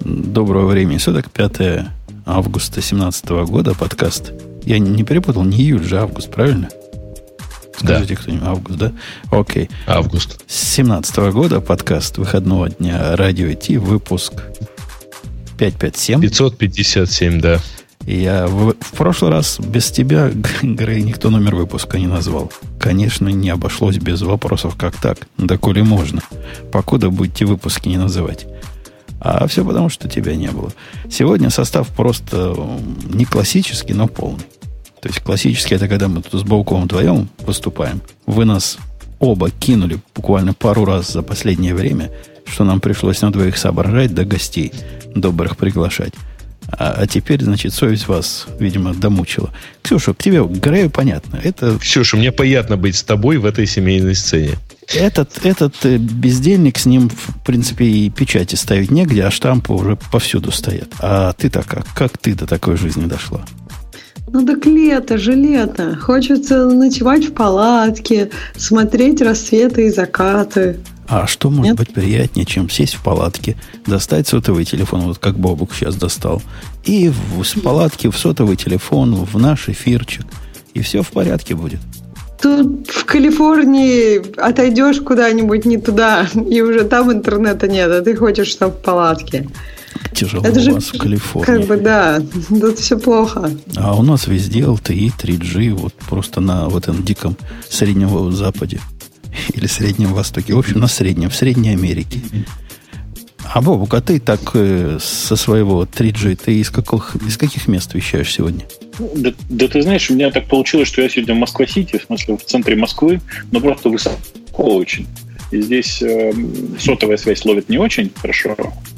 Доброго времени суток, 5 августа 2017 года, подкаст. Я не перепутал, не июль же, август, правильно? Скажите кто-нибудь, август, да? Окей. Август. С 2017 года подкаст выходного дня Радио Ти, выпуск 557. 557, да. Я в прошлый раз без тебя, Грей, никто номер выпуска не назвал. Конечно, не обошлось без вопросов, как так, да коли можно. Покуда будете выпуски не называть. А все потому, что тебя не было. Сегодня состав просто не классический, но полный. То есть классический — это когда мы тут с Бауковым вдвоем выступаем. Вы нас оба кинули буквально пару раз за последнее время, что нам пришлось на двоих соображать, да гостей добрых приглашать. А теперь, значит, совесть вас, видимо, домучила. Ксюша, к тебе, Грею, понятно. Ксюша, мне приятно быть с тобой в этой семейной сцене. Этот бездельник, с ним, в принципе, и печати ставить негде, а штампы уже повсюду стоят. А ты-то как ты до такой жизни дошла? Ну так лето же, лето. Хочется ночевать в палатке, смотреть рассветы и закаты. А что может быть приятнее, чем сесть в палатке, достать сотовый телефон, вот как Бобук сейчас достал, и с палатки в сотовый телефон, в наш эфирчик, и все в порядке будет. Тут в Калифорнии отойдешь куда-нибудь не туда, и уже там интернета нет, а ты хочешь, чтобы в палатке. Тяжело это у же, вас в Калифорнии. Как бы, да, тут все плохо. А у нас везде LTE, 3G, вот просто на вот этом диком Среднем Западе. Или Среднем Востоке. В общем, на Среднем, в Средней Америке. А, Бобук, а ты так со своего 3G, ты из каких мест вещаешь сегодня? Да ты знаешь, у меня так получилось, что я сегодня в Москва-Сити, в смысле в центре Москвы, но просто высоко очень. И здесь сотовая связь ловит не очень хорошо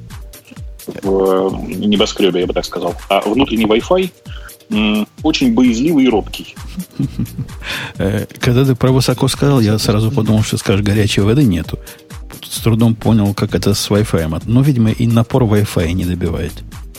в небоскребе, я бы так сказал. А внутренний Wi-Fi очень боязливый и робкий. Когда ты про высоко сказал, я сразу подумал, что скажешь, горячей воды нету. С трудом понял, как это с Wi-Fi. Но, видимо, и напор Wi-Fi не добивает.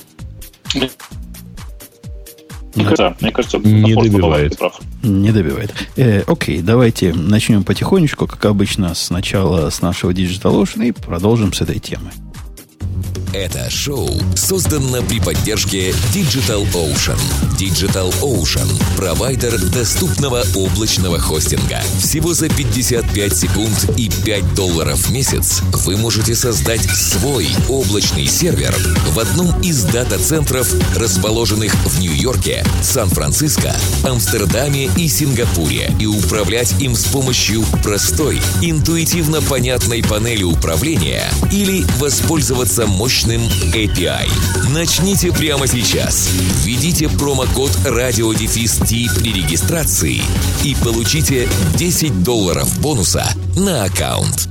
Мне кажется, не добивает. Не добивает. Окей, давайте начнем потихонечку, как обычно, сначала с нашего DigitalOcean и продолжим с этой темы. Это шоу создано при поддержке DigitalOcean. DigitalOcean – провайдер доступного облачного хостинга. Всего за 55 секунд и $5 в месяц вы можете создать свой облачный сервер в одном из дата-центров, расположенных в Нью-Йорке, Сан-Франциско, Амстердаме и Сингапуре, и управлять им с помощью простой, интуитивно понятной панели управления или воспользоваться мощным API. Начните прямо сейчас. Введите промокод RadioDefist при регистрации и получите $10 бонуса на аккаунт.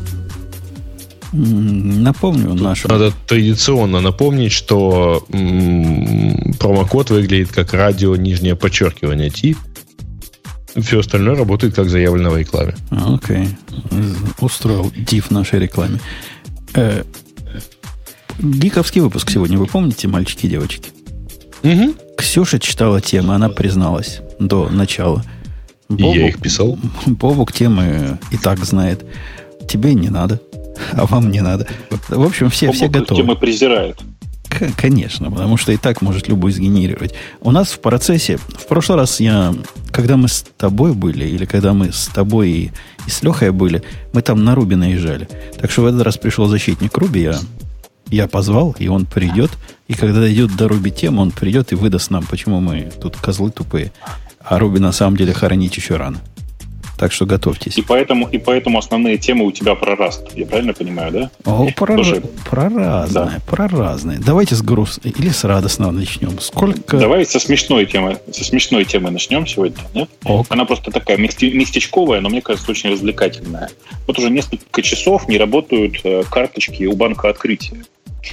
Напомню нашему. Надо традиционно напомнить, что промокод выглядит как радио нижнее подчеркивание T. Все остальное работает как заявлено в рекламе. Окей. Устроил div в нашей рекламе. Гиковский выпуск сегодня, вы помните, мальчики и девочки? Угу. Ксюша читала темы, она призналась до начала. Бобук, я их писал. Бобук темы и так знает. Тебе не надо, а вам не надо. В общем, все готовы. Темы презирает. Конечно, потому что и так может любой сгенерировать. У нас в процессе, в прошлый раз когда мы с тобой были, или когда мы с тобой и с Лехой были, мы там на Руби наезжали. Так что в этот раз пришел защитник Руби, я позвал, и он придет. И когда дойдет до Руби темы, он придет и выдаст нам, почему мы тут козлы тупые. А Руби на самом деле хоронить еще рано. Так что готовьтесь. И поэтому основные темы у тебя про Rust. Я правильно понимаю, да? Про разное. Давайте с грустной или с радостного начнем. Давай со смешной темы начнем сегодня. Нет? Она просто такая местечковая, но мне кажется, очень развлекательная. Вот уже несколько часов не работают карточки у банка открытия.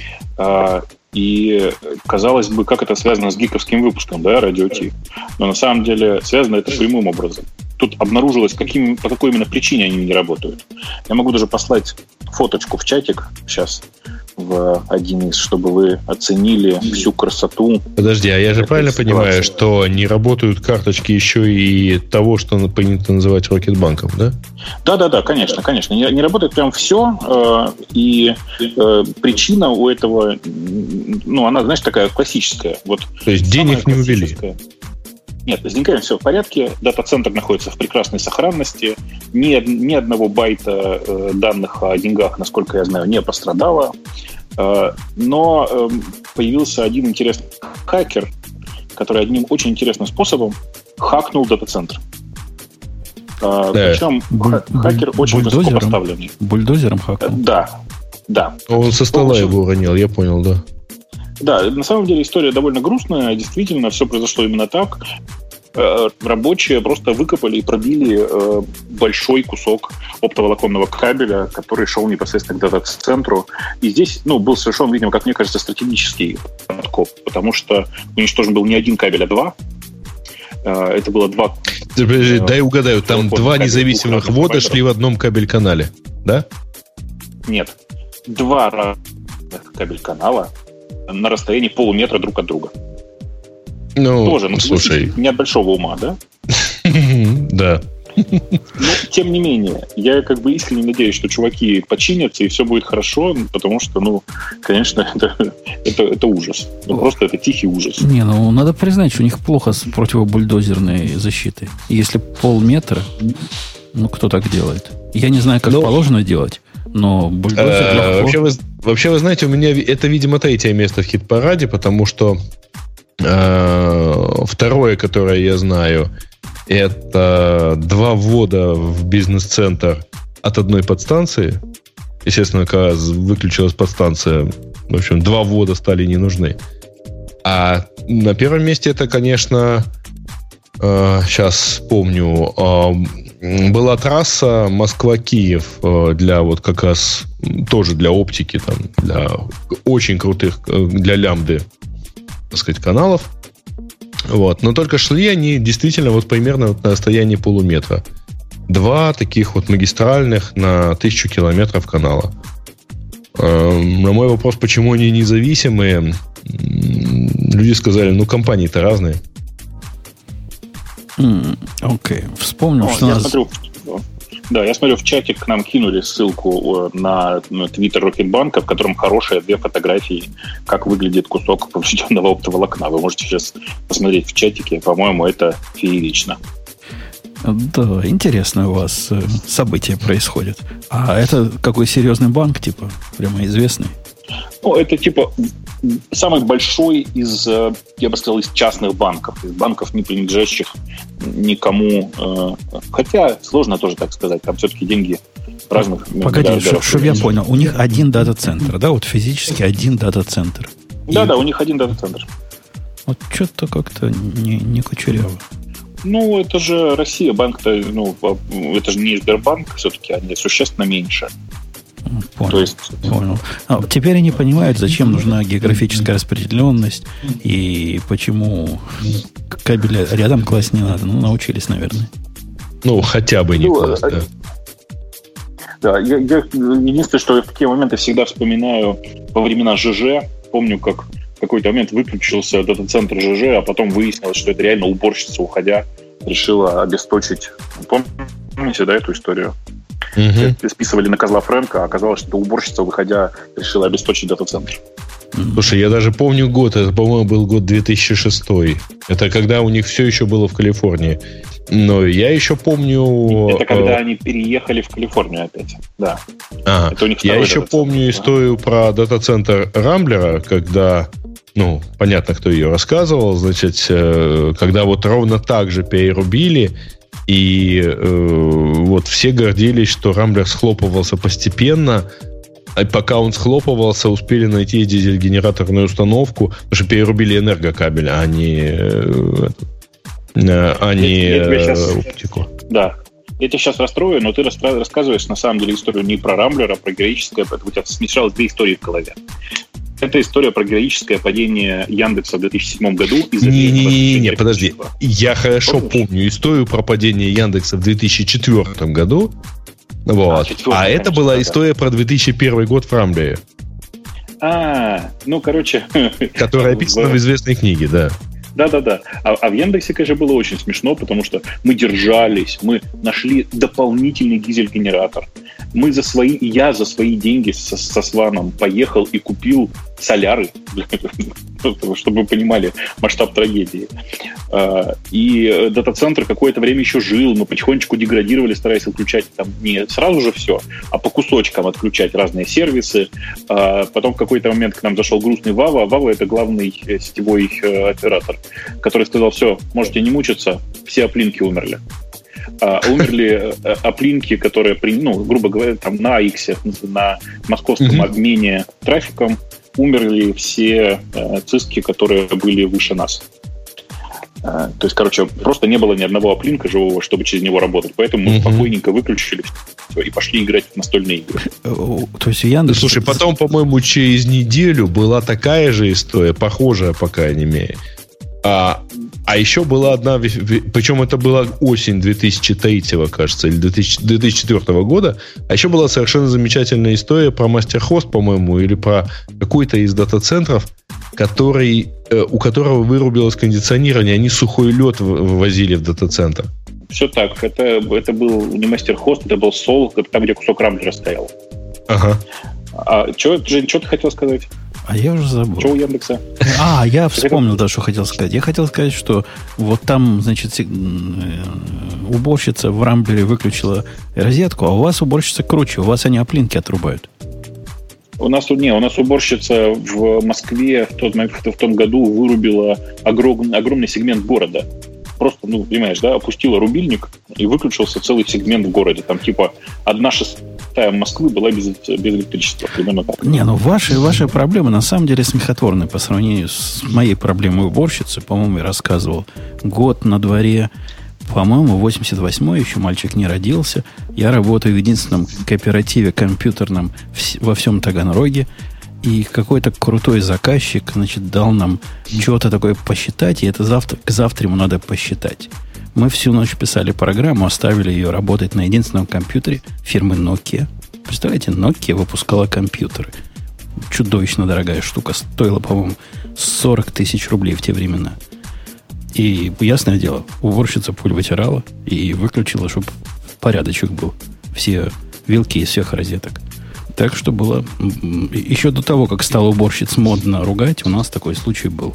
И, казалось бы, как это связано с гиковским выпуском, да, Радио Ти. Но на самом деле связано это прямым образом. Тут обнаружилось, по какой именно причине они не работают. Я могу даже послать фоточку в чатик сейчас, в в один из, чтобы вы оценили всю красоту. Подожди, а я же правильно понимаю, что не работают карточки еще и того, что принято называть Рокетбанком, да? Да, конечно. Не работает прям все, и причина у этого, она, знаешь, такая классическая. Вот. То есть денег не увели? Нет, с деньгами все в порядке, дата-центр находится в прекрасной сохранности, ни одного байта данных о деньгах, насколько я знаю, не пострадало, но появился один интересный хакер, который одним очень интересным способом хакнул дата-центр. Причем хакер очень высоко поставленный. Бульдозером хакнул? Да. Он со стола его уронил, я понял, да. Да, на самом деле история довольно грустная. Действительно, все произошло именно так. Рабочие просто выкопали и пробили большой кусок оптоволоконного кабеля, который шел непосредственно к дата-центру. И здесь был совершен, видимо, как мне кажется, стратегический подкоп, потому что уничтожен был не один кабель, а два. Это было два... Дай угадаю, там два независимых ввода шли в одном кабель-канале, да? Нет. Два разных кабель-канала на расстоянии полуметра друг от друга. Тоже, слушай. Не от большого ума, да? Да. Но, тем не менее, я искренне надеюсь, что чуваки починятся, и все будет хорошо, потому что, конечно, это ужас. Просто это тихий ужас. Надо признать, что у них плохо с противобульдозерной защитой. Если полметра, кто так делает? Я не знаю, как положено делать, но бульдозер легко. Вообще, вы знаете, у меня это, видимо, третье место в хит-параде, потому что второе, которое я знаю, это 2 ввода в бизнес-центр от одной подстанции. Естественно, когда выключилась подстанция, в общем, 2 ввода стали не нужны. А на первом месте это, конечно, сейчас вспомню, была трасса Москва-Киев для как раз тоже для оптики, там, для очень крутых, для лямбды, так сказать, каналов. Но только шли они действительно примерно на расстоянии полуметра. 2 таких магистральных на 1000 километров канала. На мой вопрос, почему они независимые, люди сказали, компании-то разные. Окей. Вспомнил, что я смотрю, в чате к нам кинули ссылку на твиттер Рокетбанка, в котором хорошие 2 фотографии, как выглядит кусок поврежденного оптоволокна. Вы можете сейчас посмотреть в чатике. По-моему, это феерично. Да, интересно у вас события происходят. А это какой серьезный банк, прямо известный? Это самый большой из, я бы сказал, из частных банков. Из банков, не принадлежащих никому. Хотя сложно тоже так сказать. Там все-таки деньги разных... Погоди, чтобы я понял. У них один дата-центр, да? Физически один дата-центр. Да, у них один дата-центр. Что-то как-то не кучеряво. Это же Россия, банк-то, это же не Сбербанк, все-таки они существенно меньше. Понял. Теперь они понимают, зачем нужна географическая распределенность и почему кабеля рядом класть не надо. Научились, наверное. Хотя бы не класть, да. Да, я единственное, что я в такие моменты всегда вспоминаю во времена ЖЖ. Помню, как в какой-то момент выключился дата-центр ЖЖ, а потом выяснилось, что это реально уборщица, уходя, решила обесточить. Помните, да, эту историю? Списывали на козла Фрэнка, а оказалось, что уборщица, выходя, решила обесточить дата-центр. Слушай, я даже помню год, это, по-моему, был год 2006. Это когда у них все еще было в Калифорнии. Но я еще помню... Это когда они переехали в Калифорнию опять, да. Это у них я еще помню историю про дата-центр Рамблера, когда... понятно, кто ее рассказывал. Значит, когда ровно так же перерубили, и все гордились, что Рамблер схлопывался постепенно, а пока он схлопывался, успели найти дизель-генераторную установку, потому что перерубили энергокабель, а не оптику. Да. Я тебя сейчас расстрою, но ты рассказываешь на самом деле историю не про Рамблера, а про героическое. У тебя смешалось 2 истории в голове. Это история про героическое падение Яндекса в 2007 году. Не, подожди. Я хорошо помню историю про падение Яндекса в 2004 году. А это была история про 2001 год в Рамблере. Которая описана в известной книге, да. Да. А в Яндексе, конечно, было очень смешно, потому что мы держались, мы нашли дополнительный дизель-генератор. Я за свои деньги со Сваном поехал и купил соляры, чтобы вы понимали масштаб трагедии. И дата-центр какое-то время еще жил, мы потихонечку деградировали, стараясь отключать там не сразу же все, а по кусочкам отключать разные сервисы. Потом в какой-то момент к нам зашел грустный Вава. Вава — это главный сетевой оператор, который сказал: все, можете не мучиться, все оплинки умерли. Умерли оплинки, которые, грубо говоря, там на AX, на московском обмене трафиком, умерли все циски, которые были выше нас. То есть, просто не было ни одного оплинка живого, чтобы через него работать. Поэтому мы спокойненько выключили все и пошли играть в настольные игры. То есть Яндекс... Слушай, потом, по-моему, через неделю была такая же история, похожая, по крайней мере. А еще была одна, причем это была осень 2003, кажется, или 2004 года, а еще была совершенно замечательная история про MasterHost, по-моему, или про какой-то из дата-центров, у которого вырубилось кондиционирование, они сухой лед вывозили в дата-центр. Все так, это был не MasterHost, это был Sol, там, где кусок рамблера стоял. Ага. Жень, что ты хотел сказать? А я уже забыл. Что у Яндекса? Я вспомнил, да, что хотел сказать. Я хотел сказать, что вот там, значит, уборщица в рамблере выключила розетку, а у вас уборщица круче, у вас они оплинки отрубают. У нас уборщица в Москве в том году вырубила огромный сегмент города. Просто, понимаешь, да, опустила рубильник и выключился целый сегмент в городе. Там типа 1/6 Москвы была без электричества. Примерно так. Ваши проблемы на самом деле смехотворны по сравнению с моей проблемой уборщицы. По-моему, я рассказывал. Год на дворе, по-моему, 88-й, еще мальчик не родился. Я работаю в единственном кооперативе компьютерном во всем Таганроге. И какой-то крутой заказчик, значит, дал нам что-то такое посчитать, и это к завтра ему надо посчитать. Мы всю ночь писали программу, оставили ее работать на единственном компьютере фирмы Nokia. Представляете, Nokia выпускала компьютеры. Чудовищно дорогая штука. Стоила, по-моему, 40 тысяч рублей в те времена. И, ясное дело, уборщица пуль вытирала и выключила, чтобы порядочек был. Все вилки из всех розеток. Так что было... Еще до того, как стало уборщиц модно ругать, у нас такой случай был.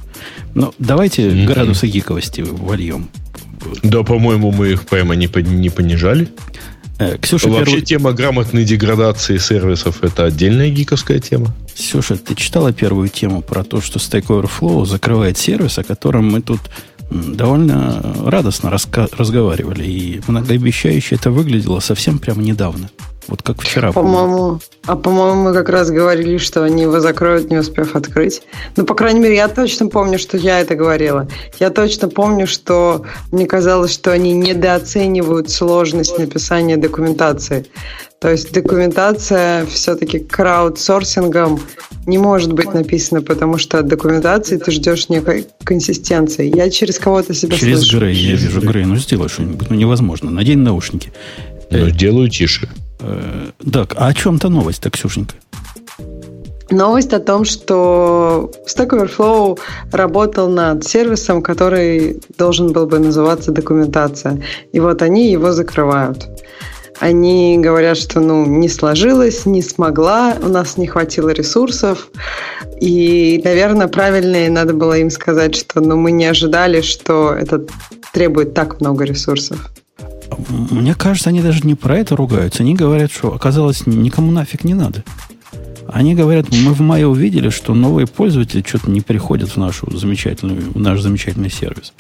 Но давайте градусы гиковости вольем. Да, по-моему, мы их прямо не понижали. Ксюша, вообще тема грамотной деградации сервисов – это отдельная гиковская тема. Ксюша, ты читала первую тему про то, что Stack Overflow закрывает сервис, о котором мы тут довольно радостно разговаривали. И многообещающе это выглядело совсем прямо недавно. Вот как вчера. По-моему, мы как раз говорили, что они его закроют, не успев открыть. По крайней мере, я точно помню, что я это говорила. Я точно помню, что мне казалось, что они недооценивают сложность написания документации. То есть документация все-таки краудсорсингом не может быть написана, потому что от документации ты ждешь некой консистенции. Я через кого-то себя слышу. Через Грей, я вижу Грей. Сделай что-нибудь. Невозможно. Надень наушники. Делаю тише. Так, а о чем-то новость-то, Ксюшенька? Новость о том, что Stack Overflow работал над сервисом, который должен был бы называться документация. И вот они его закрывают. Они говорят, что не сложилось, не смогла, у нас не хватило ресурсов. И, наверное, правильно надо было им сказать, что мы не ожидали, что это требует так много ресурсов. Мне кажется, они даже не про это ругаются. Они говорят, что, оказалось, никому нафиг не надо. Они говорят, мы в мае увидели, что новые пользователи что-то не приходят в наш замечательный сервис.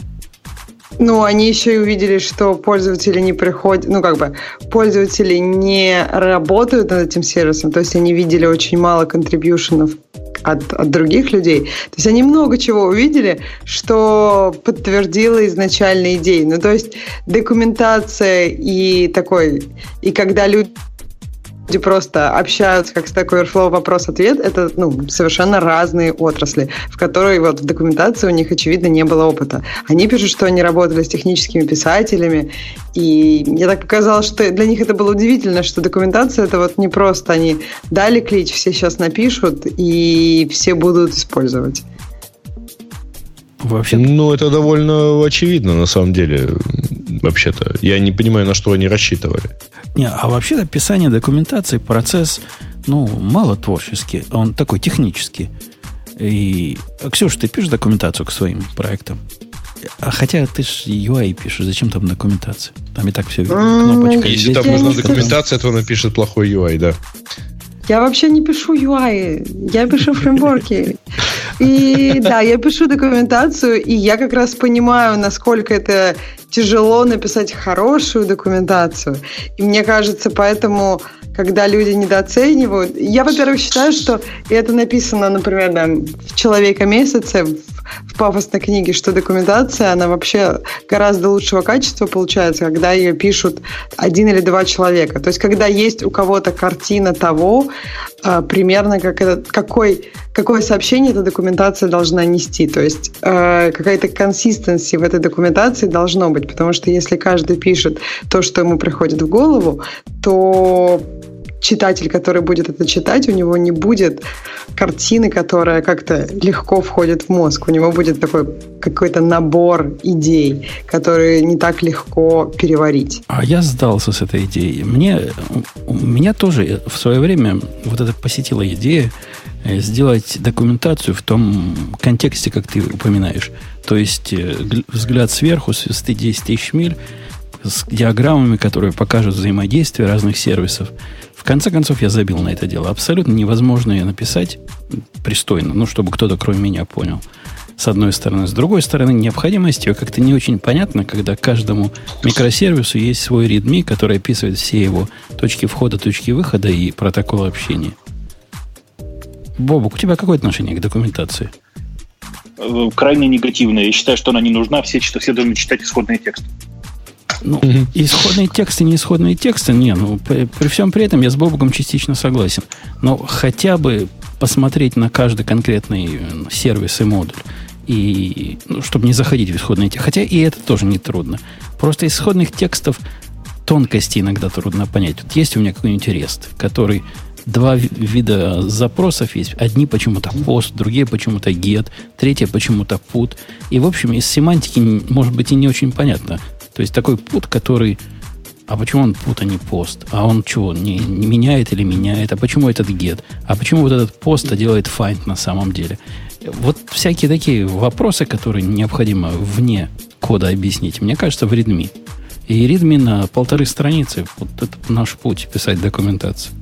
Они еще и увидели, что пользователи не приходят, пользователи не работают над этим сервисом, то есть они видели очень мало контрибьюшенов от других людей. То есть они много чего увидели, что подтвердило изначальные идеи. То есть документация и когда люди просто общаются, как Stack Overflow, вопрос-ответ, это совершенно разные отрасли, в которой вот в документации у них, очевидно, не было опыта. Они пишут, что они работали с техническими писателями, и мне так показалось, что для них это было удивительно, что документация это вот не просто они дали клич, все сейчас напишут, и все будут использовать. Вообще. Ну, это довольно очевидно, на самом деле, вообще-то. Я не понимаю, на что они рассчитывали. Не, а вообще-то описание документации, процесс, мало творческий, он такой технический. И, Ксюша, ты пишешь документацию к своим проектам? Хотя ты ж UI пишешь, зачем там документация? Там и так все кнопочка. Если там нужна документация, то напишет плохой UI, да. Я вообще не пишу UI, я пишу фреймворки. И да, я пишу документацию, и я как раз понимаю, насколько это тяжело написать хорошую документацию. И мне кажется, поэтому, когда люди недооценивают... Я, во-первых, считаю, что и это написано, например, в «Человека месяце», в пафосной книге, что документация, она вообще гораздо лучшего качества получается, когда ее пишут 1 или 2 человека. То есть, когда есть у кого-то картина того, примерно какое сообщение эта документация должна нести. То есть, какая-то консистенция в этой документации должно быть. Потому что если каждый пишет то, что ему приходит в голову, то читатель, который будет это читать, у него не будет картины, которая как-то легко входит в мозг. У него будет такой какой-то набор идей, которые не так легко переварить. А я сдался с этой идеей. Меня тоже в свое время вот это посетила идея сделать документацию в том контексте, как ты упоминаешь. То есть взгляд сверху с 10 тысяч миль с диаграммами, которые покажут взаимодействие разных сервисов. В конце концов, я забил на это дело. Абсолютно невозможно ее написать пристойно, чтобы кто-то кроме меня понял. С одной стороны. С другой стороны, необходимость ее как-то не очень понятна, когда каждому микросервису есть свой readme, который описывает все его точки входа, точки выхода и протоколы общения. Бобук, у тебя какое отношение к документации? Крайне негативное. Я считаю, что она не нужна. Все должны читать исходные тексты. Исходные тексты, не исходные тексты, при всем при этом я с Бобуком частично согласен. Но хотя бы посмотреть на каждый конкретный сервис и модуль, и, чтобы не заходить в исходные тексты. Хотя и это тоже не трудно. Просто исходных текстов тонкости иногда трудно понять. Вот есть у меня какой-нибудь REST, который 2 вида запросов есть. Одни почему-то post, другие почему-то get, третье почему-то put. И, в общем, из семантики, может быть, и не очень понятно. То есть такой put, который... А почему он put, а не post? А он чего, не меняет или меняет? А почему этот get? А почему вот этот post делает find на самом деле? Вот всякие такие вопросы, которые необходимо вне кода объяснить, мне кажется, в readme. И readme на 1,5 страницы. Вот это наш путь писать документацию.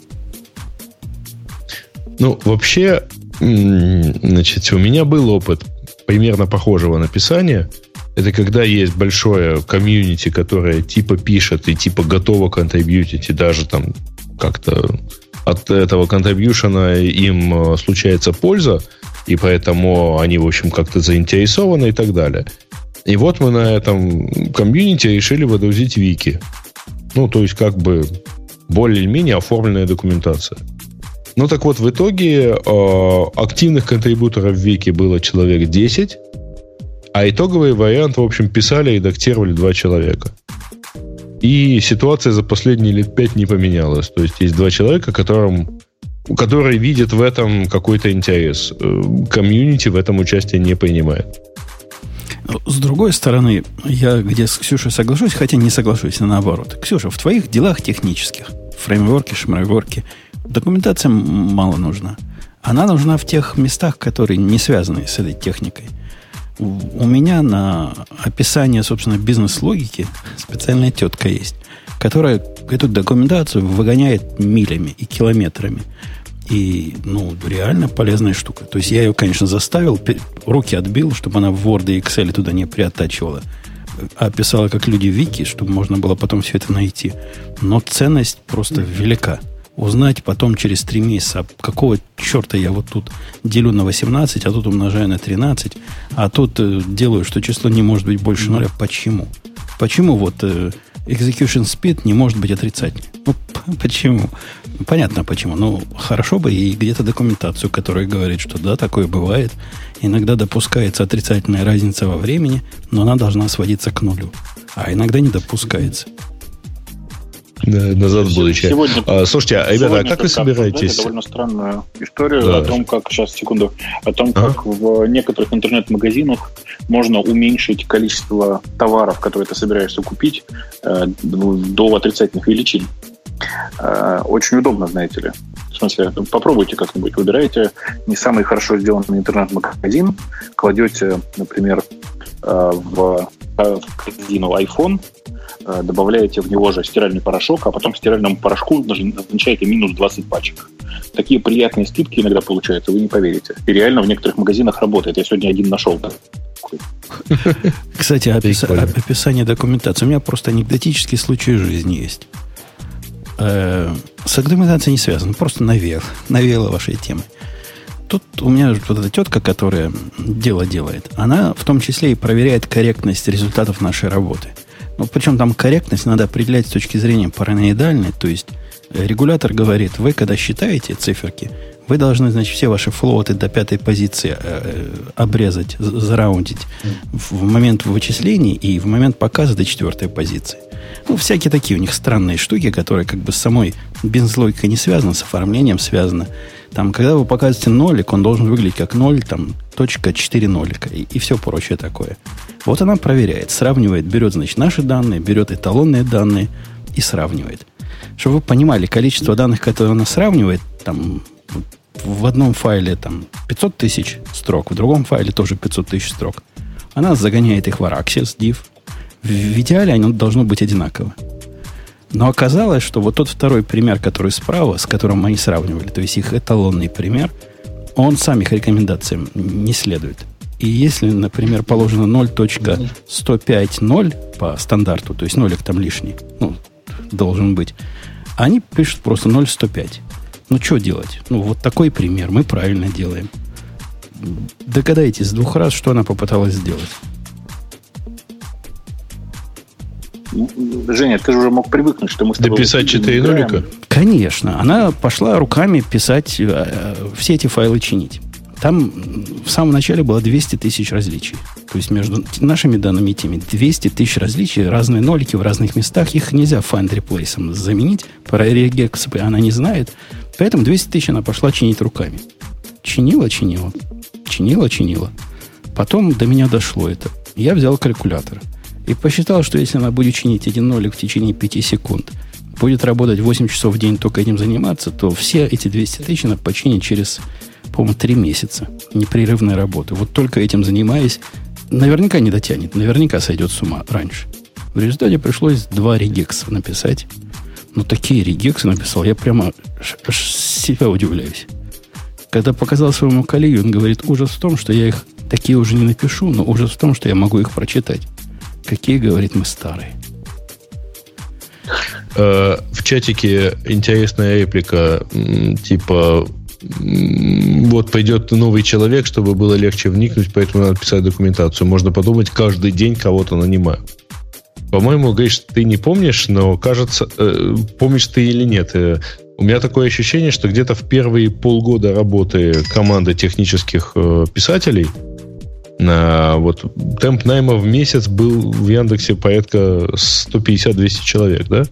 Вообще, значит, у меня был опыт примерно похожего написания. Это когда есть большое комьюнити, которое типа пишет и типа готово контрибьютить, и даже там как-то от этого контрибьюшена им случается польза, и поэтому они, в общем, как-то заинтересованы и так далее. И вот мы на этом комьюнити решили выгрузить вики. То есть как бы более-менее оформленная документация. Так вот, в итоге активных контрибьюторов в вики было человек 10, а итоговый вариант, в общем, писали и редактировали 2 человека. И ситуация за последние лет 5 не поменялась. То есть 2 человека, которые видят в этом какой-то интерес. Комьюнити в этом участие не принимает. С другой стороны, я где с Ксюшей соглашусь, хотя не соглашусь, а наоборот. Ксюша, в твоих делах технических, фреймворки, шмрейворки, документация мало нужна. Она нужна в тех местах, которые не связаны с этой техникой. У меня на описание, собственно, бизнес-логики специальная тетка есть, которая эту документацию выгоняет милями и километрами. И, реально полезная штука. То есть я ее, конечно, заставил, руки отбил, чтобы она в Word и Excel туда не приоттачивала. А писала, как люди в Вики, чтобы можно было потом все это найти. Но ценность просто велика. Узнать потом через 3 месяца, какого черта я вот тут делю на 18, а тут умножаю на 13, а тут делаю, что число не может быть больше 0. Почему? Почему вот execution speed не может быть отрицательным. Ну, почему? Понятно почему. Ну, хорошо бы и где-то документацию, которая говорит, что да, такое бывает. Иногда допускается отрицательная разница во времени, но она должна сводиться к нулю. А иногда не допускается. Назад в будущее. Слушайте, ребята, а как вы собираетесь? Довольно странную историю о том, как как в некоторых интернет-магазинах можно уменьшить количество товаров, которые ты собираешься купить, до отрицательных величин. Очень удобно, знаете ли. В смысле, попробуйте как-нибудь. Выбираете не самый хорошо сделанный интернет-магазин, кладете, например, в корзину iPhone, добавляете в него же стиральный порошок, а потом стиральному порошку назначаете минус 20 пачек. Такие приятные скидки иногда получаются, вы не поверите. И реально в некоторых магазинах работает. Я сегодня один нашел. Кстати, описание документации. У меня просто анекдотический случай жизни есть. С документацией не связано, просто навеяло вашей темы. Тут у меня вот эта тетка, которая дело делает, она в том числе и проверяет корректность результатов нашей работы. Ну, причем там корректность надо определять с точки зрения параноидальной. То есть регулятор говорит, вы когда считаете циферки, вы должны, значит, все ваши флоуты до 5 позиции обрезать, зараундить в момент вычислений и в момент показа до 4 позиции. Ну, всякие такие у них странные штуки, которые как бы с самой бизнес-логикой не связаны, с оформлением связаны. Там, когда вы показываете нолик, он должен выглядеть как 0, там, точка 4 нолика и все прочее такое. Вот она проверяет, сравнивает, берет, значит, наши данные, берет эталонные данные и сравнивает. Чтобы вы понимали, количество данных, которые она сравнивает, там, в одном файле там 500 тысяч строк, в другом файле тоже 500 тысяч строк. Она загоняет их в Araxes, div. В идеале оно должно быть одинаково. Но оказалось, что вот тот второй пример, который справа, с которым они сравнивали, то есть их эталонный пример, он сам их рекомендациям не следует. И если, например, положено 0.105.0 по стандарту, то есть нолик там лишний, ну, должен быть, они пишут просто 0.105. Ну, что делать? Ну, вот такой пример. Мы правильно делаем. Догадайтесь с 2 раз, что она попыталась сделать. Женя, ты же уже мог привыкнуть, что мы с тобой... Дописать 4 нолика? Конечно. Она пошла руками писать, все эти файлы чинить. Там в самом начале было 200 тысяч различий. То есть между нашими данными и теми 200 тысяч различий, разные нолики в разных местах. Их нельзя find replace заменить. Про регекс она не знает. Поэтому 200 тысяч она пошла чинить руками. Чинила. Потом до меня дошло это. Я взял калькулятор и посчитал, что если она будет чинить один нолик в течение 5 секунд, будет работать 8 часов в день только этим заниматься, то все эти 200 тысяч она починит через, по-моему, 3 месяца непрерывной работы. Вот только этим занимаясь, наверняка не дотянет, наверняка сойдет с ума раньше. В результате пришлось 2 регекса написать. Но такие регексы написал, я прямо аж себя удивляюсь. Когда показал своему коллеге, он говорит, ужас в том, что я их такие уже не напишу, но ужас в том, что я могу их прочитать. Какие, говорит, мы старые. В чатике интересная реплика, типа, вот пойдет новый человек, чтобы было легче вникнуть, поэтому надо писать документацию. Можно подумать, каждый день кого-то нанимаю. По-моему, говоришь, ты не помнишь, но кажется, помнишь ты или нет. У меня такое ощущение, что где-то в первые полгода работы команды технических писателей вот темп найма в месяц был в Яндексе порядка 150-200 человек, да?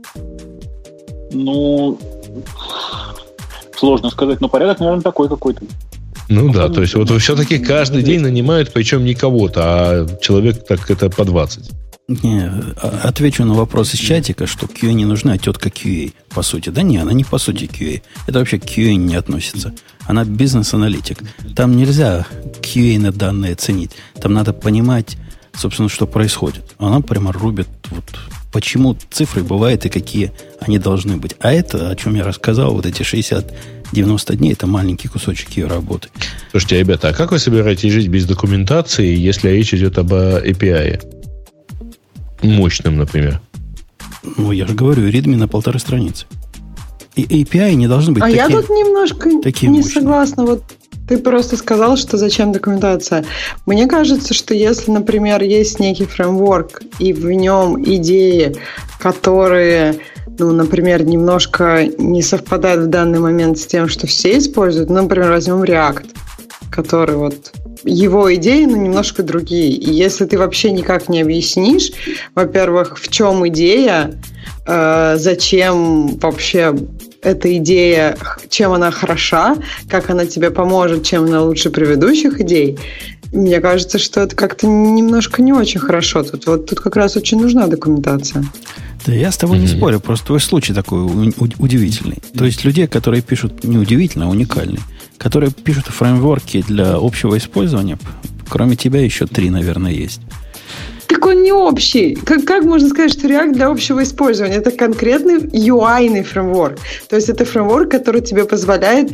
Ну, сложно сказать, но порядок, наверное, такой какой-то. Ну да, то есть вот все-таки каждый день нанимают, причем не кого-то, а человек так это по 20. Не, отвечу на вопрос из чатика, что QA не нужна, а тетка QA, по сути. Да не, она не по сути QA. Это вообще к QA не относится. Она бизнес-аналитик. Там нельзя QA на данные ценить. Там надо понимать, собственно, что происходит. Она прямо рубит, вот, почему цифры бывают и какие они должны быть. А это, о чем я рассказал, вот эти 60-90 дней, это маленький кусочек ее работы. Слушайте, ребята, а как вы собираетесь жить без документации, если речь идет об API? Мощным, например. Ну, я же говорю, readme на 1,5 страницы. И API не должны быть такие. А я тут немножко не согласна. Вот Ты просто сказал, что зачем документация. Мне кажется, что если, например, есть некий фреймворк, и в нем идеи, которые, например, немножко не совпадают в данный момент с тем, что все используют, например, возьмем React, который его идеи, немножко другие. И если ты вообще никак не объяснишь, во-первых, в чем идея, зачем вообще эта идея, чем она хороша, как она тебе поможет, чем она лучше предыдущих идей, мне кажется, что это как-то немножко не очень хорошо. Тут как раз очень нужна документация. Да я с тобой не спорю, просто твой случай такой удивительный. То есть людей, которые пишут не удивительно, а уникальный, которые пишут фреймворки для общего использования, кроме тебя еще 3, наверное, есть. Так он не общий. Как можно сказать, что React для общего использования? Это конкретный UI-ный фреймворк. То есть это фреймворк, который тебе позволяет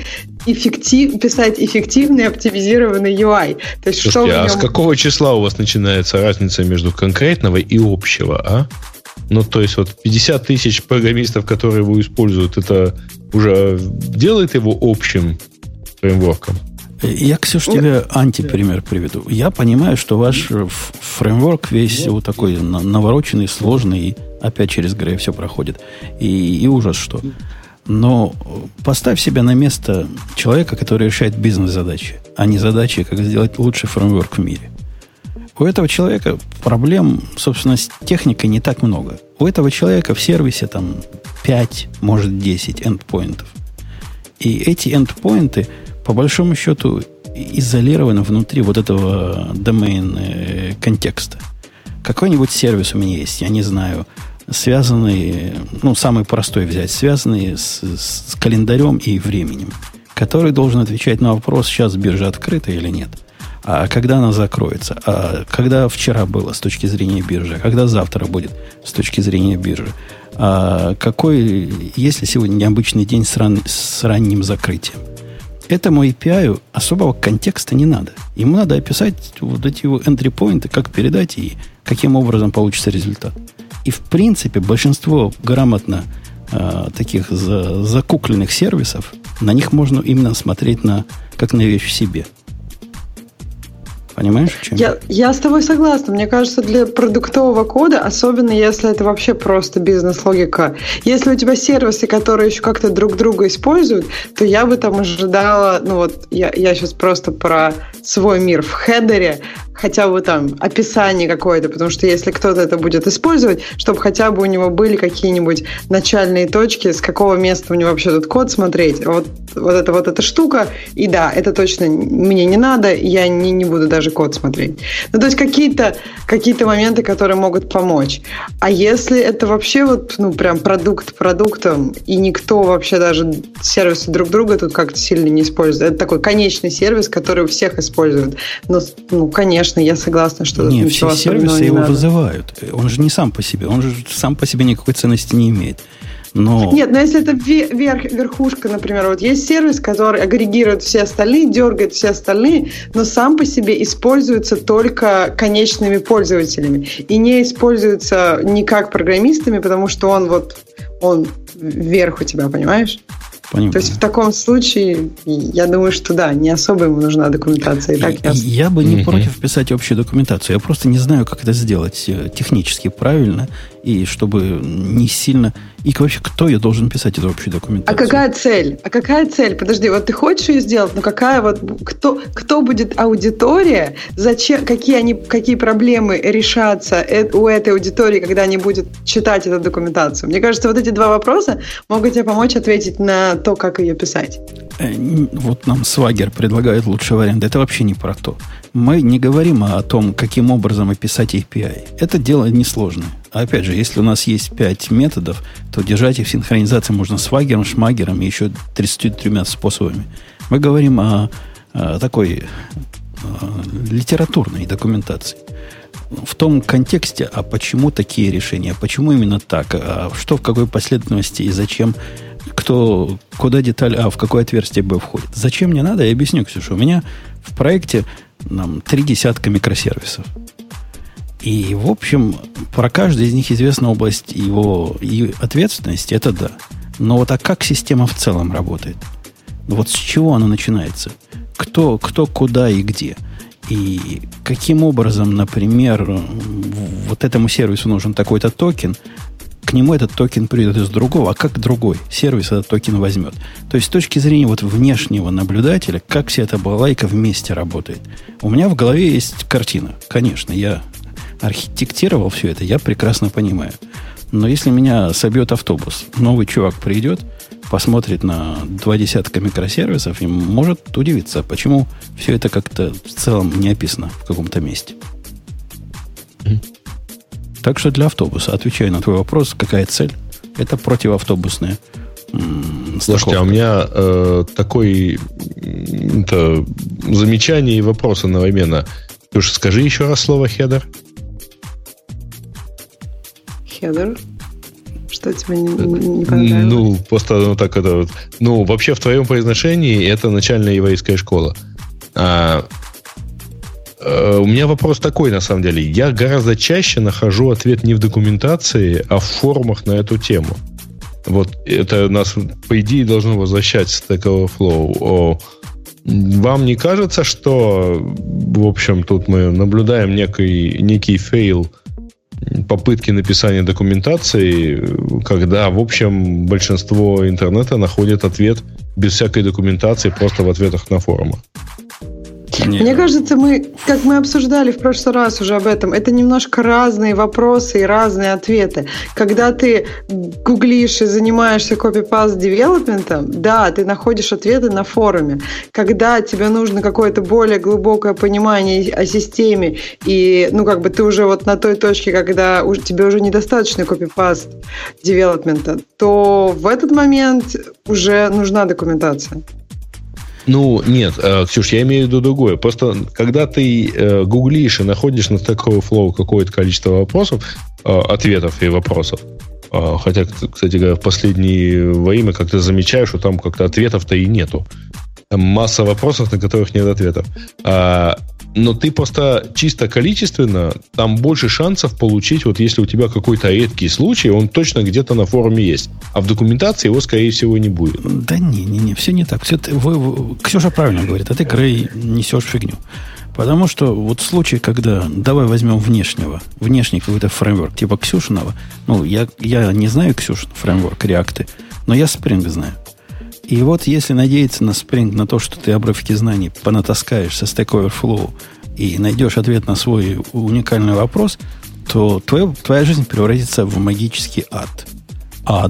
писать эффективный, оптимизированный UI. То есть, слушайте, а с какого числа у вас начинается разница между конкретного и общего, а? То есть 50 тысяч программистов, которые его используют, это уже делает его общим фреймворком? Я, Ксюш, тебе антипример приведу. Я понимаю, что ваш фреймворк весь такой навороченный, сложный, и опять через Грей все проходит. И ужас что. Но поставь себя на место человека, который решает бизнес-задачи, а не задачи, как сделать лучший фреймворк в мире. У этого человека проблем, собственно, с техникой не так много. У этого человека в сервисе 5, может 10 эндпоинтов. И эти эндпоинты по большому счету изолированы внутри этого домен-контекста. Какой-нибудь сервис у меня есть, я не знаю, связанный, самый простой взять, связанный с календарем и временем, который должен отвечать на вопрос, сейчас биржа открыта или нет, а когда она закроется, а когда вчера было с точки зрения биржи, а когда завтра будет с точки зрения биржи, а какой, если сегодня необычный день с ранним закрытием. Этому API особого контекста не надо. Ему надо описать эти его entry-поинты, как передать и каким образом получится результат. И в принципе большинство грамотно таких закукленных сервисов, на них можно именно смотреть как на вещь в себе. Понимаешь, в чем? Я с тобой согласна. Мне кажется, для продуктового кода, особенно если это вообще просто бизнес-логика, если у тебя сервисы, которые еще как-то друг друга используют, то я бы ожидала, я сейчас просто про свой мир в хедере, хотя бы описание какое-то, потому что если кто-то это будет использовать, чтобы хотя бы у него были какие-нибудь начальные точки, с какого места у него вообще тут код смотреть. Вот эта штука, и да, это точно мне не надо, я не буду даже код смотреть. То есть какие-то моменты, которые могут помочь. А если это вообще прям продукт продуктом, и никто вообще даже сервисы друг друга тут как-то сильно не использует, это такой конечный сервис, который у всех используют. Конечно, я согласна, что нет, все сервисы его вызывают. Он же не сам по себе. Он же сам по себе никакой ценности не имеет. Нет, но если это верхушка, например, есть сервис, который агрегирует все остальные, дергает все остальные, но сам по себе используется только конечными пользователями и не используется никак программистами, потому что он вверх у тебя, понимаешь? Понимаю. То есть в таком случае, я думаю, что да, не особо ему нужна документация. И так ясно. Я бы не против писать общую документацию. Я просто не знаю, как это сделать технически правильно, и чтобы не сильно... И вообще, кто ее должен писать, эту общую документацию? А какая цель? Подожди, ты хочешь ее сделать, но какая кто будет аудитория, зачем, какие проблемы решатся у этой аудитории, когда они будут читать эту документацию? Мне кажется, эти два вопроса могут тебе помочь ответить на то, как ее писать. Вот нам Swagger предлагает лучший вариант. Это вообще не про то. Мы не говорим о том, каким образом описать API. Это дело несложное. А опять же, если у нас есть 5 методов, то держать их в синхронизации можно Swagger, шмагером и еще 33 способами. Мы говорим о такой литературной документации. В том контексте, а почему такие решения, почему именно так, а что в какой последовательности и зачем, куда деталь А, в какое отверстие Б входит. Зачем мне надо, я объясню, Ксюша. У меня в проекте 30 микросервисов. И, в общем, про каждый из них известна область его ответственности, это да. Но а как система в целом работает? С чего она начинается? кто куда и где. И каким образом, например, вот этому сервису нужен такой-то токен, к нему этот токен придет из другого, а как другой сервис этот токен возьмет. То есть с точки зрения вот внешнего наблюдателя, как вся эта балалайка вместе работает. У меня в голове есть картина. Конечно, я архитектировал все это, я прекрасно понимаю. Но если меня собьет автобус, новый чувак придет, посмотрит на 20 микросервисов и может удивиться, почему все это как-то в целом не описано в каком-то месте. Так что для автобуса, отвечая на твой вопрос, какая цель? Это противоавтобусная стыковка. Слушайте, а у меня такое замечание и вопрос одновременно. Слушай, скажи еще раз слово «хедер». Хедер? Что тебе не понравилось? Ну, просто так это вот. Ну, вообще в твоем произношении это начальная еврейская школа. У меня вопрос такой, на самом деле. Я гораздо чаще нахожу ответ не в документации, а в форумах на эту тему. Вот это нас, по идее, должно возвращать Stack Overflow. Вам не кажется, что, в общем, тут мы наблюдаем некий фейл попытки написания документации, когда, в общем, большинство интернета находит ответ без всякой документации просто в ответах на форумах? Мне кажется, как мы обсуждали в прошлый раз уже об этом, это немножко разные вопросы и разные ответы. Когда ты гуглишь и занимаешься copy-paste девелопментом, да, ты находишь ответы на форуме. Когда тебе нужно какое-то более глубокое понимание о системе, и ты уже вот на той точке, когда тебе уже недостаточно copy-paste девелопмента, то в этот момент уже нужна документация. Ну, нет, Ксюш, я имею в виду другое. Просто, когда ты гуглишь и находишь на Stack Overflow какое-то количество вопросов, ответов и вопросов, хотя, кстати говоря, в последнее время как-то замечаю, что там как-то ответов-то и нету. Там масса вопросов, на которых нет ответов. Но ты просто чисто количественно, там больше шансов получить, вот если у тебя какой-то редкий случай, он точно где-то на форуме есть. А в документации его, скорее всего, не будет. Да не, все не так. Ксюша правильно говорит, а ты, Грей, несешь фигню. Потому что вот случай, когда давай возьмем внешний какой-то фреймворк, типа Ксюшиного. Я не знаю Ксюшин фреймворк, реакты, но я Spring знаю. И вот если надеяться на Spring, на то, что ты обрывки знаний понатаскаешь со Stack Overflow и найдешь ответ на свой уникальный вопрос, то твоя жизнь превратится в магический ад. Ад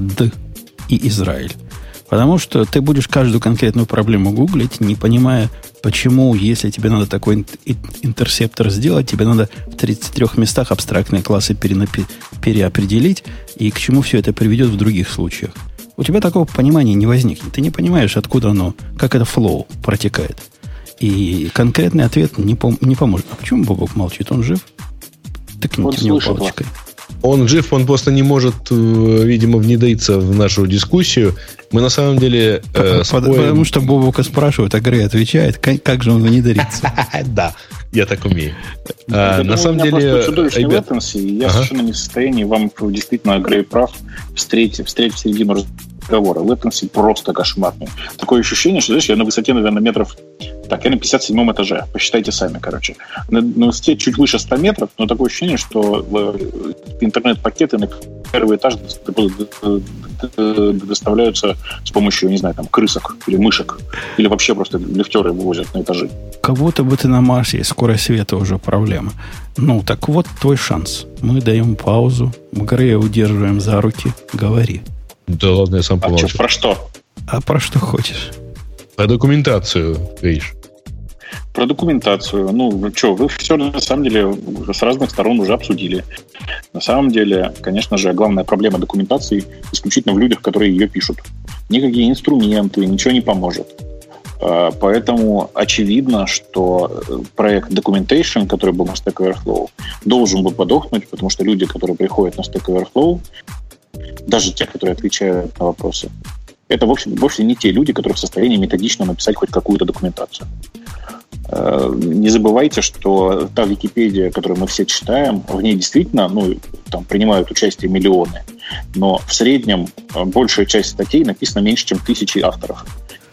и Израиль. Потому что ты будешь каждую конкретную проблему гуглить, не понимая, почему, если тебе надо такой интерсептор сделать, тебе надо в 33 местах абстрактные классы переопределить, и к чему все это приведет в других случаях. У тебя такого понимания не возникнет. Ты не понимаешь, откуда оно, как это флоу протекает. И конкретный ответ не поможет. А почему Бобок молчит? Он жив? Тыкните в него палочкой. Он жив, он просто не может, видимо, внедриться в нашу дискуссию. Мы на самом деле Потому что Бобока спрашивают, а Грей отвечает, как же он внедрится. Да, я так умею. На самом деле, чудовищный latency, и я совершенно не в состоянии вам действительно, Грей прав, встретить в середину разговора. Latency просто кошмарный. Такое ощущение, что, знаешь, я на высоте, наверное, метров... Так, я на 57-м этаже. Посчитайте сами, короче. На высоте чуть выше 100 метров, но такое ощущение, что интернет-пакеты на первый этаж доставляются с помощью, не знаю, там, крысок или мышек. Или вообще просто лифтеры вывозят на этажи. Как будто бы ты на Марсе, и скорость света уже проблема. Так вот твой шанс. Мы даем паузу. Грея удерживаем за руки. Говори. Да ладно, я сам помолчу. Про что? А про что хочешь? Про документацию, видишь. Про документацию. Вы все на самом деле с разных сторон уже обсудили. На самом деле, конечно же, главная проблема документации исключительно в людях, которые ее пишут. Никакие инструменты, ничего не поможет. Поэтому очевидно, что проект Documentation, который был на Stack Overflow, должен был подохнуть, потому что люди, которые приходят на Stack Overflow, даже те, которые отвечают на вопросы, это вовсе не те люди, которые в состоянии методично написать хоть какую-то документацию. Не забывайте, что та Википедия, которую мы все читаем, в ней действительно там принимают участие миллионы, но в среднем большая часть статей написана меньше, чем 1000 авторов.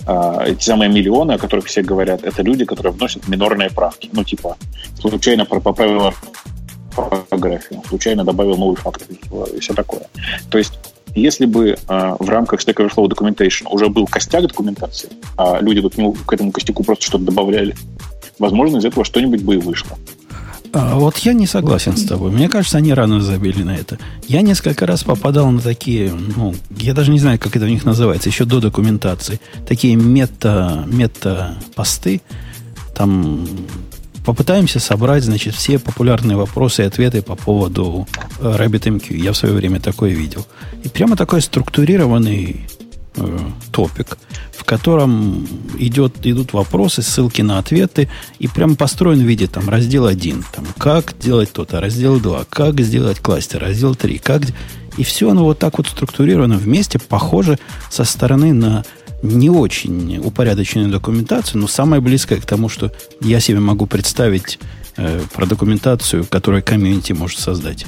Эти самые миллионы, о которых все говорят, это люди, которые вносят минорные правки. Ну, типа, случайно поправил орфографию, случайно добавил новый факт и все такое. То есть, если бы в рамках Stack Overflow Documentation уже был костяк документации, а люди к этому костяку просто что-то добавляли, возможно, из этого что-нибудь бы и вышло. Вот я не согласен с тобой. Мне кажется, они рано забили на это. Я несколько раз попадал на такие, я даже не знаю, как это у них называется, еще до документации. Такие мета-посты. Там попытаемся собрать, значит, все популярные вопросы и ответы по поводу RabbitMQ. Я в свое время такое видел. И прямо такой структурированный топик, в котором идут вопросы, ссылки на ответы, и прям построен в виде там, раздел 1, там, как делать то-то, раздел 2, как сделать кластер, раздел 3, и все оно вот так вот структурировано вместе, похоже со стороны на не очень упорядоченную документацию, но самое близкое к тому, что я себе могу представить про документацию, которую комьюнити может создать.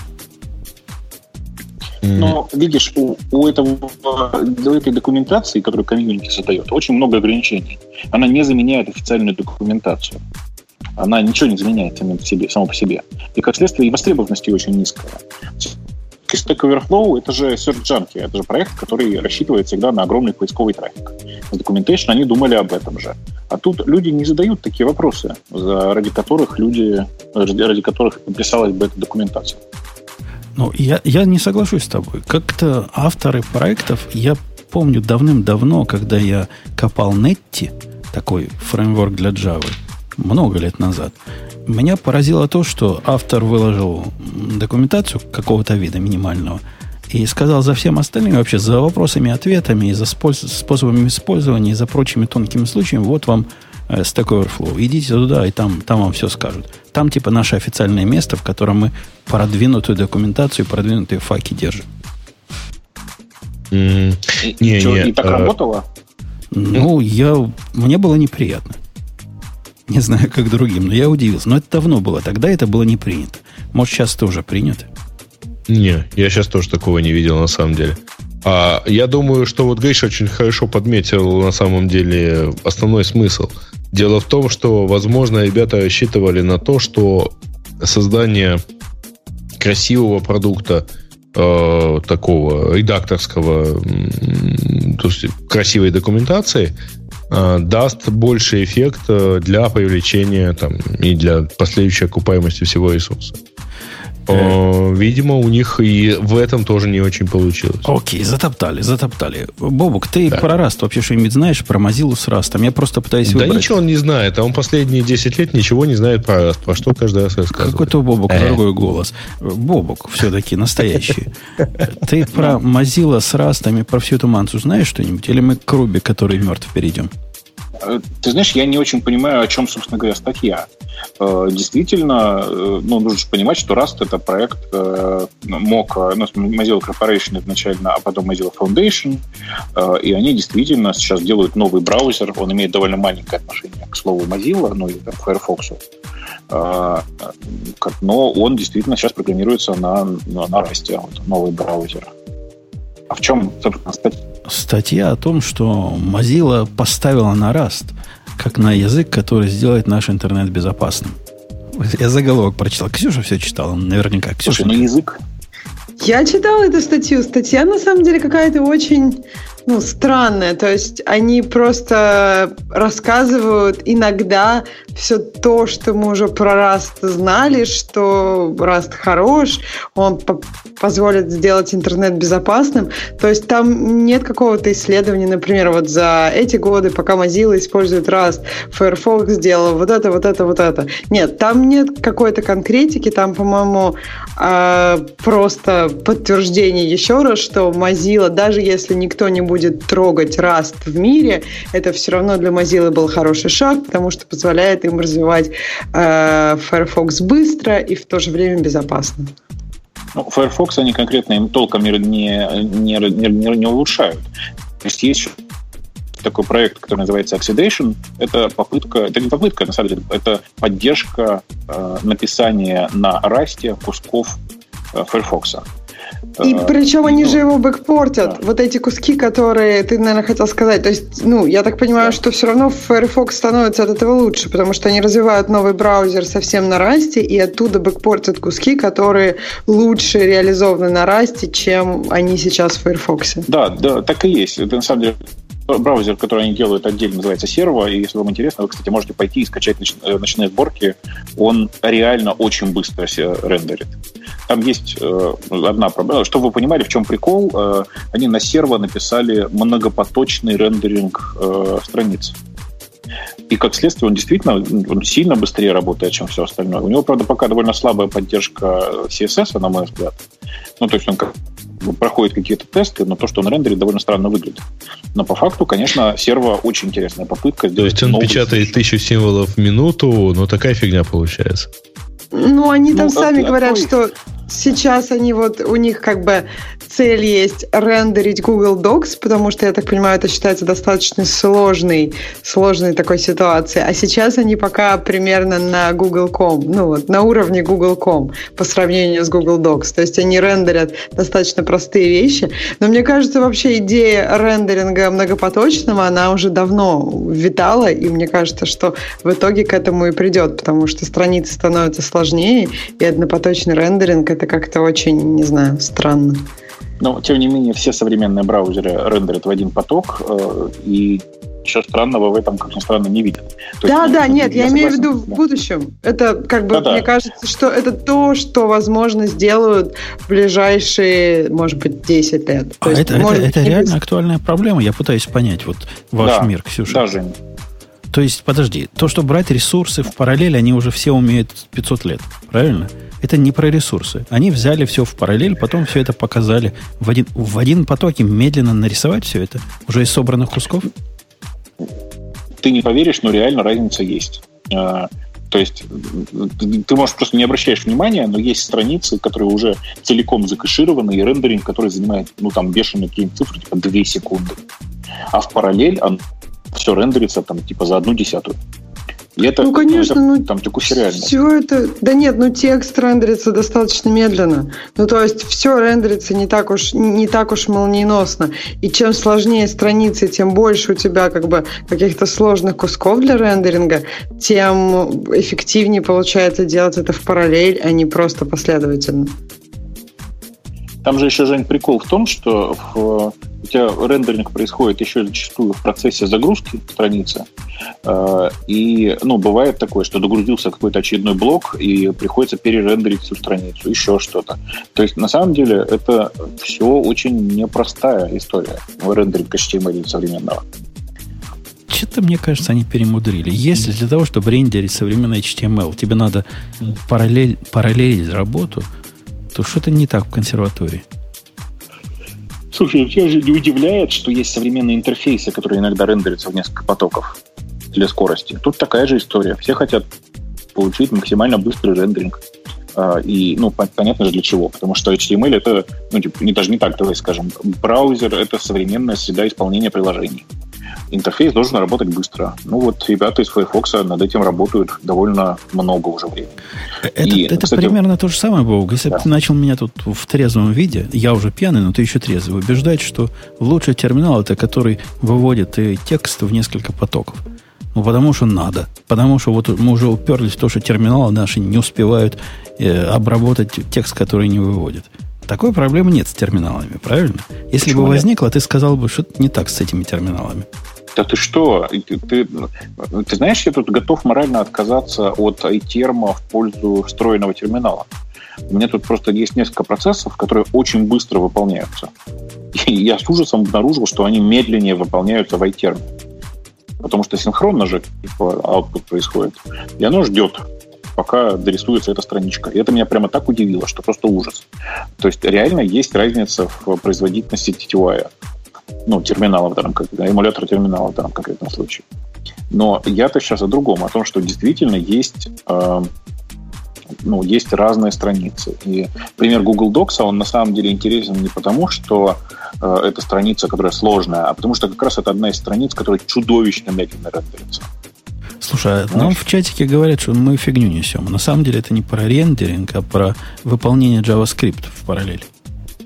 Но, видишь, у этой документации, которую комьюнити создает, очень много ограничений. Она не заменяет официальную документацию. Она ничего не заменяет само по себе. И, как следствие, и востребованность очень низкая. Stack Overflow — это же Search Junkie, это же проект, который рассчитывает всегда на огромный поисковый трафик. С Documentation они думали об этом же. А тут люди не задают такие вопросы, ради которых писалась бы эта документация. Ну, я не соглашусь с тобой. Как-то авторы проектов, я помню давным-давно, когда я копал Netty, такой фреймворк для Java, много лет назад, меня поразило то, что автор выложил документацию какого-то вида минимального и сказал за всем остальным, вообще за вопросами, ответами, за способами использования, и за прочими тонкими случаями, вот вам Stack Overflow. Идите туда, и там вам все скажут. Там типа наше официальное место, в котором мы продвинутую документацию, продвинутые факи держим. И так работало? Ну, мне было неприятно. Не знаю, как другим, но я удивился. Но это давно было. Тогда это было не принято. Может, сейчас тоже принято? Не, я сейчас тоже такого не видел, на самом деле. Я думаю, что вот Гриша очень хорошо подметил на самом деле основной смысл. Дело в том, что, возможно, ребята рассчитывали на то, что создание красивого продукта, такого редакторского, то есть красивой документации, даст больший эффект для привлечения и для последующей окупаемости всего ресурса. Видимо, у них и в этом тоже не очень получилось. Окей, затоптали. Бобук, ты про Rust вообще что-нибудь знаешь? Про Mozilla с Rust? Я просто пытаюсь выбрать. Да ничего он не знает. Он последние 10 лет ничего не знает про Rust. Про что каждый раз рассказывает. Какой-то у Бобука другой голос. Бобук все-таки настоящий. Ты про Mozilla с Rust и про всю эту мансу знаешь что-нибудь? Или мы к Руби, который мертв, перейдем? Ты знаешь, я не очень понимаю, о чем, собственно говоря, статья. Действительно, нужно же понимать, что Rust — это проект Mocha, Mozilla Corporation изначально, а потом Mozilla Foundation, и они действительно сейчас делают новый браузер. Он имеет довольно маленькое отношение к слову Mozilla, и Firefox. Но он действительно сейчас программируется на Rust, новый браузер. А в чем, собственно, статья? Статья о том, что Mozilla поставила на Rust как на язык, который сделает наш интернет безопасным. Я заголовок прочитал. Ксюша все читала, наверняка. Ксюша, слушай, язык. Я читала эту статью. Статья, на самом деле, какая-то очень странная. То есть они просто рассказывают иногда все то, что мы уже про Rust знали, что Rust хорош, он позволит сделать интернет безопасным. То есть там нет какого-то исследования, например, вот за эти годы, пока Mozilla использует Rust, Firefox сделал вот это. Нет, там нет какой-то конкретики, там, по-моему, просто подтверждение еще раз, что Mozilla, даже если никто не будет трогать Rust в мире, это все равно для Mozilla был хороший шаг, потому что позволяет им развивать Firefox быстро и в то же время безопасно. Firefox они конкретно им толком не улучшают. То есть есть такой проект, который называется Oxidation. Это не попытка, на самом деле, это поддержка написания на Rust кусков Firefox. И причем они же его бэкпортят. Да. Вот эти куски, которые ты, наверное, хотел сказать. То есть, я так понимаю, что все равно Firefox становится от этого лучше, потому что они развивают новый браузер совсем на Rust, и оттуда бэкпортят куски, которые лучше реализованы на Rust, чем они сейчас в Firefox. Да, так и есть. Это на самом деле браузер, который они делают отдельно, называется Servo, и если вам интересно, вы, кстати, можете пойти и скачать ночные сборки. Он реально очень быстро рендерит. Там есть одна проблема. Чтобы вы понимали, в чем прикол, они на Servo написали многопоточный рендеринг страниц. И, как следствие, он действительно сильно быстрее работает, чем все остальное. У него, правда, пока довольно слабая поддержка CSS, на мой взгляд. То есть он проходит какие-то тесты, но то, что он рендерит, довольно странно выглядит. Но по факту, конечно, Servo очень интересная попытка сделать. То есть он печатает 1000 символов в минуту, но такая фигня получается. Они там сами говорят, что сейчас у них цель есть рендерить Google Docs, потому что, я так понимаю, это считается достаточно сложной такой ситуацией. А сейчас они пока примерно на Google.com, на уровне Google.com по сравнению с Google Docs. То есть они рендерят достаточно простые вещи. Но мне кажется, вообще идея рендеринга многопоточного, она уже давно витала, и мне кажется, что в итоге к этому и придет, потому что страницы становятся сложнее, и однопоточный рендеринг — это как-то очень, не знаю, странно. Но, тем не менее, все современные браузеры рендерят в один поток, и ничего странного в этом, как ни странно, не видят. Я имею в виду в будущем. Это мне кажется, что это то, что, возможно, сделают в ближайшие, может быть, 10 лет. Это реально актуальная проблема? Я пытаюсь понять ваш мир, Ксюша. Да, Жень. То есть, подожди, то, что брать ресурсы в параллель, они уже все умеют 500 лет, правильно? Это не про ресурсы. Они взяли все в параллель, потом все это показали в один поток, и медленно нарисовать все это уже из собранных кусков? Ты не поверишь, но реально разница есть. То есть ты, может, просто не обращаешь внимания, но есть страницы, которые уже целиком закэшированы, и рендеринг, который занимает, бешеные какие-нибудь цифры, 2 секунды. А в параллель все рендерится за 1/10. И это, конечно, там текущая реальность. Все это... Да нет, текст рендерится достаточно медленно. То есть все рендерится не так уж молниеносно. И чем сложнее страницы, тем больше у тебя каких-то сложных кусков для рендеринга, тем эффективнее получается делать это в параллель, а не просто последовательно. Там же еще, Жень, прикол в том, что у тебя рендеринг происходит еще зачастую в процессе загрузки страницы. И, бывает такое, что догрузился какой-то очередной блок, и приходится перерендерить всю страницу, еще что-то. То есть, на самом деле, это все очень непростая история, рендеринг HTML современного. Что-то, мне кажется, они перемудрили. Если для того, чтобы рендерить современный HTML, тебе надо параллелить работу, то что-то не так в консерватории. Слушай, тебя же не удивляет, что есть современные интерфейсы, которые иногда рендерятся в несколько потоков для скорости. Тут такая же история. Все хотят получить максимально быстрый рендеринг. И, понятно же для чего. Потому что HTML это, даже не так, давай скажем, браузер — это современная среда исполнения приложений. Интерфейс должен работать быстро. Ребята из Firefox над этим работают довольно много уже времени. Это кстати, примерно то же самое, Бог. Если бы ты начал меня тут в трезвом виде, я уже пьяный, но ты еще трезвый, убеждать, что лучший терминал — это который выводит текст в несколько потоков. Потому что надо. Потому что мы уже уперлись в то, что терминалы наши не успевают обработать текст, который не выводит. Такой проблемы нет с терминалами, правильно? Если бы возникло, ты сказал бы, что не так с этими терминалами. Да ты что? Ты знаешь, я тут готов морально отказаться от iTerm в пользу встроенного терминала. У меня тут просто есть несколько процессов, которые очень быстро выполняются. И я с ужасом обнаружил, что они медленнее выполняются в iTerm. Потому что синхронно же output происходит. И оно ждет, пока дорисуется эта страничка. И это меня прямо так удивило, что просто ужас. То есть реально есть разница в производительности TTY. Терминала в данном эмулятора терминала в данном конкретном случае. Но я-то сейчас о другом, о том, что действительно есть разные страницы. И пример Google Docs, он на самом деле интересен не потому, что это страница, которая сложная, а потому что как раз это одна из страниц, которая чудовищно медленно рендерится. Слушай, нам в чатике говорят, что мы фигню несем. На самом деле это не про рендеринг, а про выполнение JavaScript в параллель.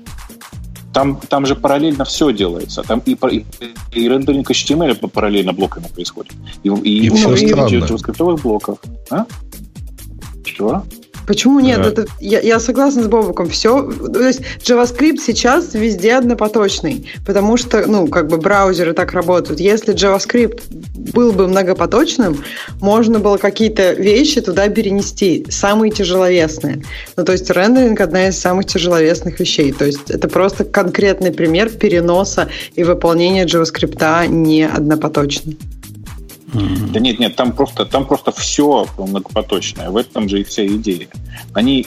Там же параллельно все делается. Там и рендеринг HTML параллельно блоками происходит. И все странно. JavaScript блоков. А? Чего? Почему нет? Это, я согласна с Бобуком. Все, то есть JavaScript сейчас везде однопоточный, потому что, браузеры так работают. Если JavaScript был бы многопоточным, можно было какие-то вещи туда перенести, самые тяжеловесные. То есть рендеринг одна из самых тяжеловесных вещей. То есть это просто конкретный пример переноса и выполнения JavaScript не однопоточно. Да нет, там просто все многопоточное. В этом же и вся идея. Они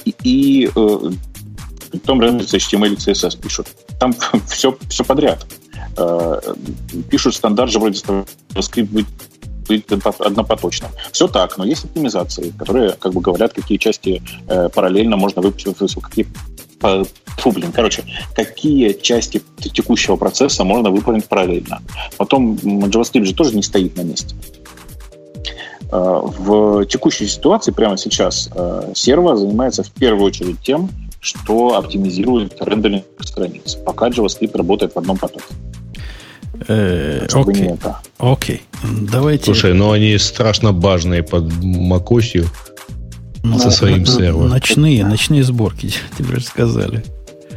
потом рендерится HTML и CSS пишут. Там все подряд. Пишут стандарт же вроде JavaScript быть однопоточным. Все так, но есть оптимизации, которые говорят, какие части параллельно можно выпустить, какие части текущего процесса можно выполнить параллельно. Потом JavaScript же тоже не стоит на месте. В текущей ситуации прямо сейчас сервер занимается в первую очередь тем, что оптимизирует рендеринг страниц, пока JavaScript работает в одном потоке. Окей. Давайте. Слушай, они страшно бажные под macOS со своим сервером. Ночные сборки, тебе же сказали.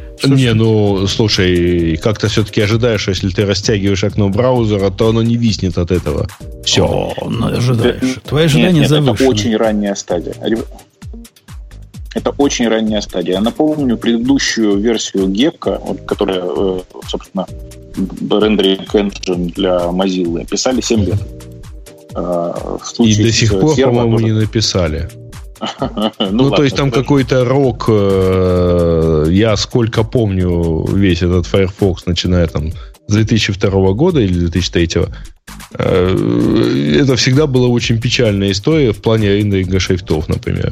Слушай, как-то все-таки ожидаешь, что если ты растягиваешь окно браузера, то оно не виснет от этого. Все. Ожидаешь. Твои ожидания завышены. Это очень ранняя стадия. Это очень ранняя стадия. Я напомню предыдущую версию Gecko, которая, собственно, рендеринг engine для Mozilla, писали 7 лет. И до сих пор, по-моему, не написали. То есть там какой-то рок, я сколько помню весь этот Firefox, начиная там с 2002 года или 2003, это всегда была очень печальная история в плане рендеринга шрифтов, например.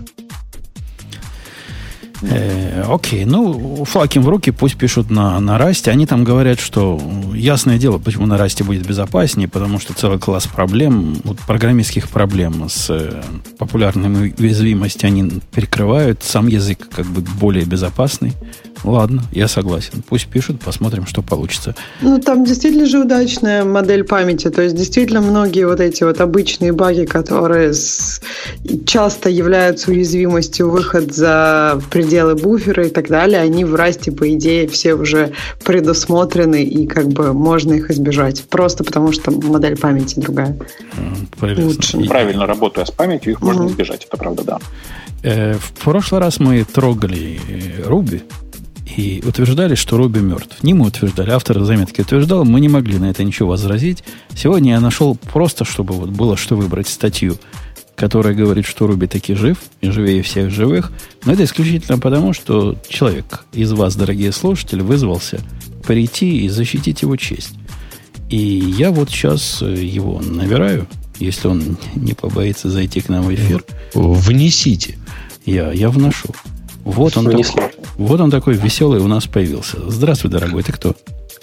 Окей, флаг им в руки, пусть пишут на Rust. Они там говорят, что ясное дело, почему на Rust будет безопаснее, потому что целый класс проблем, программистских проблем с популярными уязвимостями они перекрывают. Сам язык более безопасный. Ладно, я согласен. Пусть пишут, посмотрим, что получится. Там действительно же удачная модель памяти. То есть, действительно, многие эти обычные баги, которые часто являются уязвимостью, выход за пределы буфера и так далее, они в Rust, по идее, все уже предусмотрены, и можно их избежать. Просто потому, что модель памяти другая. Лучше. Правильно работая с памятью, их можно избежать. Это правда, да. В прошлый раз мы трогали Ruby и утверждали, что Ruby мертв. Не мы утверждали, автор заметки утверждал, мы не могли на это ничего возразить. Сегодня я нашел просто, чтобы было что выбрать, статью, которая говорит, что Ruby таки жив, и живее всех живых. Но это исключительно потому, что человек из вас, дорогие слушатели, вызвался прийти и защитить его честь. И я сейчас его набираю, если он не побоится зайти к нам в эфир. Внесите. Я вношу. Вот он такой веселый у нас появился. Здравствуй, дорогой, ты кто?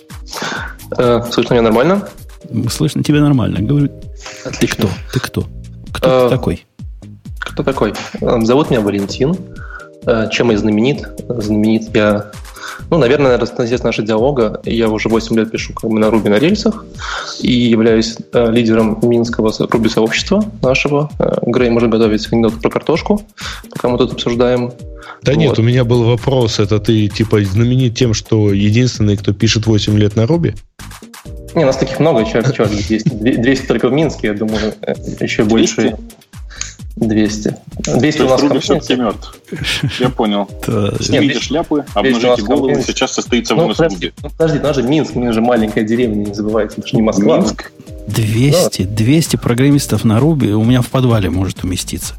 Слышно меня нормально? Слышно тебя нормально. Говорю, отлично. Ты кто? Кто ты такой? Кто такой? Зовут меня Валентин. Чем я знаменит? Знаменит я... наверное, естественно, нашего диалога. Я уже 8 лет пишу на Ruby на рельсах и являюсь лидером минского Ruby-сообщества нашего. Грей может готовить анекдот про картошку, пока мы тут обсуждаем. Да нет, у меня был вопрос. Это ты знаменит тем, что единственный, кто пишет 8 лет на Ruby? Не, у нас таких много. Человек 200 только в Минске, я думаю, еще 200? Больше. 200. 200 у нас Ruby все-таки мертв. Я понял. Снимите шляпы, обнажите голову, сейчас состоится вынос Ruby. Подожди, у нас же Минск, у нас же маленькая деревня, не забывайте, это же не Москва. Минск. 200 программистов на Ruby у меня в подвале может уместиться.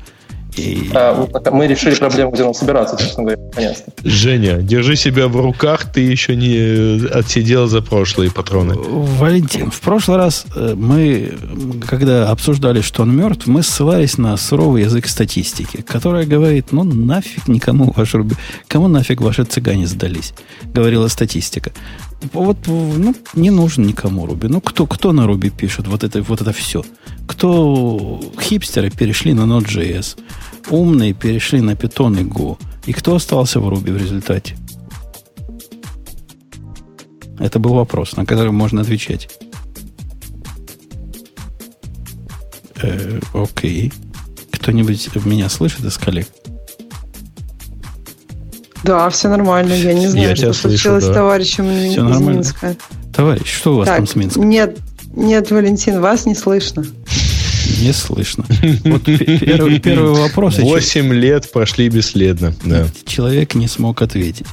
Мы решили проблему, где нам собираться, честно говоря, понятно. Женя, держи себя в руках, ты еще не отсидел за прошлые патроны. Валентин, в прошлый раз мы, когда обсуждали, что он мертв, мы ссылались на суровый язык статистики, которая говорит, нафиг никому ваш Руби, кому нафиг ваши цыгане сдались, говорила статистика. Не нужен никому Руби. Кто на Руби пишет вот это все? Кто хипстеры перешли на Node.js, умные перешли на Python и Go. И кто остался в Ruby в результате? Это был вопрос, на который можно отвечать. Окей. Кто-нибудь меня слышит из коллег? Да, все нормально. Я не знаю, что случилось с товарищем из Минска. Товарищ, что у вас там с Минска? Нет, Валентин, вас не слышно. Не слышно. Вот первый вопрос. 8 лет прошли бесследно. Да. Человек не смог ответить.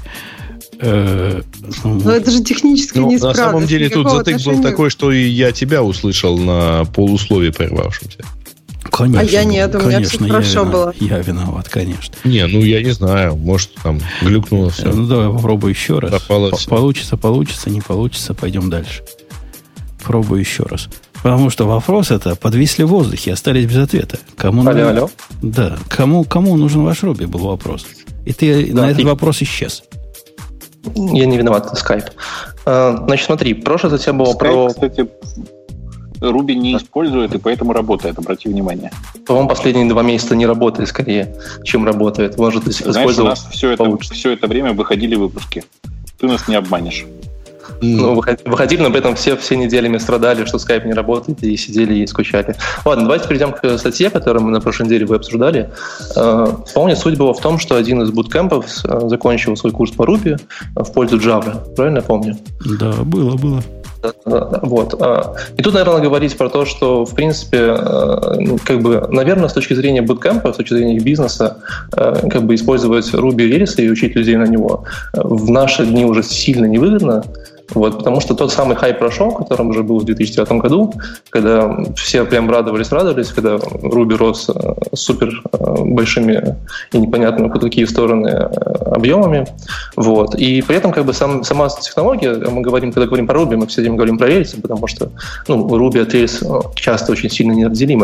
Но это же технически неисправность. На самом деле тут затык был такой, что и я тебя услышал на полусловии прервавшемся. Конечно, а я нет, у меня все хорошо было. Я виноват, конечно. Не, я не знаю, может там глюкнуло все. Давай попробуй еще раз. Пропалось. Получится, не получится, пойдем дальше. Пробую еще раз. Потому что вопрос это подвисли в воздухе, остались без ответа. Алло. Да, кому нужен ваш Руби, был вопрос. И ты на этот вопрос исчез. Я не виноват, это скайп. Значит, смотри, прошлое затем было про... Кстати, Руби не использует, и поэтому работает, обрати внимание. По-моему, последние 2 месяца не работает скорее, чем работает. Может, знаешь, у нас все это время выходили выпуски. Ты нас не обманешь. Выходили, но при этом все неделями страдали, что скайп не работает, и сидели и скучали. Ладно, давайте перейдем к статье, которую мы на прошлой неделе вы обсуждали. Вполне суть была в том, что один из буткемпов закончил свой курс по Ruby в пользу Java. Правильно я помню? Да, было. Вот. И тут, наверное, говорить про то, что, в принципе, наверное, с точки зрения буткемпа, с точки зрения их бизнеса, использовать Ruby рельсы и учить людей на него в наши дни уже сильно невыгодно. Вот, потому что тот самый хайп прошел, которым уже был в 2009 году, когда все прям радовались, когда Ruby рос супер большими и непонятными по какие стороны объемами. Вот. И при этом сама технология, когда говорим про Ruby, мы все время говорим про рельсы, потому что Ruby от рельс часто очень сильно неотделимы.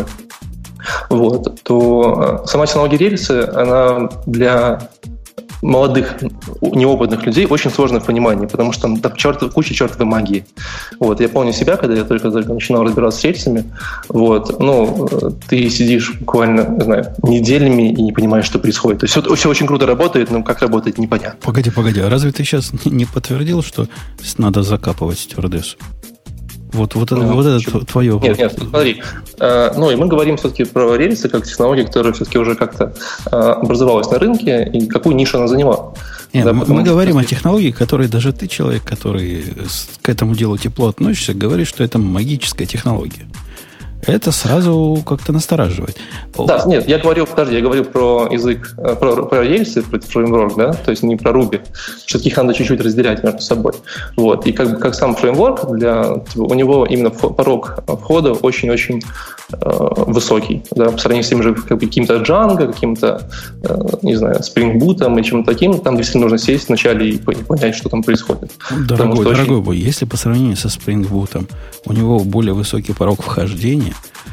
Вот. То сама технология рельсы, она для молодых, неопытных людей очень сложно в понимании, потому что там куча чертовой магии. Вот. Я помню себя, когда я только начинал разбираться с рельсами. Вот. Ты сидишь буквально, не знаю, неделями и не понимаешь, что происходит. То есть все очень круто работает, но как работает, непонятно. Погоди, а разве ты сейчас не подтвердил, что надо закапывать стюардессу? Вот это твое... Нет, смотри. И мы говорим все-таки про рельсы как технологию, которая все-таки уже как-то образовалась на рынке, и какую нишу она заняла. Нет, да, мы говорим о технологии, которой даже ты, человек, который к этому делу тепло относишься, говоришь, что это магическая технология. Это сразу как-то настораживает. Да, нет, я говорю про язык, про рельсы, про фреймворк, да, то есть не про Ruby. Все-таки их надо чуть-чуть разделять между собой. Вот. И как сам фреймворк, у него именно порог входа очень-очень высокий, да, по сравнению с тем же каким-то Django, каким-то, не знаю, Spring Boot и чем-то таким, там действительно нужно сесть вначале и понять, что там происходит. Дорогой бой, если по сравнению со Spring Boot у него более высокий порог вхождения,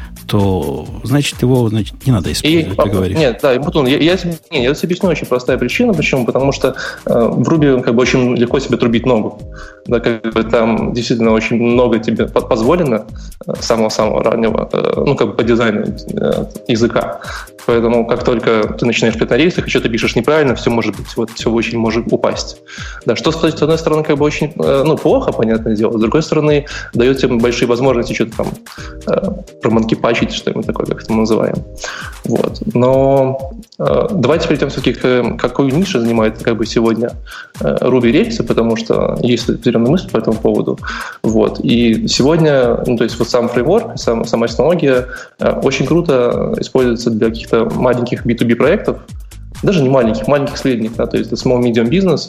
то, значит, его не надо использовать, ты говоришь. Нет, да, Бутун, я тебе объясню очень простая причина, почему. Потому что в Ruby очень легко себе трубить ногу. Да, там действительно очень много тебе позволено самого-самого раннего, по дизайну языка. Поэтому, как только ты начинаешь писать на рельсах, и что-то пишешь неправильно, все может быть, все очень может упасть. Да, что, с одной стороны, очень плохо, понятное дело, с другой стороны, дает тебе большие возможности что-то там проманкипачить, что-нибудь такое, как это мы называем. Вот. Но давайте перейдем все-таки какую нишу занимает сегодня Ruby рельсы, потому что есть определенная мысль по этому поводу. Вот. И сегодня, то есть сам фреймворк, сама технология очень круто используется для каких-то маленьких B2B проектов, даже не маленьких, средних, да, то есть это small medium business,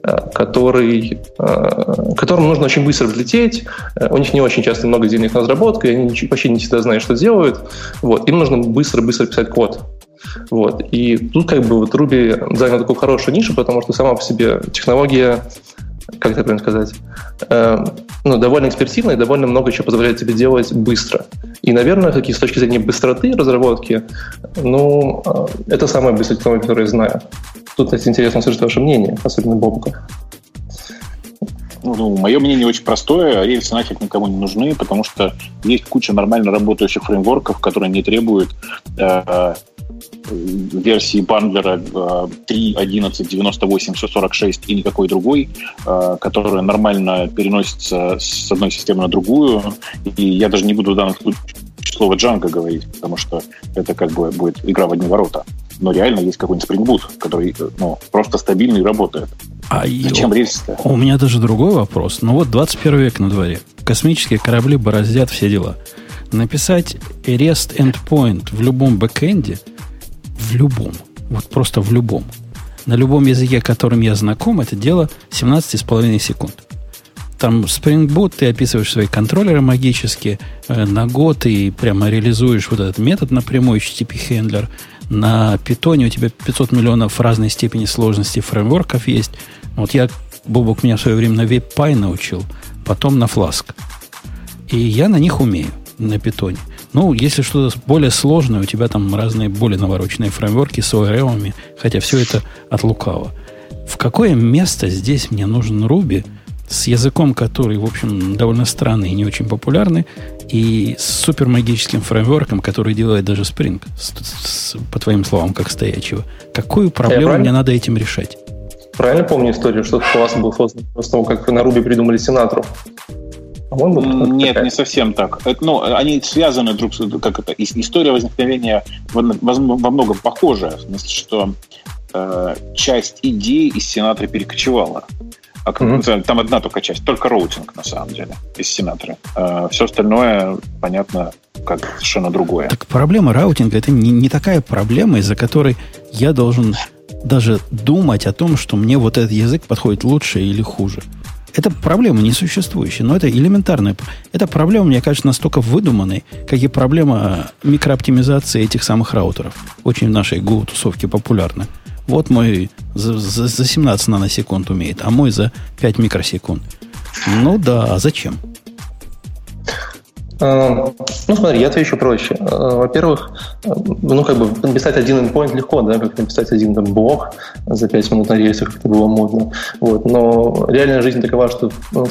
которым нужно очень быстро взлететь, у них не очень часто много денег на разработку, и они вообще не всегда знают, что делают. Вот. Им нужно быстро писать код. Вот. И тут Ruby занял такую хорошую нишу, потому что сама по себе технология, как это правильно сказать, довольно экспертивная и довольно много чего позволяет тебе делать быстро. И, наверное, с точки зрения быстроты разработки, это самая быстрая технология, которую я знаю. Тут, кстати, интересно услышать ваше мнение, особенно Бобука. Мое мнение очень простое. Рельсы нафиг никому не нужны, потому что есть куча нормально работающих фреймворков, которые не требуют версии бандлера 3.11.98.146 и никакой другой, которая нормально переносится с одной системы на другую. И я даже не буду в данном случае слово Django говорить, потому что это как бы будет игра в одни ворота. Но реально есть какой-нибудь Spring Boot, который просто стабильный и работает. Зачем рельсы-то? У меня даже другой вопрос. Ну вот 21 век на дворе. Космические корабли бороздят все дела. Написать REST endpoint в любом бэкэнде, в любом, вот просто в любом, на любом языке, которым я знаком, это дело 17,5 секунд. Там Spring Boot, ты описываешь свои контроллеры магические, на Go ты прямо реализуешь вот этот метод напрямую, HTTP-хендлер. На Python у тебя 500 миллионов разной степени сложности фреймворков есть. Вот я, Бобок меня в свое время на WebPy научил, потом на Flask. И я на них умею, на Python. Ну, если что-то более сложное, у тебя там разные более навороченные фреймворки с ORM, хотя все это от лукавого. В какое место здесь мне нужен Ruby с языком, который, в общем, довольно странный и не очень популярный, и с супермагическим фреймворком, который делает даже Spring, по твоим словам, как стоячего? Какую проблему мне надо этим решать? Правильно помню историю, что класс был создан после того, как на Ruby придумали Синатру? Нет, не совсем так. Они связаны друг с другом. Как это? История возникновения во многом похожая. В смысле, что часть идей из Синатры перекочевала. Там одна только часть, только роутинг, на самом деле, из Синатры. Все остальное, понятно, как совершенно другое. Так проблема раутинга – это не такая проблема, из-за которой я должен даже думать о том, что мне вот этот язык подходит лучше или хуже. Это проблема несуществующая, но это элементарная. Эта проблема, мне кажется, настолько выдуманной, как и проблема микрооптимизации этих самых раутеров. Очень в нашей Go-тусовке популярна. Вот мой за 17 наносекунд умеет, а мой за 5 микросекунд. Ну да, а зачем? Смотри, я отвечу проще. Во-первых, написать один endpoint легко, да, как написать один там блок за 5 минут на рельсах, как это было модно. Вот. Но реальная жизнь такова, что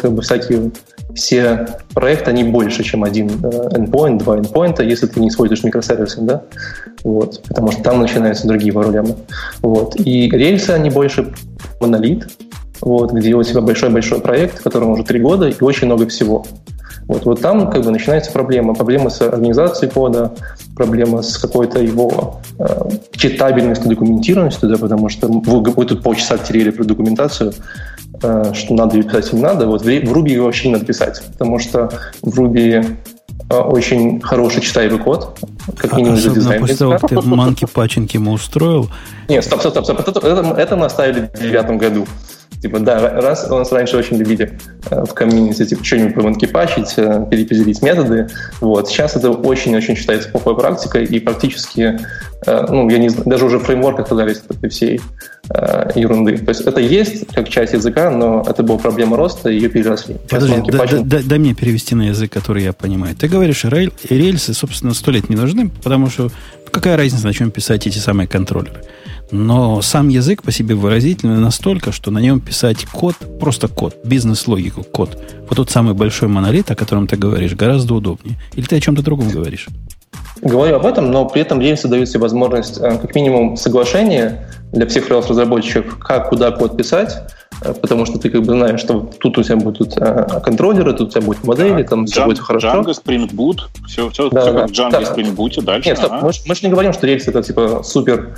все проекты, они больше, чем один endpoint, два endpoint, если ты не используешь микросервисы, да? Вот. Потому что там начинаются другие проблемы. Вот. И рельсы, они больше монолит, вот, где у тебя большой-большой проект, которому уже 3 года и очень много всего. Вот там начинается проблема. Проблема с организацией кода, проблема с какой-то его читабельностью, документированностью, да, потому что вы тут полчаса теряли про документацию, что надо ее писать, не надо. Вот в Ruby ее вообще не надо писать, потому что в Ruby очень хороший читаемый код, как минимум для дизайна. После того, как ты манки-патчинг ему устроил? Нет, стоп. Это мы оставили в 2009 году. Раз у нас раньше очень любили в комьюнити что-нибудь поманкипачить, перепилить методы. Вот. Сейчас это очень-очень считается плохой практикой, и практически, я не знаю, даже уже в фреймворках оказались от этой всей ерунды. То есть это есть как часть языка, но это была проблема роста, и ее переросли. Подожди, дай мне перевести на язык, который я понимаю. Ты говоришь, рельсы, собственно, 100 лет не нужны, потому что какая разница, на чем писать эти самые контроллеры? Но сам язык по себе выразительный настолько, что на нем писать код, просто код, бизнес-логику, код. Вот тот самый большой монолит, о котором ты говоришь, гораздо удобнее. Или ты о чем-то другом говоришь? Говорю об этом, но при этом рельсы дают себе возможность, как минимум, соглашения для всех разработчиков, как, куда код писать, потому что ты знаешь, что тут у тебя будут контроллеры, тут у тебя будут модели, там все будет хорошо. Django, Spring Boot, все как в Django и Spring Boot, дальше. Нет, стоп, мы же не говорим, что рельсы это супер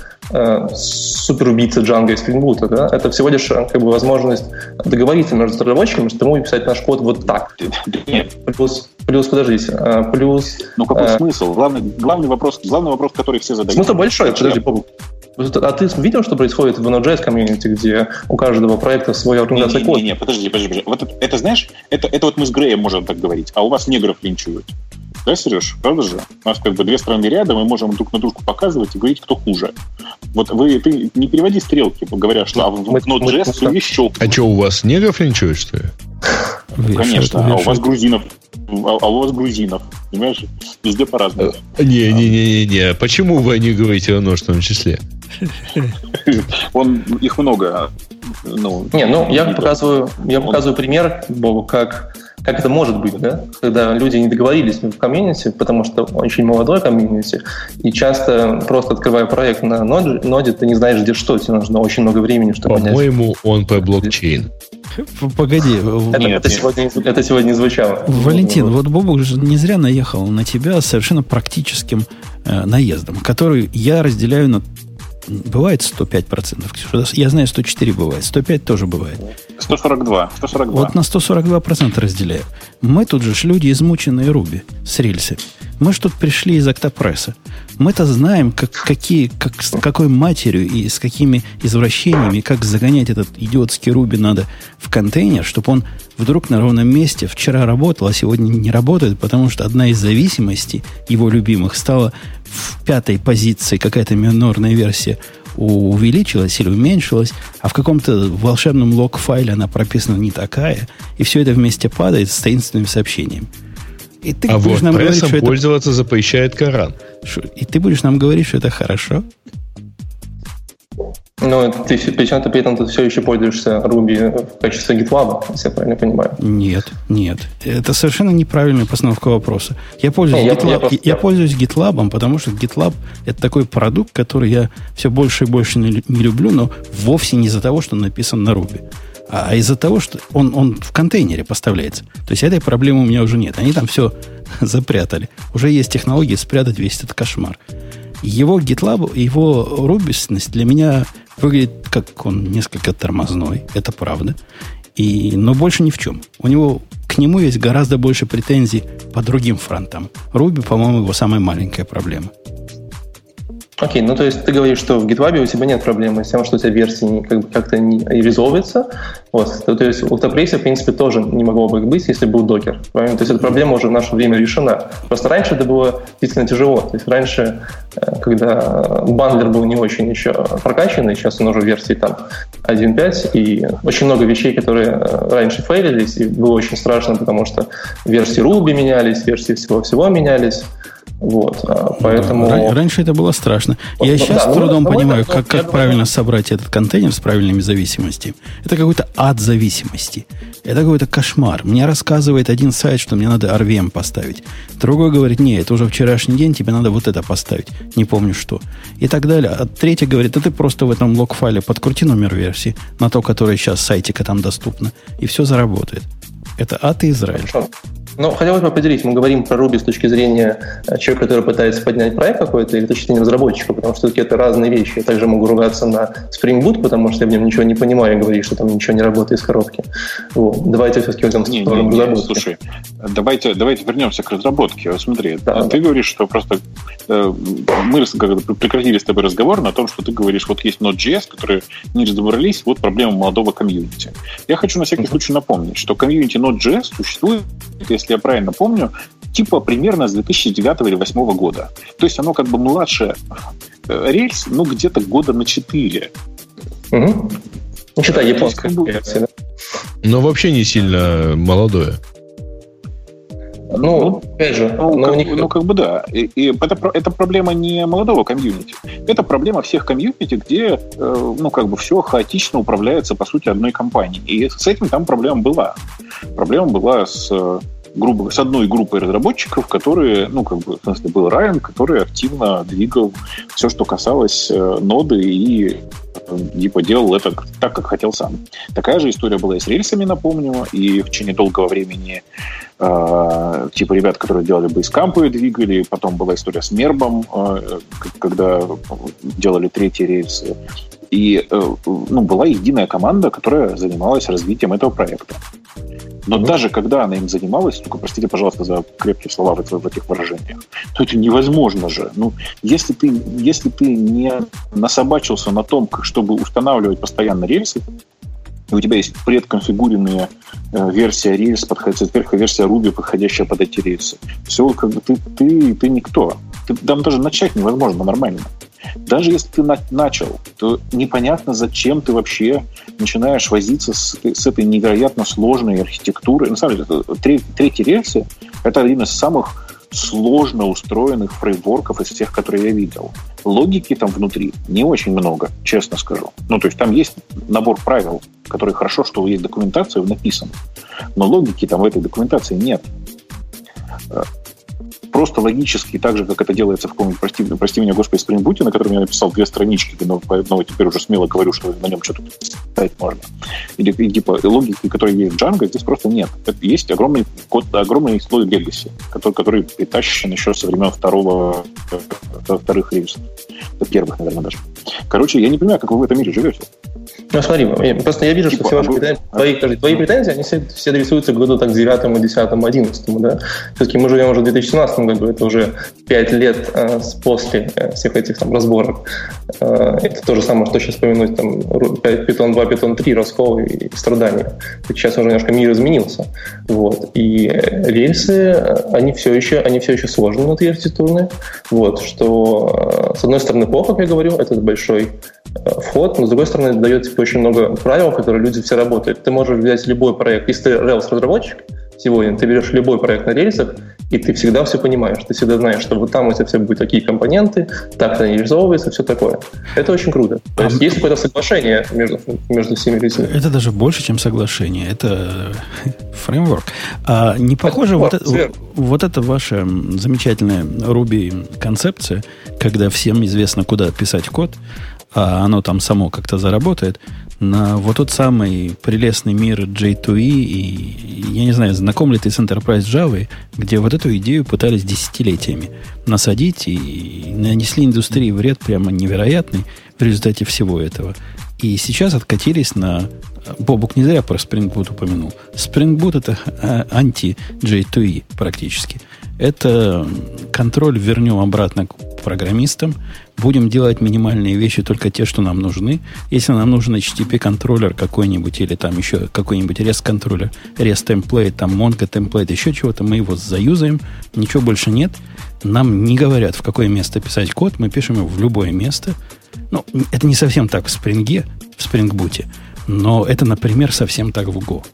убийца Django и Spring Boot, да? Это всего лишь возможность договориться между разработчиками, что мы будем писать наш код вот так. Нет. Плюс, подождите, какой смысл? Главный вопрос, который все задают. Смысл большой, подожди, Бобук. А ты видел, что происходит в Node.js комьюнити, где у каждого проекта своя организация кода? Не, подожди. Вот это, знаешь, это вот мы с Греем можем так говорить, а у вас негров линчуют. Да, Сереж? Правда же? У нас две страны рядом, мы можем друг на дружку показывать и говорить, кто хуже. Вот ты не переводи стрелки, говоря, что в Node.js все еще... А что, у вас негров линчуют, что ли? Конечно, а у вас грузинов. Понимаешь? Везде по-разному. Не. Почему вы не говорите о множественном числе? Их много. Я показываю пример, Бобу, как как это может быть, да? Когда люди не договорились в комьюнити, потому что очень молодой комьюнити, и часто просто открывая проект на ноде, ты не знаешь, где что, тебе нужно очень много времени, чтобы понять. По-моему, он по блокчейн. Погоди. Это сегодня не звучало. Валентин, вот Бобук же не зря наехал на тебя совершенно практическим наездом, который я разделяю на... Бывает 105%. Я знаю, 104 бывает. 105 тоже бывает. 142. Вот на 142% разделяю. Мы тут же люди, измученные Руби с рельсами. Мы ж тут пришли из Октопресса. Мы-то знаем, с какой матерью и с какими извращениями, как загонять этот идиотский Руби надо в контейнер, чтобы он вдруг на ровном месте вчера работал, а сегодня не работает, потому что одна из зависимостей его любимых стала в 5-й позиции, какая-то минорная версия увеличилась или уменьшилась, а в каком-то волшебном лог-файле она прописана не такая, и все это вместе падает с таинственными сообщениями. И ты будешь нам говорить, что пользоваться запрещает Коран. И ты будешь нам говорить, что это хорошо? Но ты при этом ты все еще пользуешься Ruby в качестве GitLab, если я правильно понимаю. Нет. Это совершенно неправильная постановка вопроса. Я пользуюсь GitLab, потому что GitLab – это такой продукт, который я все больше и больше не люблю, но вовсе не из-за того, что он написан на Ruby, а из-за того, что он в контейнере поставляется. То есть этой проблемы у меня уже нет. Они там все запрятали. Уже есть технологии спрятать весь этот кошмар. Его GitLab, его рубисность для меня выглядит как он несколько тормозной. Это правда. Но больше ни в чем. К нему есть гораздо больше претензий по другим фронтам. Ruby, по-моему, его самая маленькая проблема. Окей, то есть ты говоришь, что в GitLab у тебя нет проблемы с тем, что у тебя версии как-то не резолвятся. Вот. То есть в Octopress, в принципе, тоже не могло бы быть, если был докер. Правильно? То есть эта проблема уже в наше время решена. Просто раньше это было действительно тяжело. То есть раньше, когда бандлер был не очень еще прокачанный, сейчас он уже в версии 1.5, и очень много вещей, которые раньше фейлились, и было очень страшно, потому что версии Ruby менялись, версии всего-всего менялись. Вот, поэтому... Да, раньше это было страшно. Я сейчас с трудом понимаю, как правильно собрать этот контейнер с правильными зависимостями. Это какой-то ад зависимости. Это какой-то кошмар. Мне рассказывает один сайт, что мне надо RVM поставить. Другой говорит, нет, это уже вчерашний день, тебе надо вот это поставить. Не помню что. И так далее. А третий говорит, ты просто в этом лог-файле подкрути номер версии на то, которое сейчас с сайтика там доступно. И все заработает. Это ад и Израиль. Хотелось бы поделить. Мы говорим про Ruby с точки зрения человека, который пытается поднять проект какой-то, или с точки зрения разработчика, потому что все-таки это разные вещи. Я также могу ругаться на Spring Boot, потому что я в нем ничего не понимаю и говорю, что там ничего не работает из коробки. Вот. Давайте все-таки возьмем сторону разработки. Слушай, давайте вернемся к разработке. Вот смотри, ты говоришь, что просто мы прекратили с тобой разговор на том, что ты говоришь, вот есть Node.js, которые не разобрались, вот проблема молодого комьюнити. Я хочу на всякий случай напомнить, что комьюнити Node.js существует, если я правильно помню, примерно с 2009 или 2008 года. То есть оно как бы младше рельс, где-то года на 4. Угу. Считай, японская версия, да? Но вообще не сильно молодое. Опять же, да. И это проблема не молодого комьюнити. Это проблема всех комьюнити, где, все хаотично управляется, по сути, одной компанией. И с этим там проблема была. Проблема была с одной группой разработчиков, которые, в смысле, был Райан, который активно двигал все, что касалось ноды и делал это так, как хотел сам. Такая же история была и с рельсами, напомню, и в течение долгого времени ребят, которые делали бейскампы, двигали, потом была история с Мербом, когда делали третьи рельсы. И была единая команда, которая занималась развитием этого проекта. Но даже когда она им занималась, только простите, пожалуйста, за крепкие слова в этих выражениях, то это невозможно же. Если ты не насобачился на том, чтобы устанавливать постоянно рельсы, и у тебя есть предконфигуренная версия рельс, версия Ruby, подходящая под эти рельсы, все, ты никто. Там даже начать невозможно нормально. Даже если ты начал, то непонятно, зачем ты вообще начинаешь возиться с этой невероятно сложной архитектурой. На самом деле, третьи рельсы — это один из самых сложно устроенных фреймворков из всех, которые я видел. Логики там внутри не очень много, честно скажу. Ну, то есть там есть набор правил, которые хорошо, что есть документация написана, но логики там в этой документации нет. Просто логически, так же, как это делается в каком-нибудь, прости меня, Господи, Spring Boot, на котором я написал 2 странички, но теперь уже смело говорю, что на нем что-то ставить можно. Или типа логики, которые есть в Django, здесь просто нет. Это есть огромный код, огромный слой legacy, который притащен еще со времен вторых релизов. Первых, наверное, даже. Короче, я не понимаю, как вы в этом мире живете. Ну, смотри, просто я вижу, что все ваши претензии, твои претензии, они все адресуются к году так 9, 10, 11, да. Все-таки мы живем уже в 2017 году, это уже 5 лет после всех этих там разборок. Это то же самое, что сейчас вспоминать там Python 2, Python 3, раскол и страдания. Сейчас уже немножко мир изменился. Вот. И рельсы, они все еще сложные внутриархитектурные. Вот, что с одной стороны плохо, как я говорю, это большой вход, но с другой стороны дает тебе очень много правил, которые люди все работают. Ты можешь взять любой проект, если ты Rails-разработчик сегодня, ты берешь любой проект на рельсах, и ты всегда все понимаешь, ты всегда знаешь, что вот там у тебя все будут такие компоненты, так-то они реализовываются, все такое. Это очень круто. То есть есть какое-то соглашение между всеми людьми. Это даже больше, чем соглашение. Это фреймворк. А не похоже вот это ваша замечательная Ruby концепция, когда всем известно, куда писать код, а оно там само как-то заработает, на вот тот самый прелестный мир J2E, и я не знаю, знаком ли ты с Enterprise Java, где вот эту идею пытались десятилетиями насадить и нанесли индустрии вред прямо невероятный в результате всего этого. И сейчас откатились на... Бобук не зря про Spring Boot упомянул. Spring Boot — это анти-J2E практически. Это контроль вернем обратно к программистам. Будем делать минимальные вещи, только те, что нам нужны. Если нам нужен HTTP-контроллер какой-нибудь, или там еще какой-нибудь REST-контроллер, REST-темплейт, там Mongo-темплейт, еще чего-то, мы его заюзаем, ничего больше нет. Нам не говорят, в какое место писать код, мы пишем его в любое место. Ну, это не совсем так в Spring, в Spring Boot, но это, например, совсем так в Go.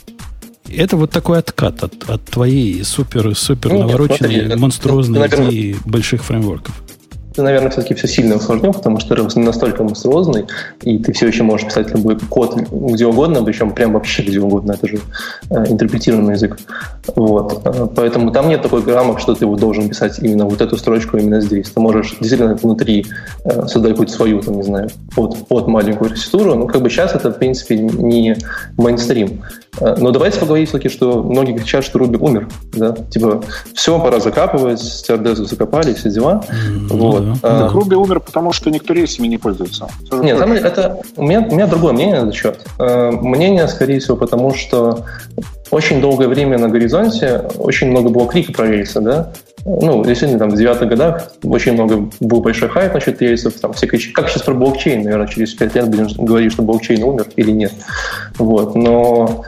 Это вот такой откат от твоей супер навороченной, монструозной идеи больших фреймворков. Ты, наверное, все-таки все сильно усложнил, потому что Rails не настолько монструозный, и ты все еще можешь писать любой код где угодно, причем прям вообще где угодно. Это же интерпретированный язык. Вот. Поэтому там нет такой рамок, что ты должен писать именно вот эту строчку именно здесь. Ты можешь действительно внутри создать какую-то свою, там, не знаю, под маленькую архитектуру. Ну, как бы сейчас это, в принципе, не мейнстрим. Но давайте поговорим все-таки, что многие кричат, что Ruby умер. Да? Типа, все, пора закапывать, стюардессу закопали, все дела. Вот. Так Ruby умер, потому что никто рельсами не пользуется. Нет, там у меня другое мнение на этот счет. Мнение, скорее всего, потому что очень долгое время на горизонте очень много было крика про рельсы, да? Ну, действительно, там в 90-х годах очень много был большой хайп насчет рельсов. Там все кричат, как сейчас про блокчейн, наверное, через 5 лет будем говорить, что блокчейн умер или нет. Вот. Но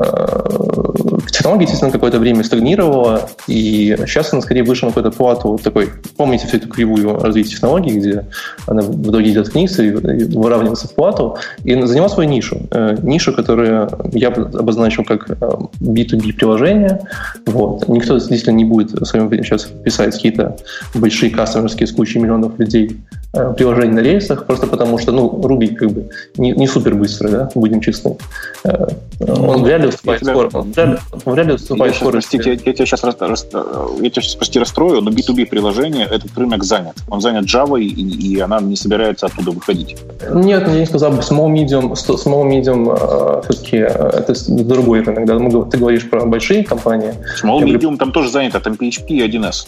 технология, естественно, какое-то время стагнировала, и сейчас она скорее вышла на какой-то плату такой. Помните всю эту кривую развития технологий, где она в итоге идет вниз и выравнивается в плату, и заняла свою нишу. Нишу, которую я обозначил как B2B приложение. Вот. Никто действительно не будет в своем время сейчас писать какие-то большие кастомерские с кучей миллионов людей приложения на рельсах, просто потому что, Ruby как бы не супер быстро, да, будем честны. Он вряд ли уступает скорости. Простите, я тебя сейчас почти расстрою, но B2B приложение, этот рынок занят. Он занят Java, и она не собирается оттуда выходить. Нет, я не сказал бы. Small medium все-таки это другой рынок. Да? Ты говоришь про большие компании. Small medium там тоже занято, там PHP и 1С.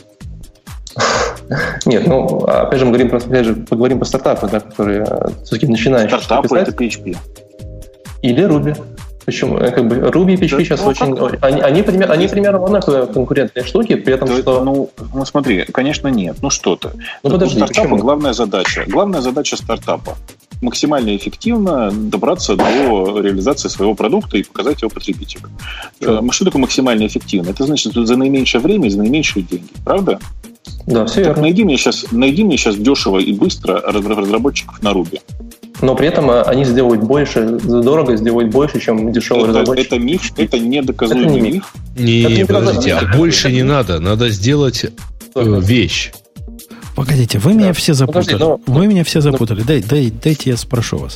Нет, опять же, поговорим про стартапы, да, которые все-таки начинающие. Стартапы — это PHP. Или Ruby. Почему? Как бы Ruby и PHP сейчас очень... Они примерно одинаковые конкурентные штуки, при этом, что... Смотри, конечно, нет. Что ты. Подожди, стартапа почему? Главная задача стартапа — максимально эффективно добраться до реализации своего продукта и показать его потребителю. Что такое максимально эффективно? Это значит, за наименьшее время и за наименьшие деньги. Правда? Да, все верно. Найди мне сейчас дешево и быстро разработчиков на Ruby. но при этом они сделают больше, задорого сделают больше, чем дешевый разработчик. Это миф? Это недоказуемый миф? Не, подождите, а больше не надо. Надо сделать вещь. Погодите, вы меня все запутали. Вы меня все запутали. Дайте я спрошу вас.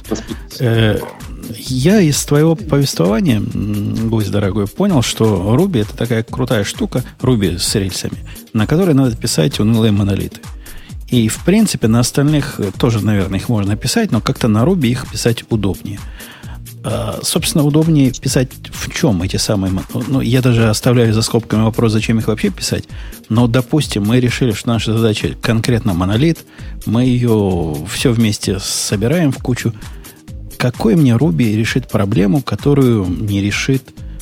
Я из твоего повествования, гость дорогой, понял, что Ruby это такая крутая штука, Ruby с рельсами, на которой надо писать унылые монолиты. И, в принципе, на остальных тоже, наверное, их можно писать, но как-то на Ruby их писать удобнее. Собственно, удобнее писать в чем эти самые... Ну, я даже оставляю за скобками вопрос, зачем их вообще писать. Но, допустим, мы решили, что наша задача конкретно монолит. Мы ее все вместе собираем в кучу. Какой мне Ruby решит проблему, которую не решит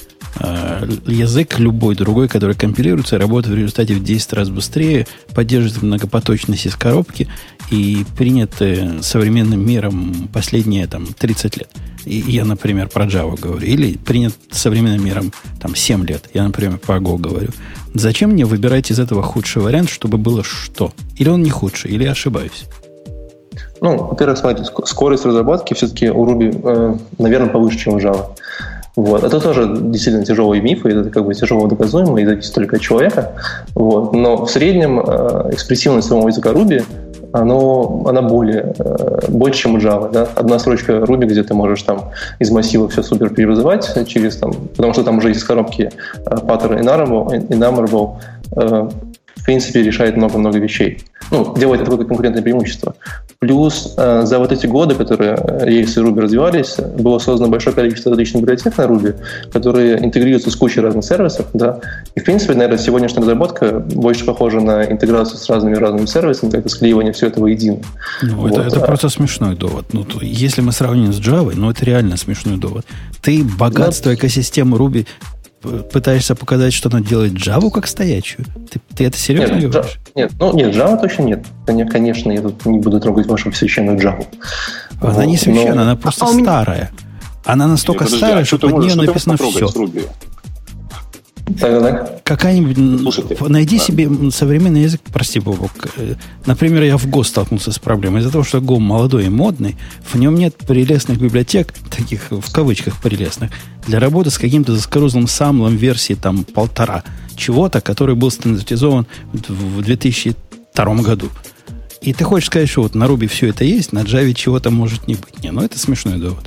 язык любой другой, который компилируется и работает в результате в 10 раз быстрее, поддерживает многопоточность из коробки и приняты современным миром последние 30 лет. И я, например, про Java говорю. Или принят современным миром 7 лет. Я, например, про Go говорю. Зачем мне выбирать из этого худший вариант, чтобы было что? Или он не худший, или я ошибаюсь? Ну, во-первых, смотрите, скорость разработки все-таки у Ruby, наверное, повыше, чем у Java. Вот. Это тоже действительно тяжелый миф, и это как бы тяжело доказуемо, и зависит только от человека. Вот. Но в среднем экспрессивность самого языка Ruby, она больше, чем у Java. Да? Одна строчка Ruby, где ты можешь из массива все супер перевызывать, потому что там уже есть коробки pattern enumerable, в принципе, решает много-много вещей. Делает это такое конкурентное преимущество. Плюс за вот эти годы, которые рельсы Ruby развивались, было создано большое количество различных библиотек на Ruby, которые интегрируются с кучей разных сервисов. Да? И, в принципе, наверное, сегодняшняя разработка больше похожа на интеграцию с разными сервисами, как-то склеивание всего этого воедино. Это просто смешной довод. Если мы сравним с Java, это реально смешной довод. Ты богатство экосистемы Ruby пытаешься показать, что она делает Java как стоячую? Ты это серьезно говоришь? Нет, Java точно нет. Конечно, я тут не буду трогать вашу священную Java. Она не священная, она просто старая. Она настолько старая, что под нее написано все. Какая-нибудь... Найди себе современный язык, прости, Бобок. Например, я в Go столкнулся с проблемой. Из-за того, что Go молодой и модный, в нем нет прелестных библиотек, таких в кавычках прелестных, для работы с каким-то заскорузлым самлом версии 1.5 чего-то, который был стандартизован в 2002 году. И ты хочешь сказать, что на Ruby все это есть, на Java чего-то может не быть. Это смешной довод.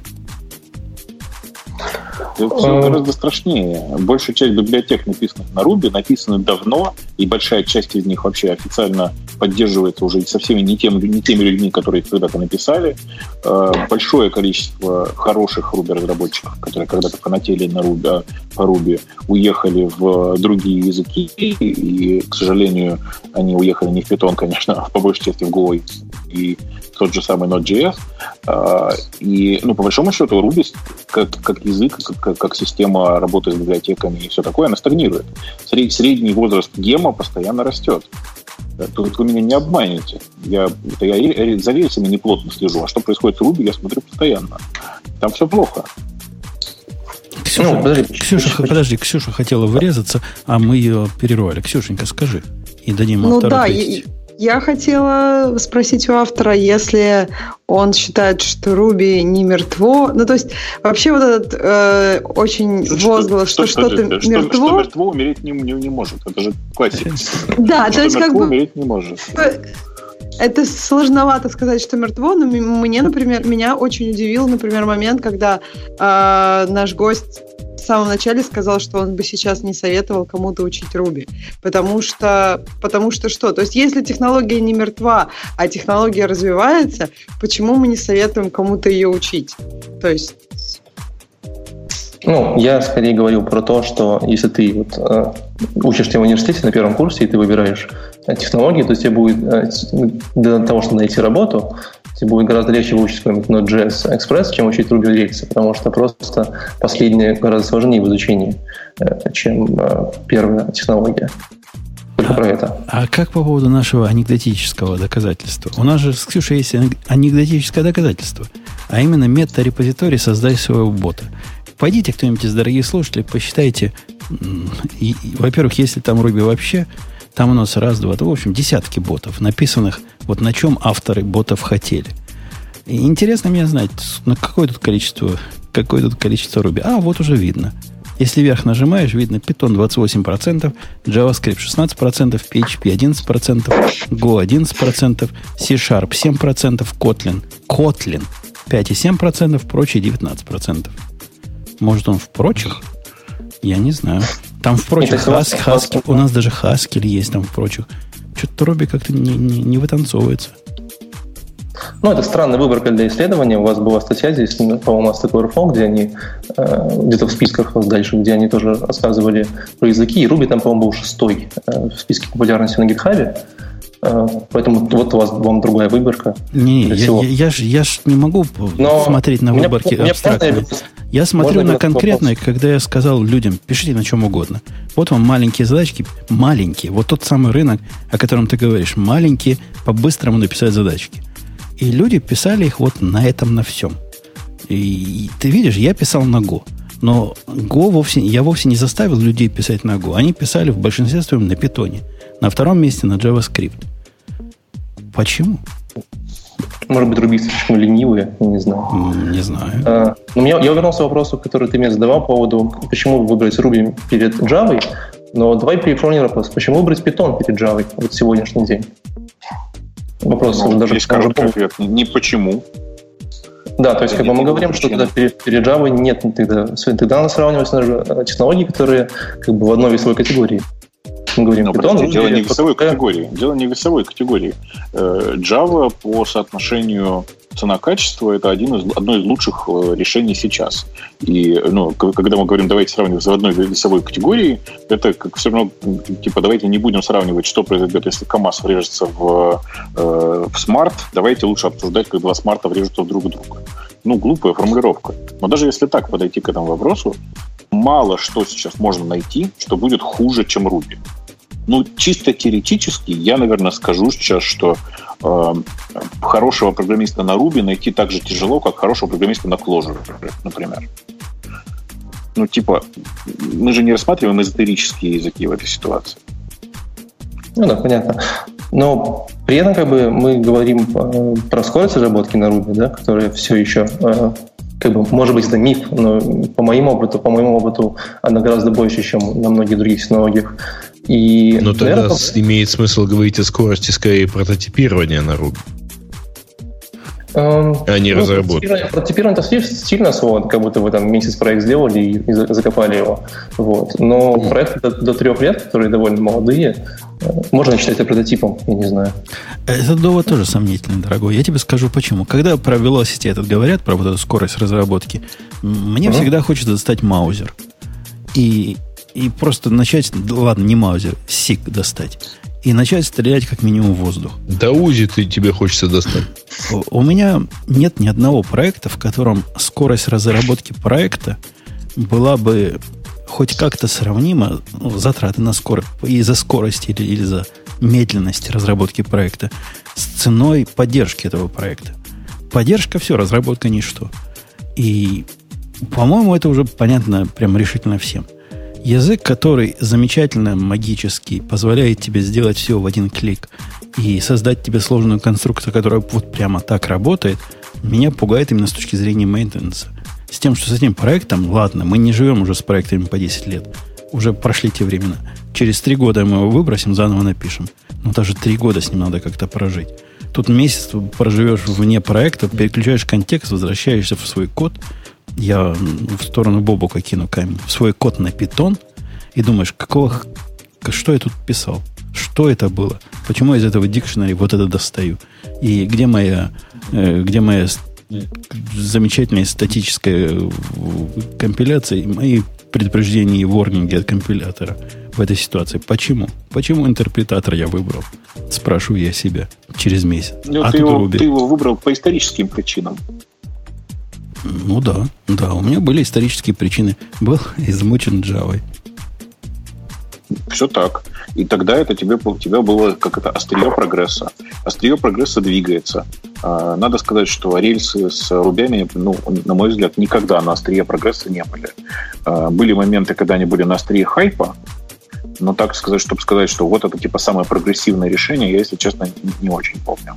Все гораздо страшнее. Большая часть библиотек, написанных на Ruby, написаны давно, и большая часть из них вообще официально поддерживается уже совсем не теми людьми, которые их когда-то написали. Большое количество хороших Ruby-разработчиков, которые когда-то фанатели по Ruby, уехали в другие языки, и, к сожалению, они уехали не в Python, конечно, а по большей части в Go и тот же самый Node.js. И, по большому счету, Ruby как язык, как система работы с библиотеками и все такое, она стагнирует. Средний возраст гема постоянно растет. Тут вы меня не обманете. Я за рельсами неплотно слежу. А что происходит в Ruby, я смотрю постоянно. Там все плохо. Подожди, Ксюша хотела вырезаться, а мы ее перервали. Ксюшенька, скажи. И дадим автору ответить. Я хотела спросить у автора, если он считает, что Ruby не мертво. То есть, вообще вот этот очень возглас, что что-то мертво... Что мертво умереть не может. Это же классика. Да, то есть как бы... умереть не может. Это сложновато сказать, что мертво, но меня очень удивил, например, момент, когда наш гость в самом начале сказал, что он бы сейчас не советовал кому-то учить Ruby. Потому что что? То есть, если технология не мертва, а технология развивается, почему мы не советуем кому-то ее учить? То есть... Я скорее говорил про то, что если ты учишься в университете на первом курсе, и ты выбираешь технологии, то тебе будет для того, чтобы найти работу, тебе будет гораздо легче выучить какой-нибудь Node.js Express, чем учить Ruby рельсы, потому что просто последнее гораздо сложнее в изучении, чем первая технология. Только про это. А как по поводу нашего анекдотического доказательства? У нас же с Ксюшей есть анекдотическое доказательство, а именно мета-репозиторий «Создай своего бота». Пойдите, кто-нибудь из дорогих слушателей, посчитайте. Во-первых, если там Ruby вообще, там у нас раз, два, в общем, десятки ботов, написанных на чем авторы ботов хотели. И интересно мне знать, на какое тут количество Ruby. Вот уже видно. Если вверх нажимаешь, видно Python 28%, JavaScript 16%, PHP 11%, Go 11%, C-Sharp 7%, Kotlin 5,7%, прочие 19%. Может, он в прочих? Я не знаю. Там в прочих Haskell, у нас даже Haskell есть там в прочих. Что-то Ruby как-то не вытанцовывается. Это странная выборка для исследования. У вас была статья здесь, по-моему, Stack Overflow, где они где-то в списках дальше, где они тоже рассказывали про языки. И Ruby там, по-моему, был 6-й в списке популярности на GitHub. Поэтому вот у вас вам другая выборка. Я ж не могу смотреть на выборки абстрактные. Я смотрю на конкретное, когда я сказал людям, пишите на чем угодно. Вот вам маленькие задачки, маленькие. Вот тот самый рынок, о котором ты говоришь, маленькие, по-быстрому написать задачки. И люди писали их вот на этом, на всем. И ты видишь, я писал на Go. Но Go я вовсе не заставил людей писать на Go. Они писали в большинстве своем на Python. На втором месте на JavaScript. Почему? Может быть, рубисты слишком ленивые, не знаю. Не знаю. Я вернулся к вопросу, который ты мне задавал по поводу, почему выбрать Ruby перед Java. Но давай переформулируем вопрос. Почему выбрать Python перед Java вот сегодняшний день? Вопрос даже... Здесь короткий ответ. Не почему. Да, то есть мы говорим, что тогда перед Java нет, тогда надо сравнивать технологии, которые в одной весовой категории. Мы говорим, Python, дело не в весовой категории. Дело не в весовой категории. Java по соотношению цена-качество это одно из лучших решений сейчас. И когда мы говорим, давайте сравнивать в одной весовой категории, это как все равно, давайте не будем сравнивать, что произойдет, если КамАЗ врежется в смарт. Давайте лучше обсуждать, как два смарта врежутся в друг друга. Глупая формулировка. Но даже если так подойти к этому вопросу, мало что сейчас можно найти, что будет хуже, чем Ruby. Чисто теоретически я, наверное, скажу сейчас, что хорошего программиста на Ruby найти так же тяжело, как хорошего программиста на Clojure, например. Мы же не рассматриваем эзотерические языки в этой ситуации. Да, понятно. Но при этом мы говорим про скорость разработки на Ruby, да, которая все еще... может быть, это миф, но по моему опыту, она гораздо больше, чем на многих других технологиях. Но тогда имеет смысл говорить о скорости, скорее, прототипирования на Ruby, а не разработки. Прототипирование – это сильное слово, как будто вы там месяц проект сделали и закопали его. Но проекты до 3 лет, которые довольно молодые, можно считать это прототипом, я не знаю. Этот довод тоже сомнительный, дорогой. Я тебе скажу почему. Когда про Velocity говорят, про вот эту скорость разработки, мне всегда хочется достать маузер. И просто начать, ладно, не маузер, сик достать. И начать стрелять как минимум в воздух. Да УЗИ тебе хочется достать. У меня нет ни одного проекта, в котором скорость разработки проекта была бы хоть как-то сравнима, затраты на скорость, из-за скорости или из-за медленности разработки проекта, с ценой поддержки этого проекта. Поддержка все, разработка ничто. И, по-моему, это уже понятно прям решительно всем. Язык, который замечательно, магически позволяет тебе сделать все в один клик и создать тебе сложную конструкцию, которая вот прямо так работает, меня пугает именно с точки зрения мейнтенанса. С тем, что с этим проектом, ладно, мы не живем уже с проектами по 10 лет. Уже прошли те времена. Через 3 года мы его выбросим, заново напишем. Но даже 3 года с ним надо как-то прожить. Тут месяц проживешь вне проекта, переключаешь контекст, возвращаешься в свой код. Я в сторону Бобука кину камень. В свой код на Python. И думаешь, что я тут писал? Что это было? Почему я из этого дикшнери вот это достаю? И где моя замечательная статическая компиляция и мои предупреждения и ворнинги от компилятора в этой ситуации? Почему? Почему интерпретатор я выбрал? Спрашиваю я себя через месяц. Ты его выбрал по историческим причинам. Да, у меня были исторические причины. Был измучен Java. Все так. И тогда это у тебя было как это острие прогресса. Острие прогресса двигается. Надо сказать, что рельсы с рубями, на мой взгляд, никогда на острие прогресса не были. Были моменты, когда они были на острие хайпа, Но так сказать, чтобы сказать, что вот это типа самое прогрессивное решение, я, если честно, не очень помню.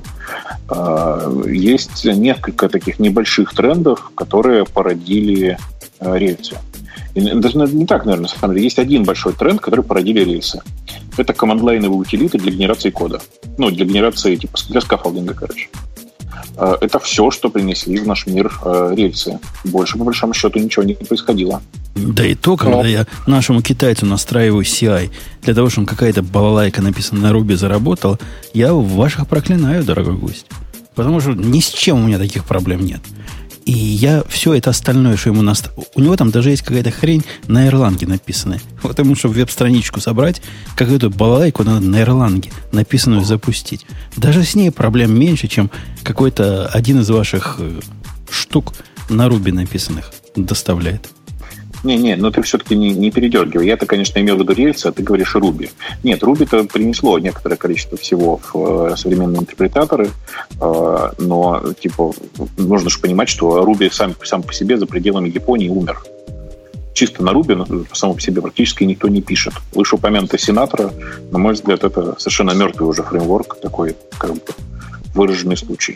Есть несколько таких небольших трендов, которые породили рельсы. И даже не так, наверное, на самом деле. Есть один большой тренд, который породили рельсы. Это команд-лайновые утилиты для генерации кода. Ну, для генерации, типа, для скаффолдинга, короче. Это все, что принесли в наш мир рельсы. Больше, по большому счету, ничего не происходило. Да и то, когда я нашему китайцу настраиваю CI, для того, чтобы какая-то балалайка, написанная на Ruby, заработала, я ваших проклинаю, дорогой гость. Потому что ни с чем у меня таких проблем нет. И я все это остальное, что ему у него там даже есть какая-то хрень на Erlang написанная. Вот ему, чтобы веб-страничку собрать, какую-то балалайку надо на Erlang написанную запустить. Даже с ней проблем меньше, чем какой-то один из ваших штук на Ruby написанных доставляет. Не, но ты все-таки не передергивай. Я-то, конечно, имел в виду рельсы, а ты говоришь Ruby. Нет, Ruby-то принесло некоторое количество всего в современные интерпретаторы, но, типа, нужно же понимать, что Ruby сам по себе за пределами Японии умер. Чисто на Ruby, само по себе, практически никто не пишет. Вышеупомянутый Sinatra, на мой взгляд, это совершенно мертвый уже фреймворк, такой, как бы, выраженный случай.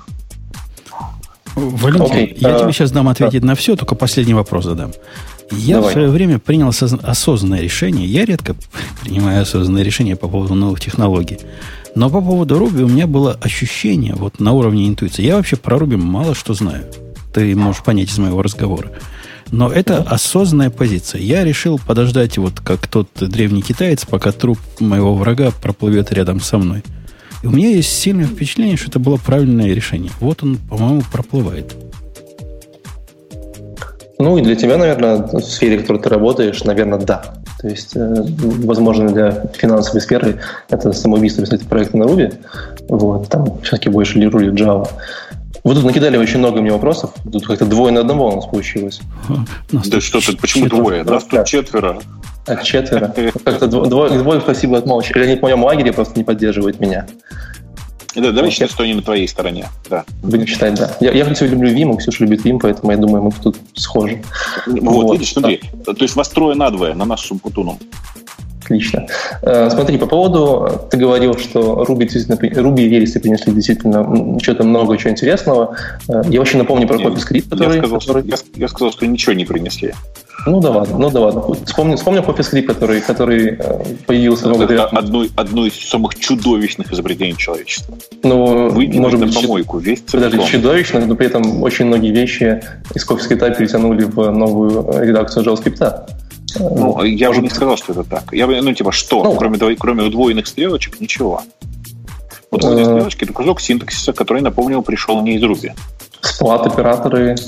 Валентин, я тебе сейчас дам ответить на все, только последний вопрос задам. Я в свое время принял осознанное решение. Я редко принимаю осознанное решение по поводу новых технологий. Но по поводу Ruby у меня было ощущение вот на уровне интуиции. Я вообще про Ruby мало что знаю. Ты можешь понять из моего разговора. Но это осознанная позиция. Я решил подождать, вот как тот древний китаец, пока труп моего врага проплывет рядом со мной. И у меня есть сильное впечатление, что это было правильное решение. Вот он, по-моему, проплывает. Ну, и для тебя, наверное, в сфере, в которой ты работаешь, наверное, да. То есть, возможно, для финансовой сферы это самоубийство писать проекты на Ruby. Вот, там все-таки больше рулит Java. Вы тут накидали очень много мне вопросов. Тут как-то 2 на 1 у нас получилось. Да что ты, почему 2? Нас тут 4. А 4? Как-то двое спасибо отмолчали. Или они в моем лагере просто не поддерживают меня. Да, давай считать, что они на твоей стороне. Да. Будем считать, да. Я в принципе, люблю Vim, Ксюша любит Vim, поэтому я думаю, мы тут схожи. Вот, видишь, смотри. То есть вас 3 на 2 на нас с Умпутуном. Отлично. Смотри, по поводу, ты говорил, что Ruby и рельсы принесли действительно что-то много чего интересного. Я вообще напомню про CoffeeScript, который... Я сказал, что ничего не принесли. Ну да ладно. Вспомнил CoffeeScript, который появился благодаря... Одно из самых чудовищных изобретений человечества. Ну, может быть, на помойку весь целиком. Подожди, чудовищно, но при этом очень многие вещи из CoffeeScript перетянули в новую редакцию JavaScript. Ну, я бы не сказал, что это так. Кроме удвоенных стрелочек, ничего. Удвоенные стрелочки — это кусок синтаксиса, который, напомню, пришел не из Ruby. Сплат-операторы,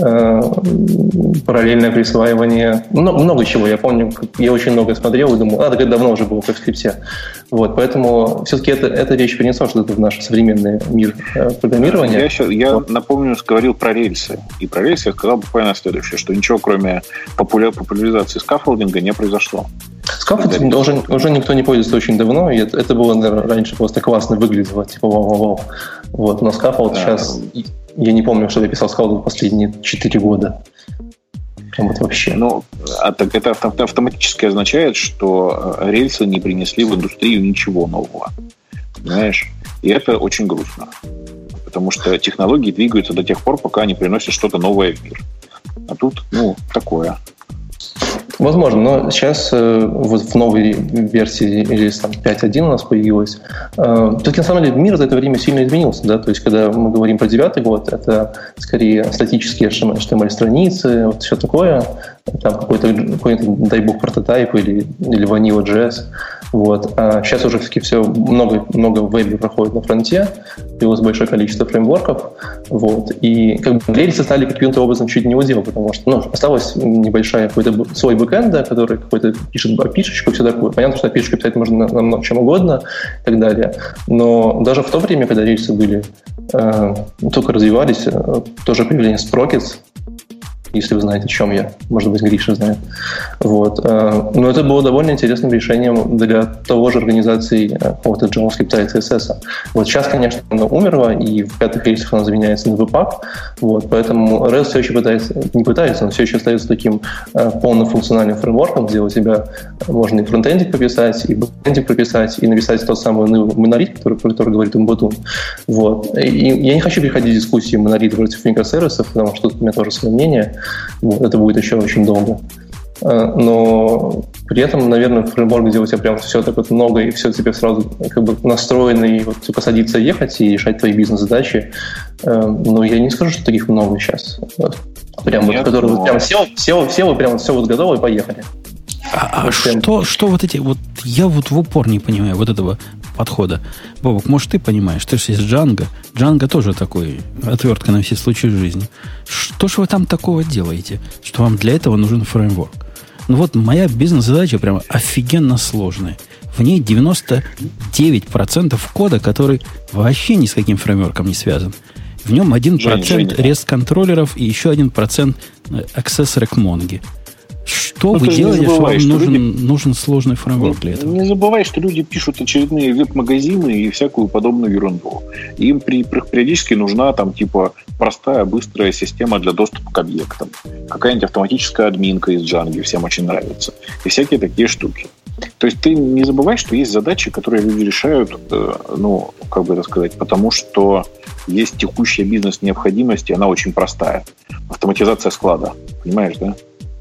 параллельное присваивание, много чего. Я помню, я очень много смотрел и думал, это давно уже было в скрипте. Вот, поэтому все-таки эта вещь принесла что-то в наш современный мир программирования. Я напомню, говорил про рельсы. И про рельсы я сказал буквально следующее, что ничего, кроме популяризации скаффолдинга, не произошло. Скаффолдинг уже никто не пользуется очень давно, и это было, наверное, раньше просто классно выглядело, типа вау-вау-вау. Вот, но скаффолд сейчас... Я не помню, что я писал скаффолд последние 4 года. Вот вообще. Ну, это автоматически означает, что рельсы не принесли в индустрию ничего нового. Понимаешь? И это очень грустно. Потому что технологии двигаются до тех пор, пока они приносят что-то новое в мир. А тут, такое. Возможно, но сейчас вот в новой версии релиз 5.1 у нас появилась. Тут на самом деле мир за это время сильно изменился, да, то есть когда мы говорим про 9-й год, это скорее статические HTML-страницы, вот все такое, там какой-то дай бог, прототайп или Vanilla.js. Вот. А сейчас уже все-таки много в вебе проходит на фронте, появилось большое количество фреймворков, вот, и как бы рельсы стали каким-то образом чуть не удел, потому что осталась небольшая какой-то слой бэкэнда, который какой-то пишет API-шечку, все такое. Понятно, что API-шку писать можно на чем угодно и так далее, но даже в то время, когда рельсы были только развивались, тоже появление Sprockets если вы знаете, о чем я. Может быть, Гриша знает. Вот. Но это было довольно интересным решением для того же организации какого-то JavaScript и CSS. Вот сейчас, конечно, оно умерло, и в пятых релизах оно заменяется на Webpack. Вот. Поэтому Rails все еще он все еще остается таким полным функциональным фреймворком, где у тебя можно и фронтендик прописать, и бэкэндик прописать, и написать тот самый монолит, про который говорит Умбутун. Вот. И я не хочу переходить в дискуссию монолит против микросервисов, потому что тут у меня тоже свое мнение. Вот. Это будет еще очень долго. Но при этом, наверное, фреймворк, где у тебя прям все так вот много, и все тебе сразу как бы настроено, и вот типа садиться ехать и решать твои бизнес-задачи, но я не скажу, что таких много сейчас. Прям вот, которые вот прям сел, прям все вот готово, и поехали. Что вот эти, вот я вот в упор не понимаю вот этого подхода. Бобок, может, ты понимаешь, ты же есть Django. Django тоже такой отвертка на все случаи жизни. Что ж вы там такого делаете, что вам для этого нужен фреймворк? Ну вот моя бизнес-задача прямо офигенно сложная. В ней 99% кода, который вообще ни с каким фреймворком не связан. В нем 1% REST-контроллеров и еще 1% Access Mongo. Что вы делаете, что вам нужен сложный фреймворк для этого? Не забывай, что люди пишут очередные веб-магазины и всякую подобную ерунду. Им периодически нужна там типа простая, быстрая система для доступа к объектам. Какая-нибудь автоматическая админка из Django всем очень нравится. И всякие такие штуки. То есть ты не забывай, что есть задачи, которые люди решают, ну, как бы это сказать, потому что есть текущая бизнес-необходимость, и она очень простая. Автоматизация склада. Понимаешь, да?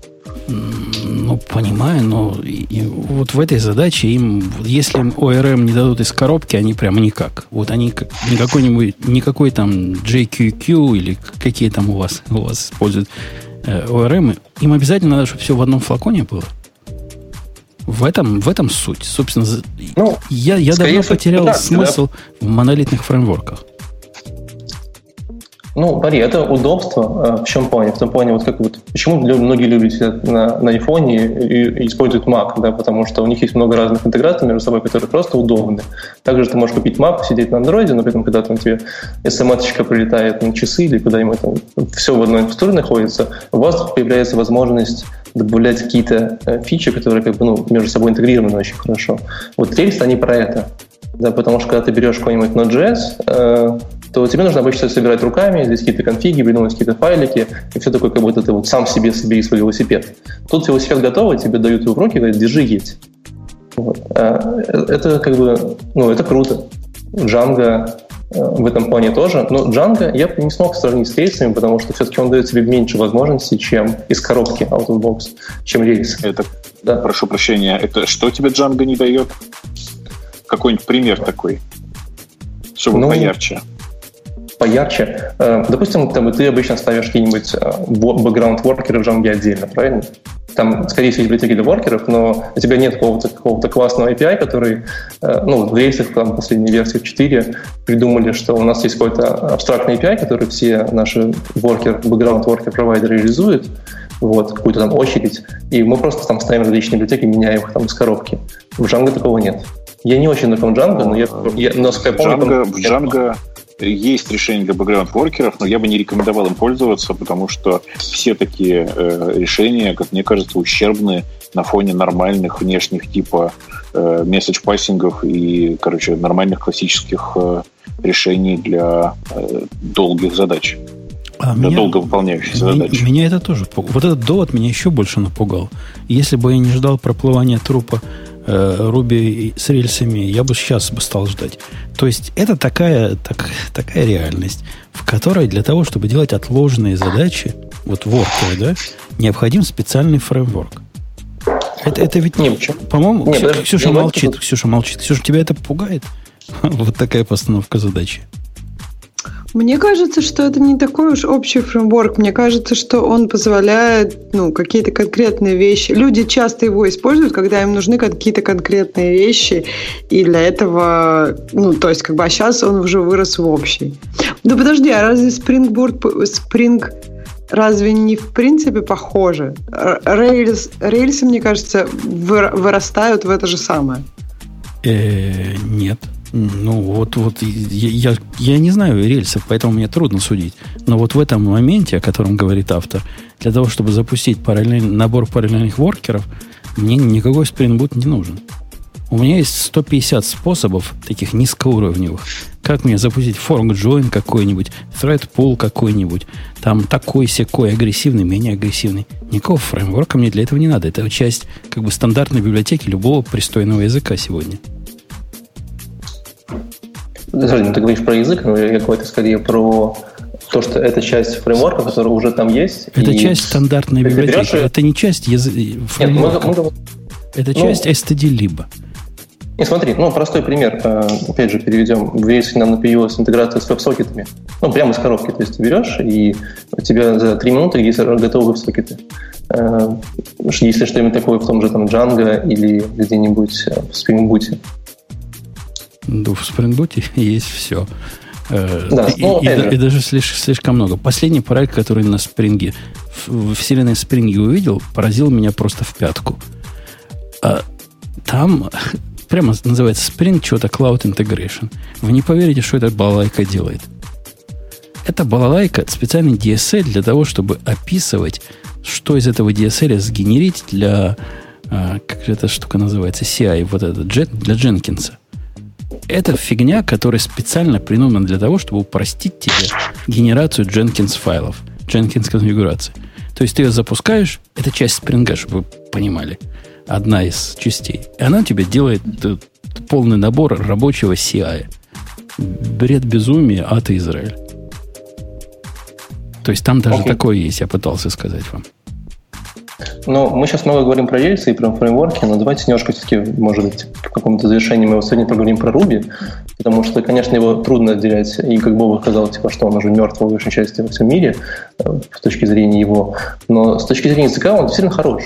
Ну, понимаю, но и вот в этой задаче им, если им ORM не дадут из коробки, они прям никак. Вот они никакой там JQQ или какие там у вас используют ORM, им обязательно надо, чтобы все в одном флаконе было. В этом суть. Собственно, я давно потерял смысл в монолитных фреймворках. Ну, смотри, это удобство. В чем плане? В том плане, вот как вот, почему многие любят сидеть на iPhone и используют Mac, да, потому что у них есть много разных интеграций между собой, которые просто удобны. Также ты можешь купить Mac, сидеть на Android, но при этом, когда там тебе смс-очка прилетает на часы или куда-нибудь там все в одной инфраструктуре находится, у вас появляется возможность добавлять какие-то фичи, которые как бы, между собой интегрированы очень хорошо. Вот Rails, они про это. Да, потому что когда ты берешь какой-нибудь Node.js, то тебе нужно обычно собирать руками, здесь какие-то конфиги, придумать какие-то файлики, и все такое, как будто ты вот сам себе собери свой велосипед. Тут велосипед готовый, тебе дают его в руки, говорят, держи, едь. Вот. Это как бы, это круто. Django в этом плане тоже. Но Django я не смог сравнить с рельсами, потому что все-таки он дает тебе меньше возможностей, чем из коробки out of box, чем рельс. Да. Прошу прощения, это что тебе Django не дает? Какой-нибудь пример такой, чтобы поярче. Поярче. Допустим, ты обычно ставишь какие-нибудь бэкграунд-воркеры в Django отдельно, правильно? Там, скорее всего, библиотеки для воркеров, но у тебя нет какого-то классного API, который, в рельсах, там, последней версии 4 придумали, что у нас есть какой-то абстрактный API, который все наши бэкграунд-воркер провайдеры реализуют, вот, какую-то там очередь, и мы просто там ставим различные библиотеки, меняем их там из коробки. В Django такого нет. Я не очень знаком Django, но в Django есть решение для бэкграунд-воркеров, но я бы не рекомендовал им пользоваться, потому что все такие решения, как мне кажется, ущербны на фоне нормальных внешних типа месседж-пассингов и, нормальных классических решений для долгих задач. Для долго выполняющихся задач. Меня это тоже пугало. Вот этот довод меня еще больше напугал. Если бы я не ждал проплывания трупа Руби с рельсами, я бы сейчас стал ждать. То есть это такая реальность, в которой для того, чтобы делать отложенные задачи, вот воркеры, да, необходим специальный фреймворк. Это ведь, по-моему, Ксюша молчит. Ксюша, тебя это пугает? Вот такая постановка задачи. Мне кажется, что это не такой уж общий фреймворк. Мне кажется, что он позволяет какие-то конкретные вещи. Люди часто его используют, когда им нужны какие-то конкретные вещи. И для этого, а сейчас он уже вырос в общий. Да подожди, а разве Spring разве не в принципе похоже? Рельсы, мне кажется, вырастают в это же самое. Нет. Ну, вот я не знаю рельсов, поэтому мне трудно судить. Но вот в этом моменте, о котором говорит автор, для того, чтобы запустить набор параллельных воркеров, мне никакой Spring Boot не нужен. У меня есть 150 способов, таких низкоуровневых. Как мне запустить fork join какой-нибудь, thread pool какой-нибудь, там такой-сякой, агрессивный, менее агрессивный. Никакого фреймворка мне для этого не надо. Это часть как бы стандартной библиотеки любого пристойного языка сегодня. Ты говоришь про язык, но я говорю скорее про то, что это часть фреймворка, который уже там есть. Это часть стандартной библиотеки. Это не часть фреймворка. Это часть std-lib. И смотри, простой пример. Опять же, переведем. В Rails недавно появилась интеграция с веб-сокетами. Прямо из коробки. То есть ты берешь, и у тебя за 3 минуты готовы веб-сокеты. Если что-нибудь такое в том же там Django или где-нибудь в Spring Boot. Да, в Spring Boot есть все. Да, и даже слишком много. Последний проект, который на Spring, в вселенной Spring увидел, поразил меня просто в пятку. Там прямо называется Spring что-то Cloud Integration. Вы не поверите, что эта балалайка делает. Это балалайка специальный DSL для того, чтобы описывать, что из этого DSL сгенерить для, как же эта штука называется, CI, вот это, для Jenkins. Это фигня, которая специально придумана для того, чтобы упростить тебе генерацию Jenkins файлов, Jenkins конфигурации. То есть ты ее запускаешь, это часть Spring, чтобы вы понимали, одна из частей. И она тебе делает полный набор рабочего CI. Бред безумия, ад и Израиль. То есть там даже такое есть, я пытался сказать вам. Мы сейчас много говорим про рельсы и про фреймворки, но давайте немножко все-таки, может быть, в каком-то завершении мы сегодня поговорим про Ruby, потому что, конечно, его трудно отделять, и как Бог сказал, что он уже мертв в большей части во всем мире, с точки зрения его, но с точки зрения языка он действительно хорош.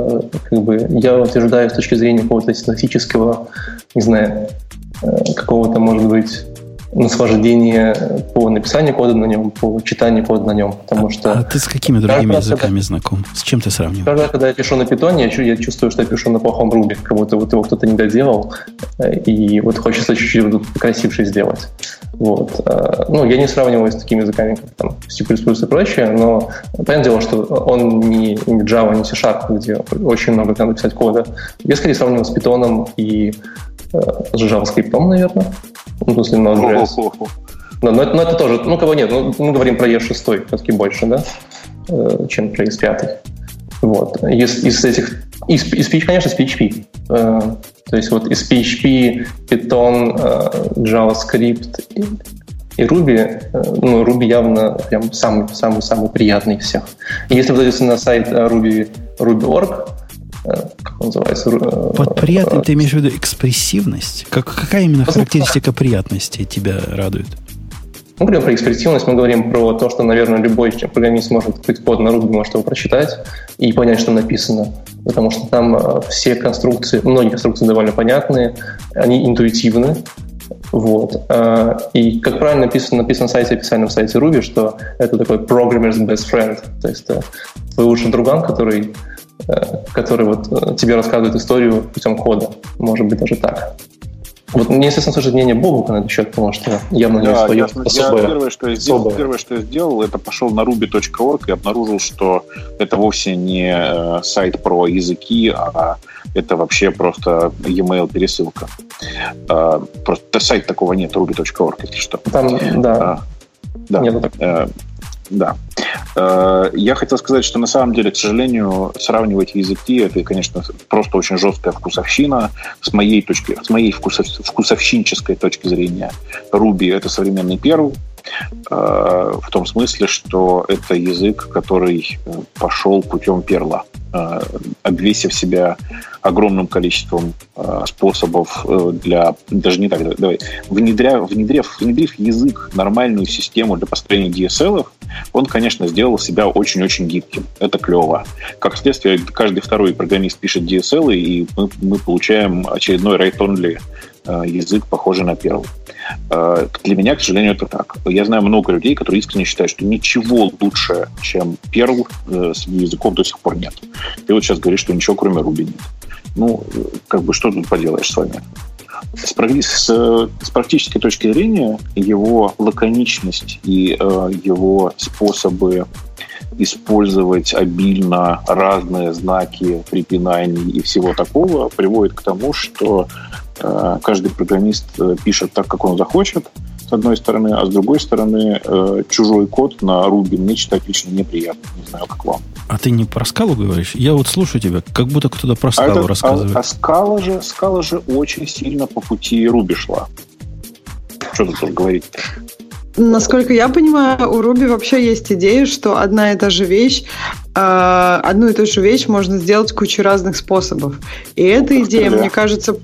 Я утверждаю, с точки зрения какого-то синтаксического, не знаю, какого-то, может быть, наслаждение по написанию кода на нем, по читанию кода на нем, потому что... А ты с какими другими языками знаком? С чем ты сравниваешь? Каждый раз, когда я пишу на питоне, я чувствую, что я пишу на плохом Ruby, как будто вот его кто-то не доделал, и вот хочется чуть-чуть красивше сделать. Вот. Я не сравниваю с такими языками, как там C++ и прочее, но понятное дело, что он не Java, не C-Sharp, где очень много надо писать кода. Я скорее сравниваю с Python и с JavaScript, наверное. После Node.js. Но это тоже, кого нет, мы говорим про E6, все-таки больше, да, чем про ES5. Вот. Из этих, конечно, с PHP. То есть вот из PHP, Python, JavaScript и Ruby, Ruby явно прям самый приятный из всех. И если вы зайдете на сайт Ruby.org, как он называется? Под приятным ты имеешь в виду экспрессивность? Какая именно характеристика приятности тебя радует? Мы говорим про экспрессивность, мы говорим про то, что, наверное, любой программист может открыть код на Ruby, может его прочитать и понять, что написано. Потому что там все конструкции, многие конструкции довольно понятные, они интуитивны. Вот. И, как правильно написано на сайте, официальном сайте Ruby, что это такой programmer's best friend. То есть твой лучший друган, который вот тебе рассказывает историю путем кода. Может быть, даже так. Вот мне, естественно, слышит мнение Бобука на этот счет, потому что явно не свое особое. Первое, что я сделал, это пошел на ruby.org и обнаружил, что это вовсе не сайт про языки, а это вообще просто e-mail пересылка. Просто сайта такого нет, ruby.org, если что. Там, да. Да. Нет, да. Я хотел сказать, что на самом деле, к сожалению, сравнивать языки — это, конечно, просто очень жесткая вкусовщина. С моей вкусовщинческой точки зрения, Ruby — это современный Perl, в том смысле, что это язык, который пошел путем Perl, обвесив себя огромным количеством способов для... Даже не так, давай. Внедрив язык, нормальную систему для построения DSL, он, конечно, сделал себя очень-очень гибким. Это клево. Как следствие, каждый второй программист пишет DSL, и мы получаем очередной write-only язык, похожий на Perl. Для меня, к сожалению, это так. Я знаю много людей, которые искренне считают, что ничего лучше, чем Perl, с языком до сих пор нет. Ты вот сейчас говоришь, что ничего, кроме Ruby, нет. Что тут поделаешь с вами? С практической точки зрения его лаконичность и его способы использовать обильно разные знаки препинаний и всего такого приводит к тому, что каждый программист пишет так, как он захочет, с одной стороны, а с другой стороны чужой код на Ruby мне читать лично неприятно. Не знаю, как вам. А ты не про скалу говоришь? Я вот слушаю тебя, как будто кто-то про скалу рассказывает. А скала же очень сильно по пути Ruby шла. Что тут говорить? Насколько я понимаю, у Ruby вообще есть идея, что одну и ту же вещь можно сделать кучей разных способов. И эта идея, мне кажется...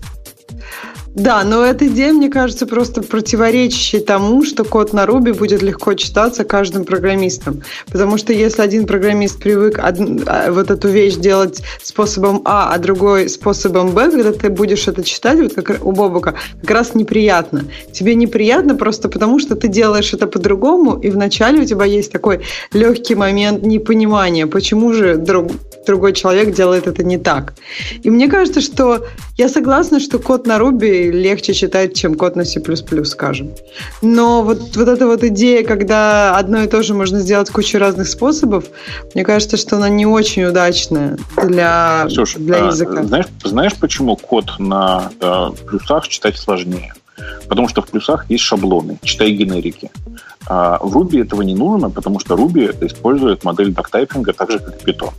Да, но эта идея, мне кажется, просто противоречащей тому, что код на Ruby будет легко читаться каждым программистом. Потому что если один программист привык вот эту вещь делать способом А, а другой способом Б, когда ты будешь это читать, вот как у Бобука, как раз неприятно. Тебе неприятно просто потому, что ты делаешь это по-другому, и вначале у тебя есть такой легкий момент непонимания, почему же другой человек делает это не так. И мне кажется, что я согласна, что код на Ruby легче читать, чем код на C++, скажем. Но вот эта вот идея, когда одно и то же можно сделать кучей разных способов, мне кажется, что она не очень удачная для языка. Знаешь, почему код на плюсах читать сложнее? Потому что в плюсах есть шаблоны, читай генерики. А в Ruby этого не нужно, потому что Ruby использует модель доктайпинга так же, как и Python.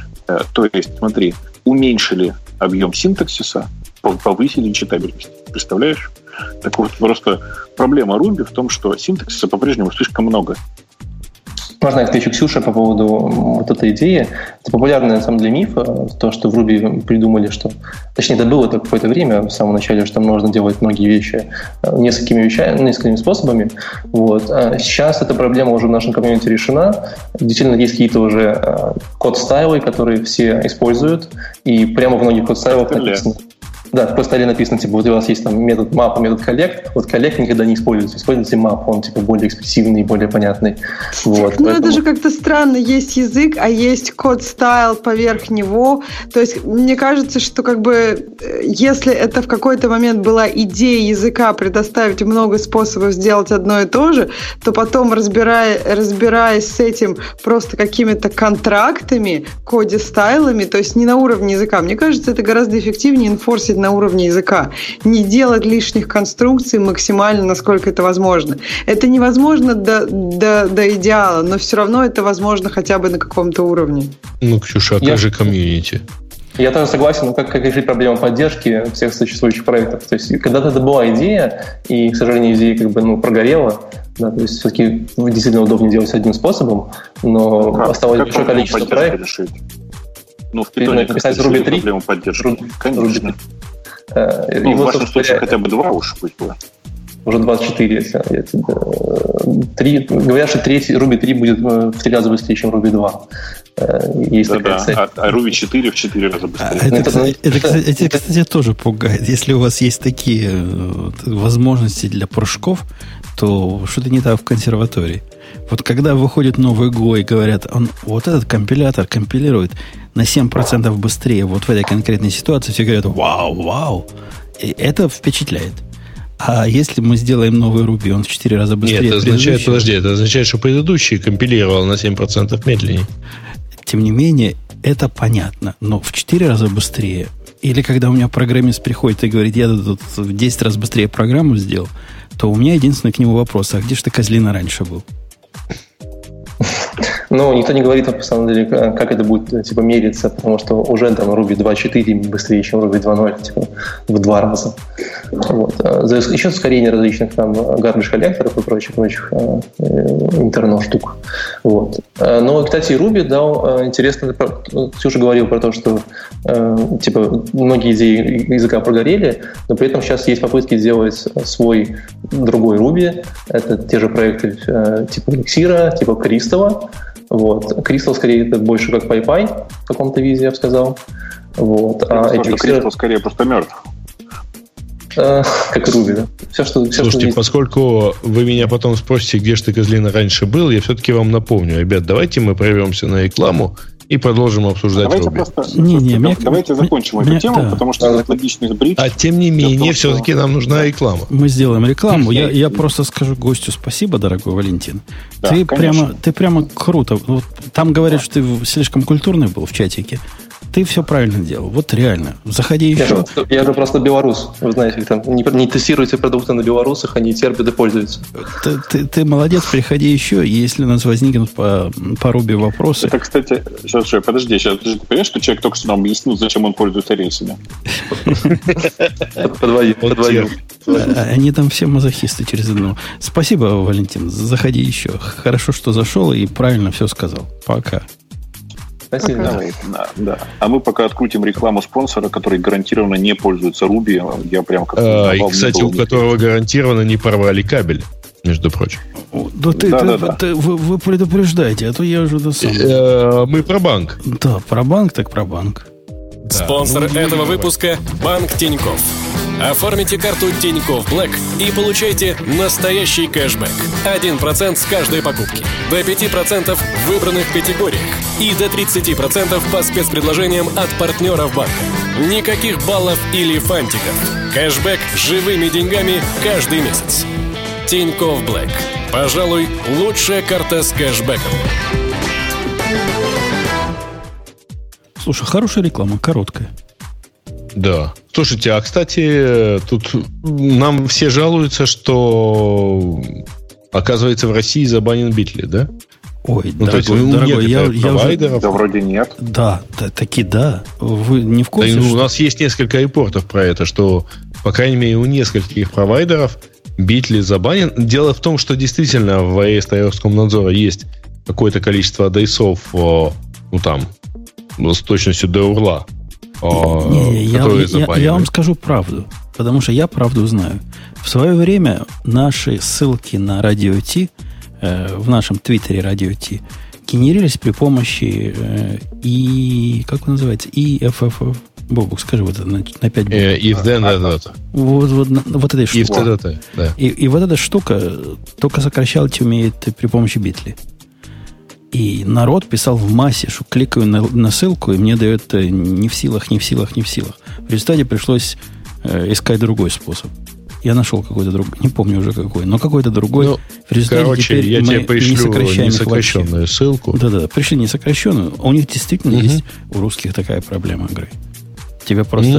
То есть, смотри, уменьшили объем синтаксиса, повысили читабельность. Представляешь? Так вот, просто проблема Ruby в том, что синтаксиса по-прежнему слишком много. Можно я отвечу Ксюше по поводу вот этой идеи? Это популярный, на самом деле, миф, то, что в Ruby придумали, что... Точнее, это было какое-то время, в самом начале, что можно делать многие вещи несколькими способами. Вот. А сейчас эта проблема уже в нашем комьюнити решена. Действительно, есть какие-то уже код-стайлы, которые все используют, и прямо в многих код-стайлах написано... Да, в код-стайле написано, типа, вот у вас есть там метод map, метод collect. Вот collect никогда не используется. Используйте map, он типа более экспрессивный, более понятный. Вот, ну, это же как-то странно. Есть язык, а есть код-стайл поверх него. То есть, мне кажется, что как бы если это в какой-то момент была идея языка предоставить много способов сделать одно и то же, то потом, разбираясь с этим просто какими-то контрактами, коде-стайлами, то есть не на уровне языка, мне кажется, это гораздо эффективнее инфорсить на уровне языка. Не делать лишних конструкций максимально, насколько это возможно. Это невозможно до идеала, но все равно это возможно хотя бы на каком-то уровне. Ну, Ксюша, а как же комьюнити? Я тоже согласен, но как решить проблему поддержки всех существующих проектов? То есть, когда-то это была идея, и, к сожалению, идея как бы прогорела. Да, то есть, все-таки действительно удобнее делать одним способом, но осталось большое количество проектов. Ну, в Python написать Ruby 3 проблему поддержки. Конечно. В вашем случае хотя бы 2 уж пусть было. Уже 24. 3, говорят, что Ruby 3 будет в 3 раза быстрее, чем Ruby 2. Есть такая цель. А Ruby 4 в 4 раза быстрее. Это, кстати, тоже пугает. Если у вас есть такие возможности для прыжков, то что-то не так в консерватории. Вот когда выходит новый Go и говорят, вот этот компилятор компилирует на 7% быстрее вот в этой конкретной ситуации, все говорят, вау. И это впечатляет. А если мы сделаем новый Ruby, он в 4 раза быстрее. Нет, это означает, что предыдущий компилировал на 7% медленнее. Тем не менее, это понятно. Но в 4 раза быстрее. Или когда у меня программист приходит и говорит, я тут в 10 раз быстрее программу сделал, то у меня единственный к нему вопрос, а где же ты, козлина, раньше был? Ну, никто не говорит, на самом деле, как это будет типа мериться, потому что уже там Ruby 2.4 быстрее, чем Ruby 2.0, типа в 2 раза. Вот. За еще ускорение различных там garbage коллекторов и прочих интернов штук. Вот. Но, кстати, Ruby дал интересно, Ксюша говорил про то, что типа многие идеи языка прогорели, но при этом сейчас есть попытки сделать свой другой Ruby. Это те же проекты типа Elixir, типа Crystal. Вот. Crystal, скорее, это больше как PyPy в каком-то виде, я бы сказал. Вот. Crystal скорее просто мертв. Как Ruby, да? Слушайте, поскольку вы меня потом спросите, где же ты, козлина, раньше был, я все-таки вам напомню. Ребят, давайте мы прервемся на рекламу и продолжим обсуждать Ruby. Давайте закончим эту тему, потому что это логичный бридж. А тем не менее, все-таки нам нужна реклама. Мы сделаем рекламу. Я просто скажу гостю спасибо, дорогой Валентин. Да, ты прямо круто. Вот, там говорят, что ты слишком культурный был в чатике. Ты все правильно делал. Вот реально. Заходи еще. Я же просто белорус. Вы знаете, как там не тестируйте продукты на белорусах, они терпят и пользуются. Ты молодец, приходи еще. Если у нас возникнут по Ruby вопросы. Это, кстати, подожди, ты понимаешь, что человек только что нам объяснил, зачем он пользуется рельсами? Подводил. Они там все мазохисты через одного. Спасибо, Валентин. Заходи еще. Хорошо, что зашел и правильно все сказал. Пока. Да. А мы пока открутим рекламу спонсора, который гарантированно не пользуется Ruby. Я прям как-то и, кстати, у которого гарантированно не порвали кабель, между прочим. Вы предупреждаете, а то я уже сам. Мы про банк. Да, про банк, так про банк. Спонсор этого выпуска – Банк Тинькофф. Оформите карту Тинькофф Black и получайте настоящий кэшбэк. 1% с каждой покупки. До 5% в выбранных категориях. И до 30% по спецпредложениям от партнеров банка. Никаких баллов или фантиков. Кэшбэк живыми деньгами каждый месяц. Тинькофф Black. Пожалуй, лучшая карта с кэшбэком. Слушай, хорошая реклама, короткая. Да. Слушайте, а, кстати, тут нам все жалуются, что, оказывается, в России забанен Bitly, да? Ой, дорогой, я уже... Да, вроде нет. Да, таки да. Вы не в курсе? Да, у нас есть несколько репортов про это, что, по крайней мере, у нескольких провайдеров Bitly забанен. Дело в том, что действительно в реестре Роскомнадзора есть какое-то количество адресов, с точностью до урла. Я вам скажу правду, потому что я правду знаю. В свое время наши ссылки на Радио Ти, в нашем твиттере Радио Ти, генерировались при помощи как он называется? EFF. Бобук, скажи вот это на 5 букв. If then that. Вот этой штуки. Да. И вот эта штука только сокращалки умеет при помощи Bitly. И народ писал в массе, что кликаю на ссылку, и мне дает не в силах. В результате пришлось искать другой способ. Я нашел какой-то другой, не помню уже какой, но какой-то другой. В результате теперь я тебе пришлю несокращенную ссылку. Да, пришли несокращенную. У них действительно есть у русских такая проблема, Грей. Тебе просто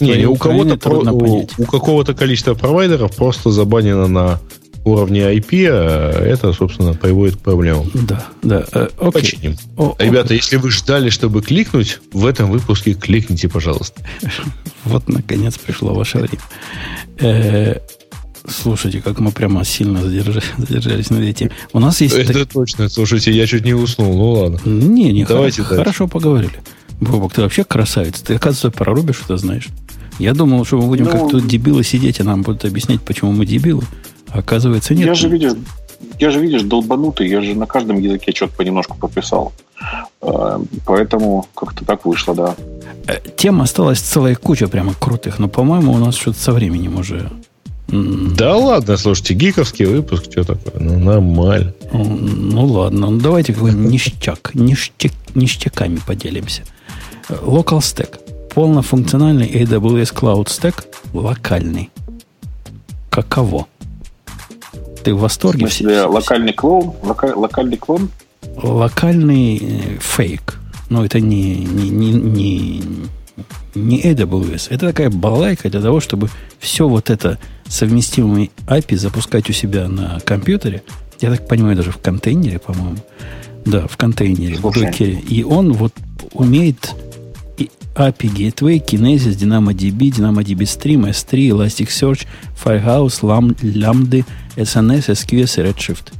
у какого-то количества провайдеров просто забанено на уровне IP, это, собственно, приводит к проблемам. Да. Починим. Ребята, если вы ждали, чтобы кликнуть, в этом выпуске кликните, пожалуйста. Вот, наконец, пришло ваше время. Слушайте, как мы прямо сильно задержались над этим. У нас есть... Это точно. Слушайте, я чуть не уснул. Ну, ладно. Не, хорошо поговорили. Бобок, ты вообще красавец. Ты, оказывается, про Ruby что-то знаешь. Я думал, что мы будем как тут дебилы сидеть, и нам будут объяснять, почему мы дебилы. Оказывается, нет. Я же, видишь, долбанутый. Я же на каждом языке что-то понемножку пописал. Поэтому как-то так вышло, да. Тем осталась целая куча прямо крутых. Но, по-моему, у нас что-то со временем уже... Да ладно, слушайте, гиковский выпуск, что такое? Ну, нормально. Ну, ладно. Ну, давайте какой-нибудь ништяками поделимся. Local Stack. Полнофункциональный AWS Cloud Stack. Локальный. Каково? Ты в восторге? В смысле, локальный клон? Локальный клон? Локальный фейк. Но это не AWS. Это такая балайка для того, чтобы все вот это совместимыми API запускать у себя на компьютере. Я так понимаю, даже в контейнере, по-моему. Да, в контейнере, в докере. И он вот умеет API Gateway, Kinesis, DynamoDB, DynamoDB Stream, S3, Elasticsearch, Firehouse, Lambda, SNS, SQS и Redshift.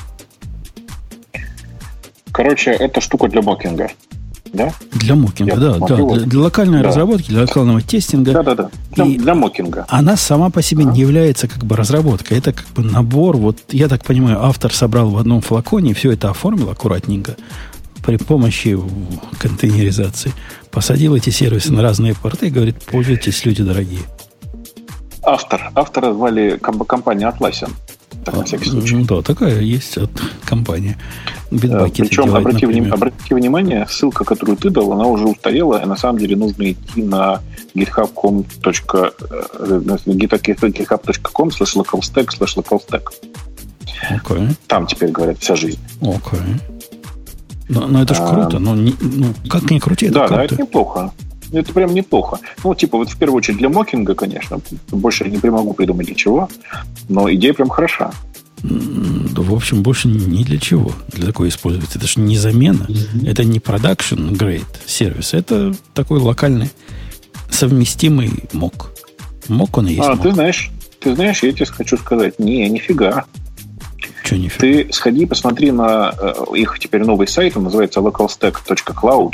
Короче, это штука для мокинга. Да? Для мокинга, для локальной разработки, для локального тестинга. Да. Для мокинга. Она сама по себе не является как бы разработкой. Это как бы набор. Вот, я так понимаю, автор собрал в одном флаконе, все это оформил аккуратненько при помощи контейнеризации. Посадил эти сервисы на разные порты и говорит, пользуйтесь, люди дорогие. Автора звали компания Atlassian. Так, на всякий случай. Да, такая есть от компании. Причем, обрати внимание, ссылка, которую ты дал, она уже устарела, и на самом деле нужно идти на github.com/localstack. Okay. Там теперь, говорят, вся жизнь. Окей. Но это ж круто. Как ни крути, это круто. Да, это неплохо. Это прям неплохо. В первую очередь для мокинга, конечно. Больше я не могу придумать ничего. Но идея прям хороша. Да, в общем, больше ни для чего для такой использоваться. Это же не замена. Это не production grade сервис. Это такой локальный совместимый мок. Мок он и есть мок. Ты знаешь, я тебе хочу сказать. Нифига. Что нифига? Ты сходи, посмотри на их теперь новый сайт. Он называется localstack.cloud.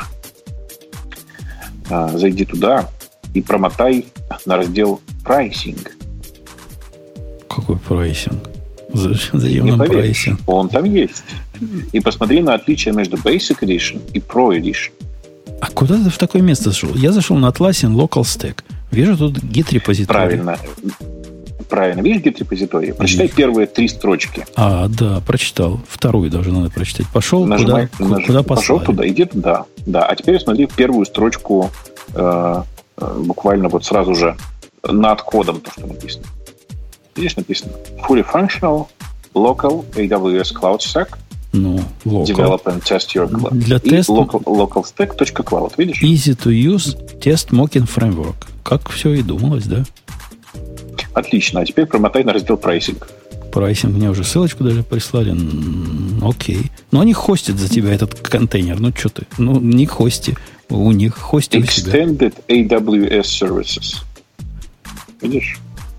Зайди туда и промотай на раздел прайсинг. Какой прайсинг? Зачем нам прайсинг? Он там есть. И посмотри на отличия между Basic Edition и Pro Edition. А куда ты в такое место зашел? Я зашел на Atlassian Local Stack. Вижу тут Git-репозиторий. Правильно. Видишь Git-репозиторий? Прочитай первые 3 строчки. Да, прочитал. Вторую даже надо прочитать. Пошел куда послали. Пошел туда, иди туда. Да, а теперь смотри первую строчку буквально вот сразу же над кодом то, что написано. Видишь, написано Fully Functional Local AWS Cloud Stack. Local. Develop and test your cloud. Для теста localstack.cloud, видишь? Easy to use test mocking framework. Как все и думалось, да? Отлично. А теперь промотай на раздел прайсинг. Прайсинг мне уже ссылочку даже прислали. Окей. Но они хостят за тебя этот контейнер. Что ты? Не хости. У них хости у себя. Extended AWS Services. Видишь?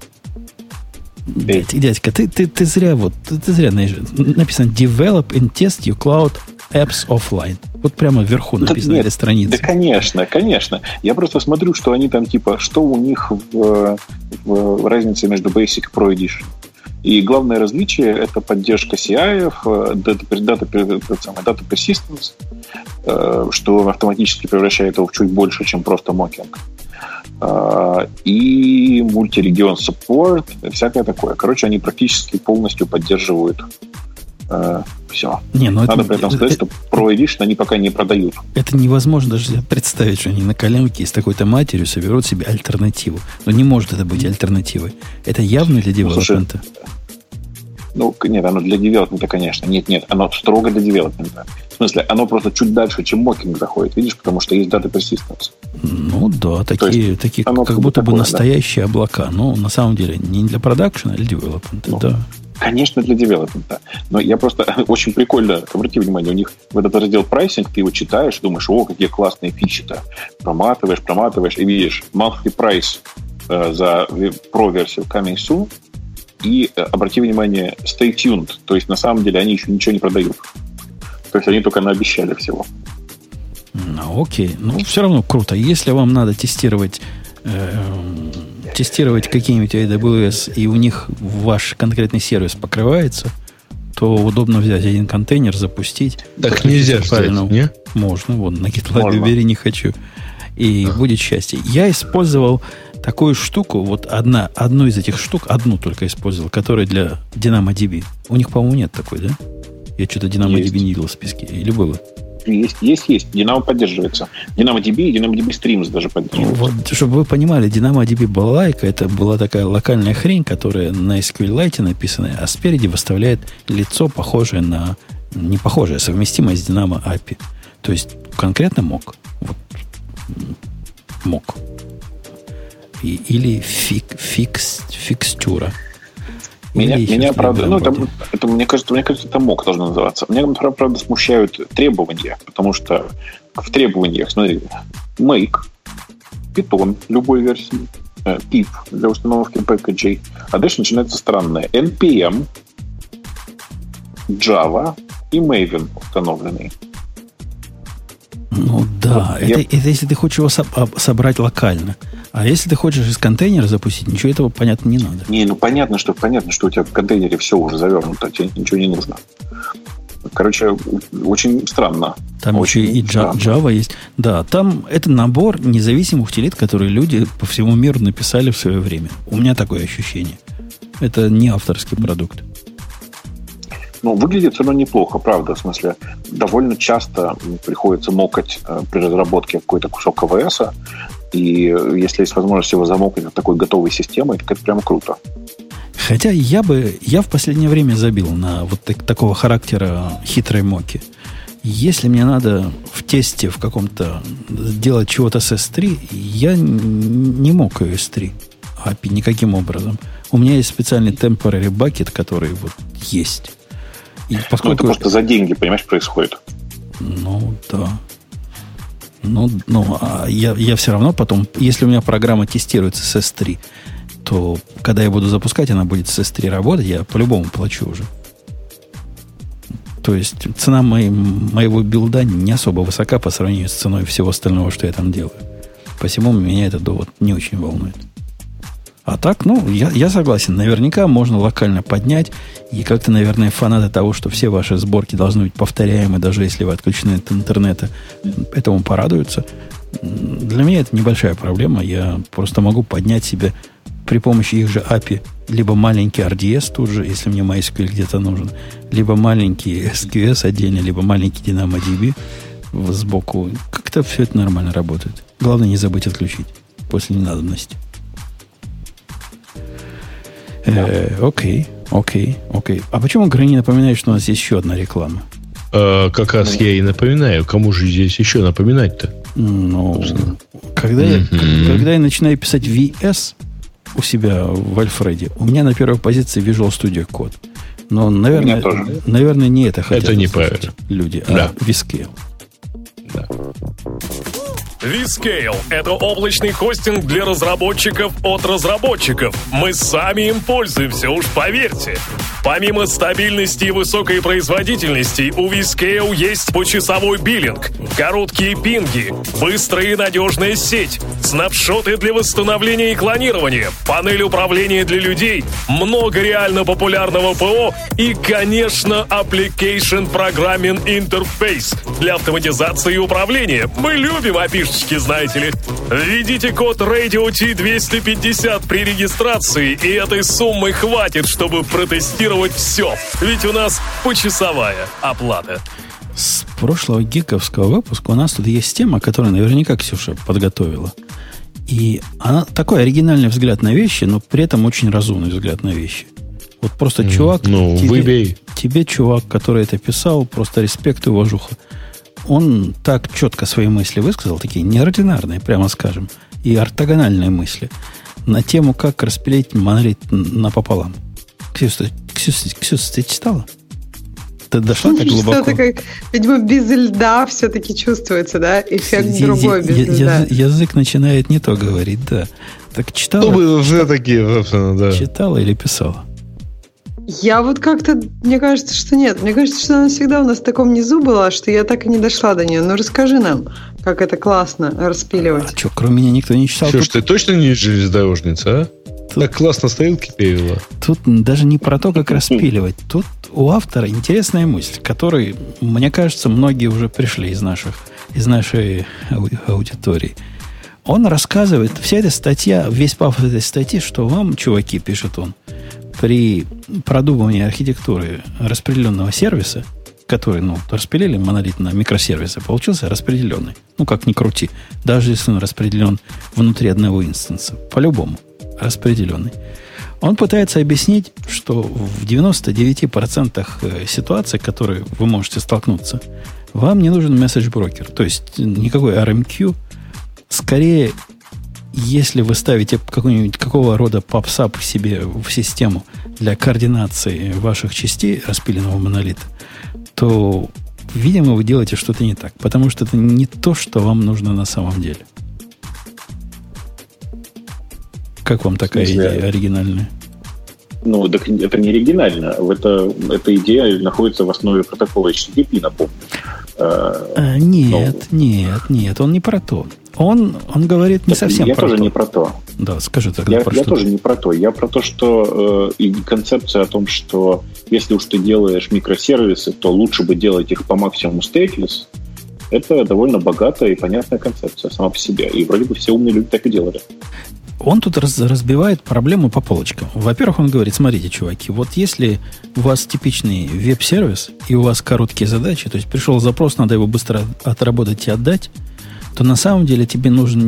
Дядька, ты зря знаешь, написано Develop and test your cloud apps offline. Вот прямо вверху написано на этой странице. Да, конечно. Я просто смотрю, что они там что у них в разнице между Basic и Pro Edition. И главное различие – это поддержка CI, Data Persistence, что автоматически превращает его в чуть больше, чем просто мокинг. И мультирегион support, всякое такое. Короче, они практически полностью поддерживают все. Надо при этом сказать, что Pro Edition они пока не продают. Это невозможно даже представить, что они на коленке с такой-то матерью соберут себе альтернативу. Но не может это быть альтернативой. Это явно для девелопмента. Нет, оно для девелопмента, конечно. Нет, оно строго для девелопмента. В смысле, оно просто чуть дальше, чем мокинг заходит, видишь, потому что есть Data Persistence. Такие как будто бы настоящие облака. Но на самом деле не для продакшена, а для девелопмента, да. Конечно, для девелопмента. Но я просто очень прикольно, обрати внимание, у них в этот раздел прайсинг, ты его читаешь, думаешь, какие классные фичи-то. Проматываешь и видишь monthly price за Pro-версию coming soon. И обрати внимание, stay tuned. То есть на самом деле они еще ничего не продают. То есть они только наобещали всего. Окей. Все равно круто. Если вам надо тестировать какие-нибудь AWS, и у них ваш конкретный сервис покрывается, то удобно взять один контейнер, запустить. Так нельзя, правильно? Не? Можно. На GitLab бери, не хочу. И будет счастье. Я использовал такую штуку, одну из этих штук, одну только использовал, которая для DynamoDB. У них, по-моему, нет такой, да? Я что-то DynamoDB не видел в списке. Или было? Есть. Dynamo поддерживается. DynamoDB и DynamoDB Streams даже поддерживаются. Чтобы вы понимали, DynamoDB балалайка, это была такая локальная хрень, которая на SQLite написана, а спереди выставляет лицо, похожее на... Не похожее, а совместимое с Dynamo API. То есть конкретно мок. Мок. Или фикстура. Меня правда, мне кажется, это мок должно называться. Меня, правда, смущают требования, потому что в требованиях, смотри, make, Python любой версии, pip для установки пэкэджей, а дальше начинается странное. NPM, Java и Maven установленные. Это если ты хочешь его собрать локально. А если ты хочешь из контейнера запустить, ничего этого, понятно, не надо. Понятно, что у тебя в контейнере все уже завернуто, тебе ничего не нужно. Короче, очень странно. Там очень еще и Java есть. Да, там это набор независимых утилит, которые люди по всему миру написали в свое время. У меня такое ощущение. Это не авторский продукт. выглядит все равно неплохо, правда. В смысле, довольно часто приходится мокать при разработке какой-то кусок АВС, и если есть возможность его замокать от такой готовой системой, так это прямо круто. Хотя я в последнее время забил на вот такого характера хитрой моки. Если мне надо в тесте в каком-то делать чего-то с S3, я не мокаю S3 API никаким образом. У меня есть специальный temporary bucket, который вот есть. И поскольку... это просто за деньги, понимаешь, происходит. Да. А я все равно потом, если у меня программа тестируется с S3, то когда я буду запускать, она будет с S3 работать, я по-любому плачу уже. То есть цена моего билда не особо высока по сравнению с ценой всего остального, что я там делаю. Посему меня это довод не очень волнует. А так, я согласен. Наверняка можно локально поднять. И как-то, наверное, фанаты того, что все ваши сборки должны быть повторяемы, даже если вы отключены от интернета, этому порадуются. Для меня это небольшая проблема. Я просто могу поднять себе при помощи их же API либо маленький RDS тут же, если мне MySQL где-то нужен, либо маленький SQS отдельно, либо маленький DynamoDB сбоку. Как-то все это нормально работает. Главное не забыть отключить после ненадобности. Окей. А почему Грей не напоминает, что у нас есть еще одна реклама? Как раз я и напоминаю. Кому же здесь еще напоминать-то? Когда я начинаю писать VS у себя в Альфреде, у меня на первой позиции Visual Studio Code. Но, наверное, не это хотят. Это неправильно. Люди, а VScale. Да. VScale – это облачный хостинг для разработчиков от разработчиков. Мы сами им пользуемся, уж поверьте. Помимо стабильности и высокой производительности, у VScale есть почасовой биллинг, короткие пинги, быстрая и надежная сеть, снапшоты для восстановления и клонирования, панель управления для людей, много реально популярного ПО и, конечно, Application Programming Interface для автоматизации и управления. Мы любим API-шечки, знаете ли. Введите код Radio T250 при регистрации, и этой суммы хватит, чтобы протестировать все. Ведь у нас почасовая оплата. С прошлого гиковского выпуска у нас тут есть тема, которую наверняка Ксюша подготовила. И она такой оригинальный взгляд на вещи, но при этом очень разумный взгляд на вещи. Вот просто чувак... тебе, чувак, который это писал, просто респект и уважуха. Он так четко свои мысли высказал, такие неординарные, прямо скажем, и ортогональные мысли на тему, как распилить монолит напополам. Ксюша, ты читала? Ты дошла так глубоко? Что-то как, видимо, без льда все-таки чувствуется, да? Эффект другой без льда. Язык начинает не то говорить, да. Так читала? Уже такие, собственно, да. Читала или писала? Я вот как-то, мне кажется, что нет. Мне кажется, что она всегда у нас в таком низу была, что я так и не дошла до нее. Ну, расскажи нам, как это классно распиливать. А что, кроме меня никто не читал? Слушай, ты точно не железнодорожница, а? Так классно стрелки перевела. Тут даже не про то, как распиливать. Тут у автора интересная мысль, к которой, мне кажется, многие уже пришли из нашей аудитории. Он рассказывает, вся эта статья, весь пафос этой статьи, что вам, чуваки, пишет он, при продумывании архитектуры распределенного сервиса, который, распилили монолит на микросервисы, получился распределенный. Как ни крути. Даже если он распределен внутри одного инстанса. По-любому распределенный. Он пытается объяснить, что в 99% ситуаций, которые вы можете столкнуться, вам не нужен месседж-брокер. То есть никакой RMQ. Скорее, если вы ставите какого рода попсап себе в систему для координации ваших частей распиленного монолита, то, видимо, вы делаете что-то не так. Потому что это не то, что вам нужно на самом деле. Как вам такая идея оригинальная? Так это не оригинально. Эта идея находится в основе протокола HTTP, напомню. Нет, он не про то. Он говорит не совсем про то. Я тоже не про то. Да, скажи тогда про что. Я тоже не про то. Я про то, что и концепция о том, что если уж ты делаешь микросервисы, то лучше бы делать их по максимуму stateless. Это довольно богатая и понятная концепция сама по себе. И вроде бы все умные люди так и делали. Он тут разбивает проблему по полочкам. Во-первых, он говорит, смотрите, чуваки, вот если у вас типичный веб-сервис, и у вас короткие задачи, то есть пришел запрос, надо его быстро отработать и отдать, то на самом деле тебе нужен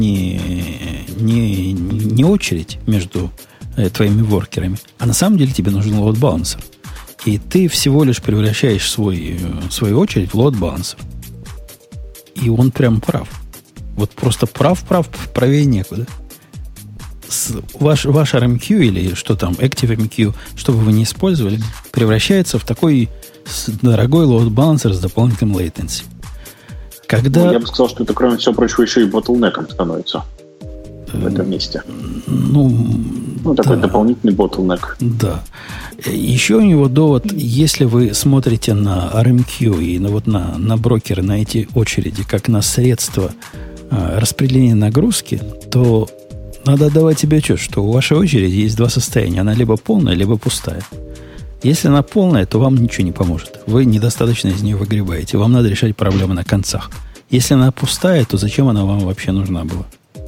не очередь между твоими воркерами, а на самом деле тебе нужен лоад-балансер. И ты всего лишь превращаешь свою очередь в лоад-балансер. И он прям прав. Вот просто прав, правее некуда. Ваш RMQ или что там, ActiveMQ, что бы вы ни использовали, превращается в такой дорогой лоад-балансер с дополнительным latency. Когда... Я бы сказал, что это, кроме всего прочего, еще и bottleneck'ом становится в этом месте. Такой дополнительный bottleneck. Да. Еще у него довод, если вы смотрите на RMQ и на брокеры, на эти очереди, как на средство распределения нагрузки, то надо отдавать себе отчет, что у вашей очереди есть два состояния. Она либо полная, либо пустая. Если она полная, то вам ничего не поможет. Вы недостаточно из нее выгребаете. Вам надо решать проблемы на концах. Если она пустая, то зачем она вам вообще нужна была?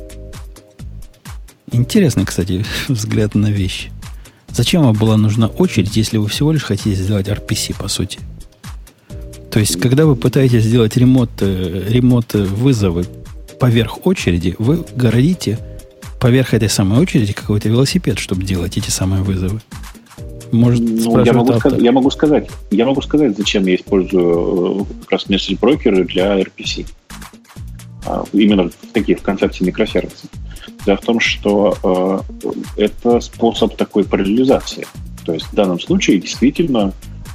Интересный, кстати, взгляд на вещи. Зачем вам была нужна очередь, если вы всего лишь хотите сделать RPC, по сути? То есть, когда вы пытаетесь сделать ремонт вызовы поверх очереди, вы городите поверх этой самой очереди какой-то велосипед, чтобы делать эти самые вызовы. Может, я могу сказать, зачем я использую как раз месседж-брокеры для RPC. Именно в концепции микросервиса. Дело в том, что это способ такой параллелизации. То есть в данном случае действительно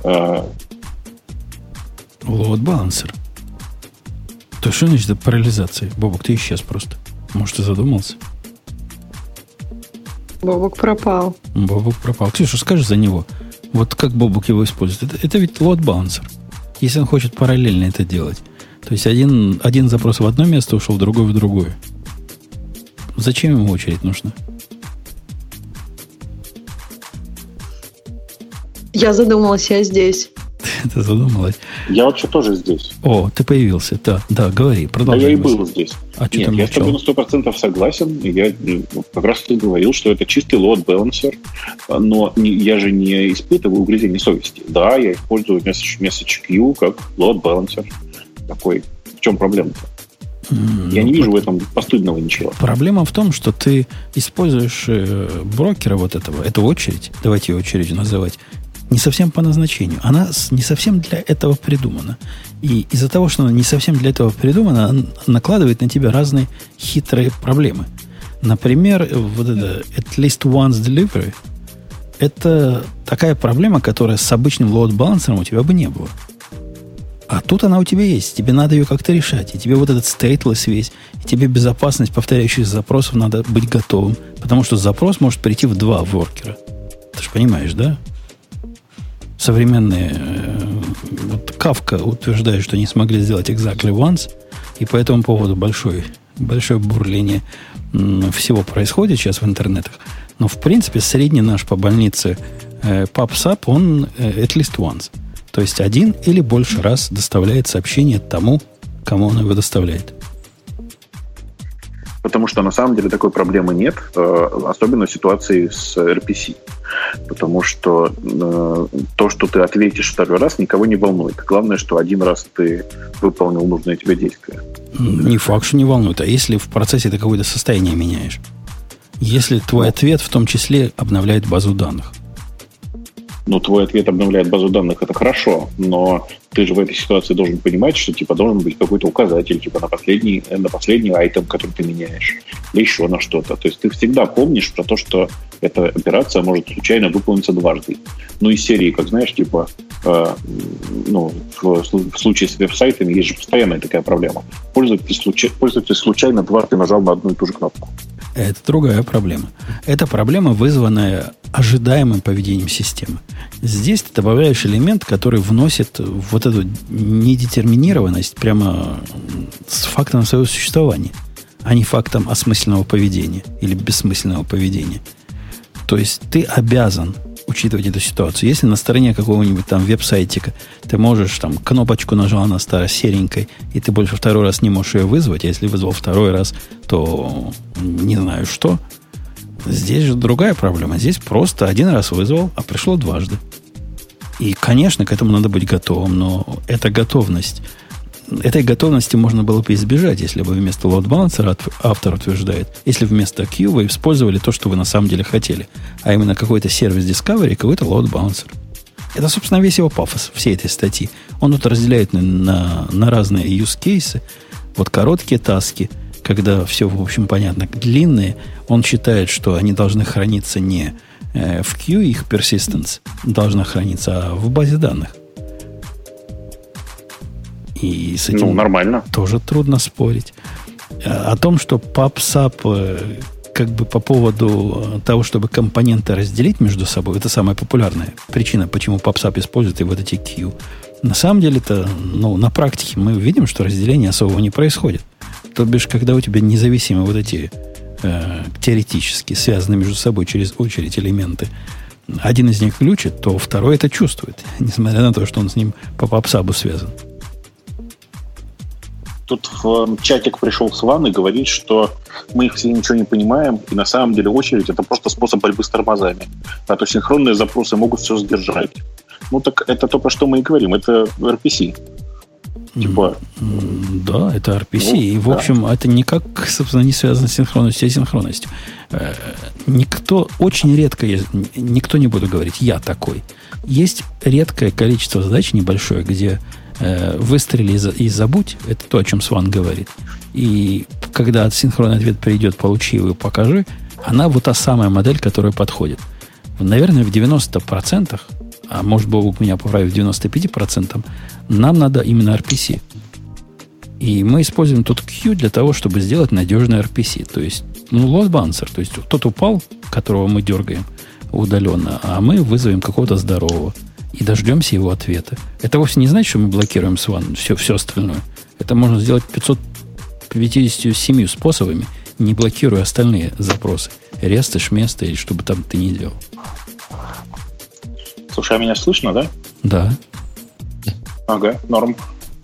лоад-балансер. То что значит параллелизация? Бобок, ты исчез просто. Может, ты задумался? Бобок пропал. Ксюша, скажи за него. Вот как Бобок его использует? Это ведь лоад-балансер. Если он хочет параллельно это делать. То есть один запрос в одно место ушел, другой в другое. Зачем ему очередь нужна? Я задумалась, я здесь. Ты задумалась? Я вообще тоже здесь. О, ты появился. Да, говори, продолжай. Да, я и был здесь. Нет, я с тобой на 100% согласен. Я как раз ты говорил, что это чистый load-balancer, но я же не испытываю угрызений совести. Да, я использую message queue как load-balancer. Такой. В чем проблема-то? Я не вижу в этом постыдного ничего. Проблема в том, что ты используешь брокера вот этого, эту очередь, давайте ее очередью называть, не совсем по назначению. Она не совсем для этого придумана. И из-за того, что она не совсем для этого придумана, она накладывает на тебя разные хитрые проблемы. Например, вот это at least once delivery это такая проблема, которая с обычным load-балансером у тебя бы не было. А тут она у тебя есть. Тебе надо ее как-то решать. И тебе вот этот stateless весь, и тебе безопасность повторяющих запросов надо быть готовым. Потому что запрос может прийти в два воркера. Ты же понимаешь, да? Современные... Вот Kafka утверждает, что не смогли сделать exactly once. И по этому поводу большое бурление всего происходит сейчас в интернетах. Но, в принципе, средний наш по больнице PubSub, он at least once. То есть один или больше раз доставляет сообщение тому, кому он его доставляет. Потому что на самом деле такой проблемы нет, особенно в ситуации с RPC. Потому что то, что ты ответишь второй раз, никого не волнует. Главное, что один раз ты выполнил нужное тебе действие. Не факт, что не волнует. А если в процессе ты какое-то состояние меняешь? Если твой ответ в том числе обновляет базу данных? Ну, твой ответ обновляет базу данных, это хорошо, но ты же в этой ситуации должен понимать, что должен быть какой-то указатель, на последний айтем, который ты меняешь, или еще на что-то. То есть ты всегда помнишь про то, что эта операция может случайно выполниться дважды. Ну, из серии, как знаешь, в случае с веб-сайтами есть же постоянная такая проблема. Пользователь случайно дважды нажал на одну и ту же кнопку. Это другая проблема. Это проблема, вызванная ожидаемым поведением системы. Здесь ты добавляешь элемент, который вносит вот эту недетерминированность прямо с фактом своего существования, а не фактом осмысленного поведения или бессмысленного поведения. То есть ты обязан учитывать эту ситуацию. Если на стороне какого-нибудь там веб-сайтика ты можешь там кнопочку нажал, она стала серенькой, и ты больше второй раз не можешь ее вызвать, а если вызвал второй раз, то не знаю что, Здесь же другая проблема. Здесь просто один раз вызвал, а пришло дважды. И, конечно, к этому надо быть готовым, но эта готовность... Этой готовности можно было бы избежать, если бы вместо load balancer, автор утверждает, если вместо queue вы использовали то, что вы на самом деле хотели, а именно какой-то сервис Discovery и какой-то load balancer. Это, собственно, весь его пафос всей этой статьи. Он тут разделяет на разные use cases. Вот короткие таски, когда все, в общем, понятно, длинные, он считает, что они должны храниться не в queue, их persistence должна храниться, а в базе данных. И с этим нормально. Тоже трудно спорить. О том, что PubSub как бы по поводу того, чтобы компоненты разделить между собой, это самая популярная причина, почему PubSub использует и вот эти queue. На самом деле, это, на практике мы видим, что разделение особого не происходит. То бишь, когда у тебя независимые вот эти теоретически связанные между собой через очередь элементы, один из них включит, то второй это чувствует, несмотря на то, что он с ним по PubSub связан. Тут в чатик пришел Сван и говорит, что мы все ничего не понимаем, и на самом деле очередь — это просто способ борьбы с тормозами. А то синхронные запросы могут все сдержать. Так это то, про что мы и говорим. Это RPC. Да, это RPC. И, в общем, это никак, собственно, не связано с синхронностью и асинхронностью. Очень редко, никто не буду говорить, я такой. Есть редкое количество задач небольшое, где выстрели и забудь, это то, о чем Сван говорит. И когда синхронный ответ придет, получи его и покажи, она вот та самая модель, которая подходит. Наверное, в 90%, а может быть, у меня поправить, в 95%, нам надо именно RPC. И мы используем тут queue для того, чтобы сделать надежный RPC. То есть, load balancer. То есть, тот упал, которого мы дергаем удаленно, а мы вызовем какого-то здорового. И дождемся его ответа. Это вовсе не значит, что мы блокируем Swan, все остальное. Это можно сделать 557 способами, не блокируя остальные запросы. Ресты, шместы, или что бы там ты ни делал. Слушай, а меня слышно, да? Да. Ага, норм.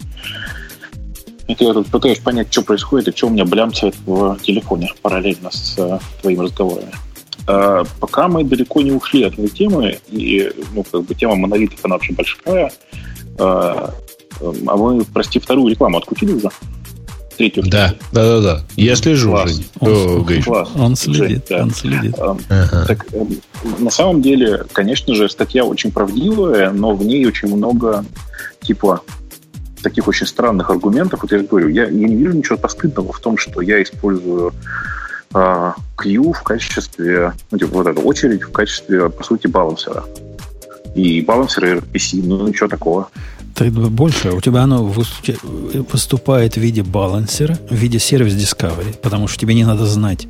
Это я тут пытаюсь понять, что происходит и что у меня блямцает в телефоне параллельно с твоими разговорами. Пока мы далеко не ушли от этой темы, и тема монолитов, она вообще большая, а вы, прости, вторую рекламу открутили уже? Третью? Да. Я слежу уже. Он следит. Так, на самом деле, конечно же, статья очень правдивая, но в ней очень много таких очень странных аргументов. Вот я же говорю, я не вижу ничего постыдного в том, что я использую queue в качестве, вот эту очередь в качестве, по сути, балансера. И балансер, и RPC, ничего такого. Так больше. У тебя оно выступает в виде балансера, в виде сервис Discovery, потому что тебе не надо знать,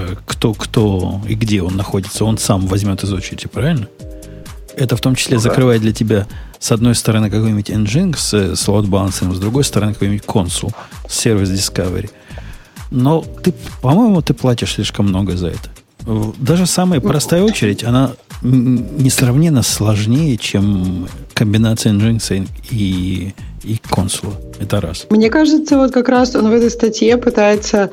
кто и где он находится. Он сам возьмет из очереди, правильно? Это в том числе закрывает для тебя с одной стороны какой-нибудь engine с load balancing, с другой стороны какой-нибудь консул с сервис Discovery. Но по-моему, ты платишь слишком много за это. Даже самая простая очередь, она несравненно сложнее, чем комбинация Nginx и консула. Это раз. Мне кажется, вот как раз он в этой статье пытается,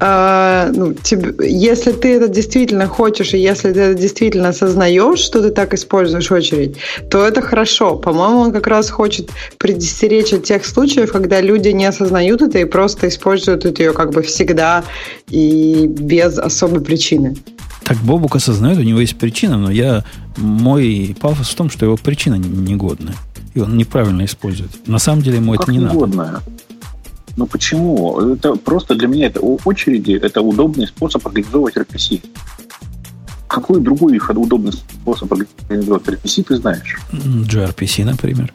если ты это действительно хочешь, и если ты это действительно осознаешь, что ты так используешь очередь, то это хорошо. По-моему, он как раз хочет предостеречь от тех случаев, когда люди не осознают это и просто используют ее как бы всегда и без особой причины. Так Бобук осознает, у него есть причина, но мой пафос в том, что его причина негодная. И он неправильно использует. На самом деле ему это не надо. Ну почему? Это просто для меня это очереди, это удобный способ организовывать RPC. Какой другой удобный способ организовать RPC ты знаешь? gRPC, например.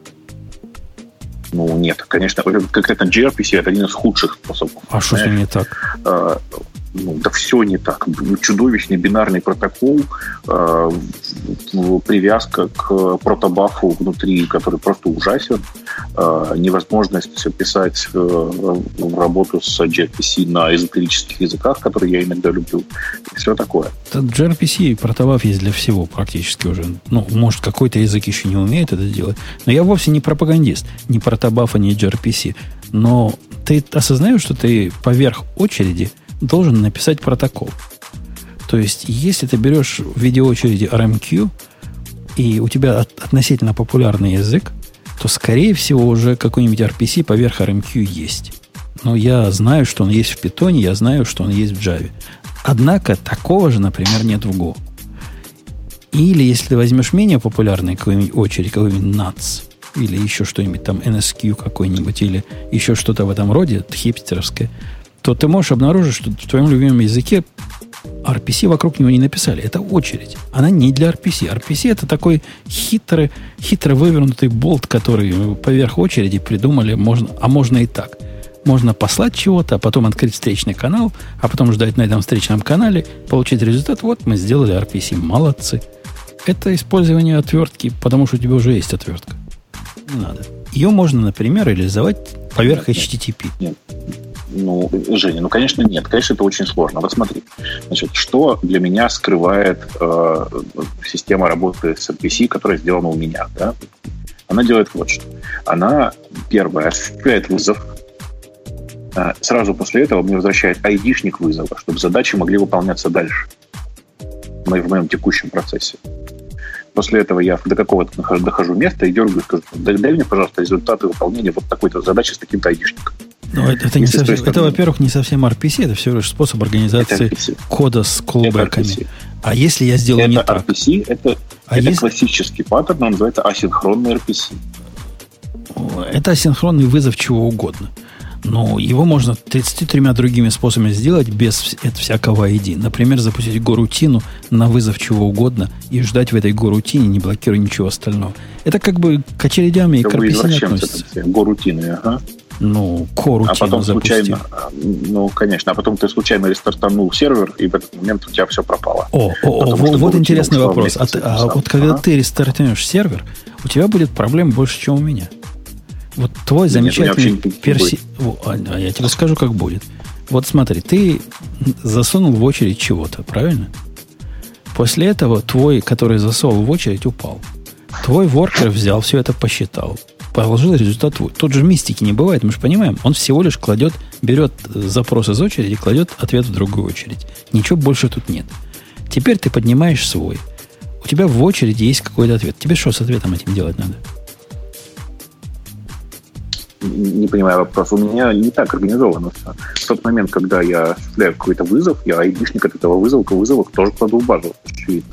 Ну, нет, конечно, конкретно gRPC это один из худших способов. А что с ним не так? Да все не так. Чудовищный бинарный протокол, привязка к протобафу внутри, который просто ужасен, невозможность писать работу с gRPC на эзотерических языках, которые я иногда люблю, и все такое. gRPC и протобаф есть для всего практически уже. Может, какой-то язык еще не умеет это делать, но я вовсе не пропагандист, ни протобафа, ни gRPC. Но ты осознаешь, что ты поверх очереди должен написать протокол. То есть, если ты берешь в виде очереди RMQ, и у тебя относительно популярный язык, то, скорее всего, уже какой-нибудь RPC поверх RMQ есть. Но я знаю, что он есть в Python, я знаю, что он есть в Java. Однако, такого же, например, нет в Go. Или, если ты возьмешь менее популярный какой-нибудь очередь, какой-нибудь NUTS, или еще что-нибудь там, NSQ какой-нибудь, или еще что-то в этом роде, хипстерское, то ты можешь обнаружить, что в твоем любимом языке RPC вокруг него не написали. Это очередь. Она не для RPC. RPC это такой хитро вывернутый болт, который поверх очереди придумали, можно и так. Можно послать чего-то, а потом открыть встречный канал, а потом ждать на этом встречном канале, получить результат. Вот мы сделали RPC. Молодцы. Это использование отвертки, потому что у тебя уже есть отвертка. Не надо. Ее можно, например, реализовать поверх HTTP. Нет. Ну, Женя, конечно, нет. Конечно, это очень сложно. Вот смотри. Значит, что для меня скрывает система работы с RPC, которая сделана у меня? Да? Она делает вот что. Она, первое, осуществляет вызов. Сразу после этого мне возвращает айдишник вызова, чтобы задачи могли выполняться дальше в моем текущем процессе. После этого я до какого-то дохожу места и дергаю и скажу: дай мне, пожалуйста, результаты выполнения вот такой-то задачи с таким-то айдишником. Но это, во-первых, не совсем RPC, это всего лишь способ организации кода с callback'ами. А если я сделаю не так? RPC это классический паттерн, он называется асинхронный RPC. Это асинхронный вызов чего угодно. Но его можно 33 другими способами сделать без всякого ID. Например, запустить горутину на вызов чего угодно и ждать в этой горутине, не блокируя ничего остального. Это как бы к очередям и к RPC не относится. Горутины, ага. Ну, корутину а потом запустил. Ну, конечно. А потом ты случайно рестартанул сервер, и в этот момент у тебя все пропало. Вот интересный вопрос. Вот когда ты рестартанешь сервер, у тебя будет проблем больше, чем у меня. Вот твой замечательный перси... А я тебе скажу, как будет. Вот смотри, ты засунул в очередь чего-то, правильно? После этого твой, который засунул в очередь, упал. Твой воркер взял, все это посчитал. Положил результат твой. Тут же мистики не бывает, мы же понимаем. Он всего лишь берет запрос из очереди и кладет ответ в другую очередь. Ничего больше тут нет. Теперь ты поднимаешь свой. У тебя в очереди есть какой-то ответ. Тебе что с ответом этим делать надо? Не понимаю вопрос. У меня не так организовано все. В тот момент, когда я осуществляю какой-то вызов, я айдишник от этого вызова тоже кладу в базу. Очевидно.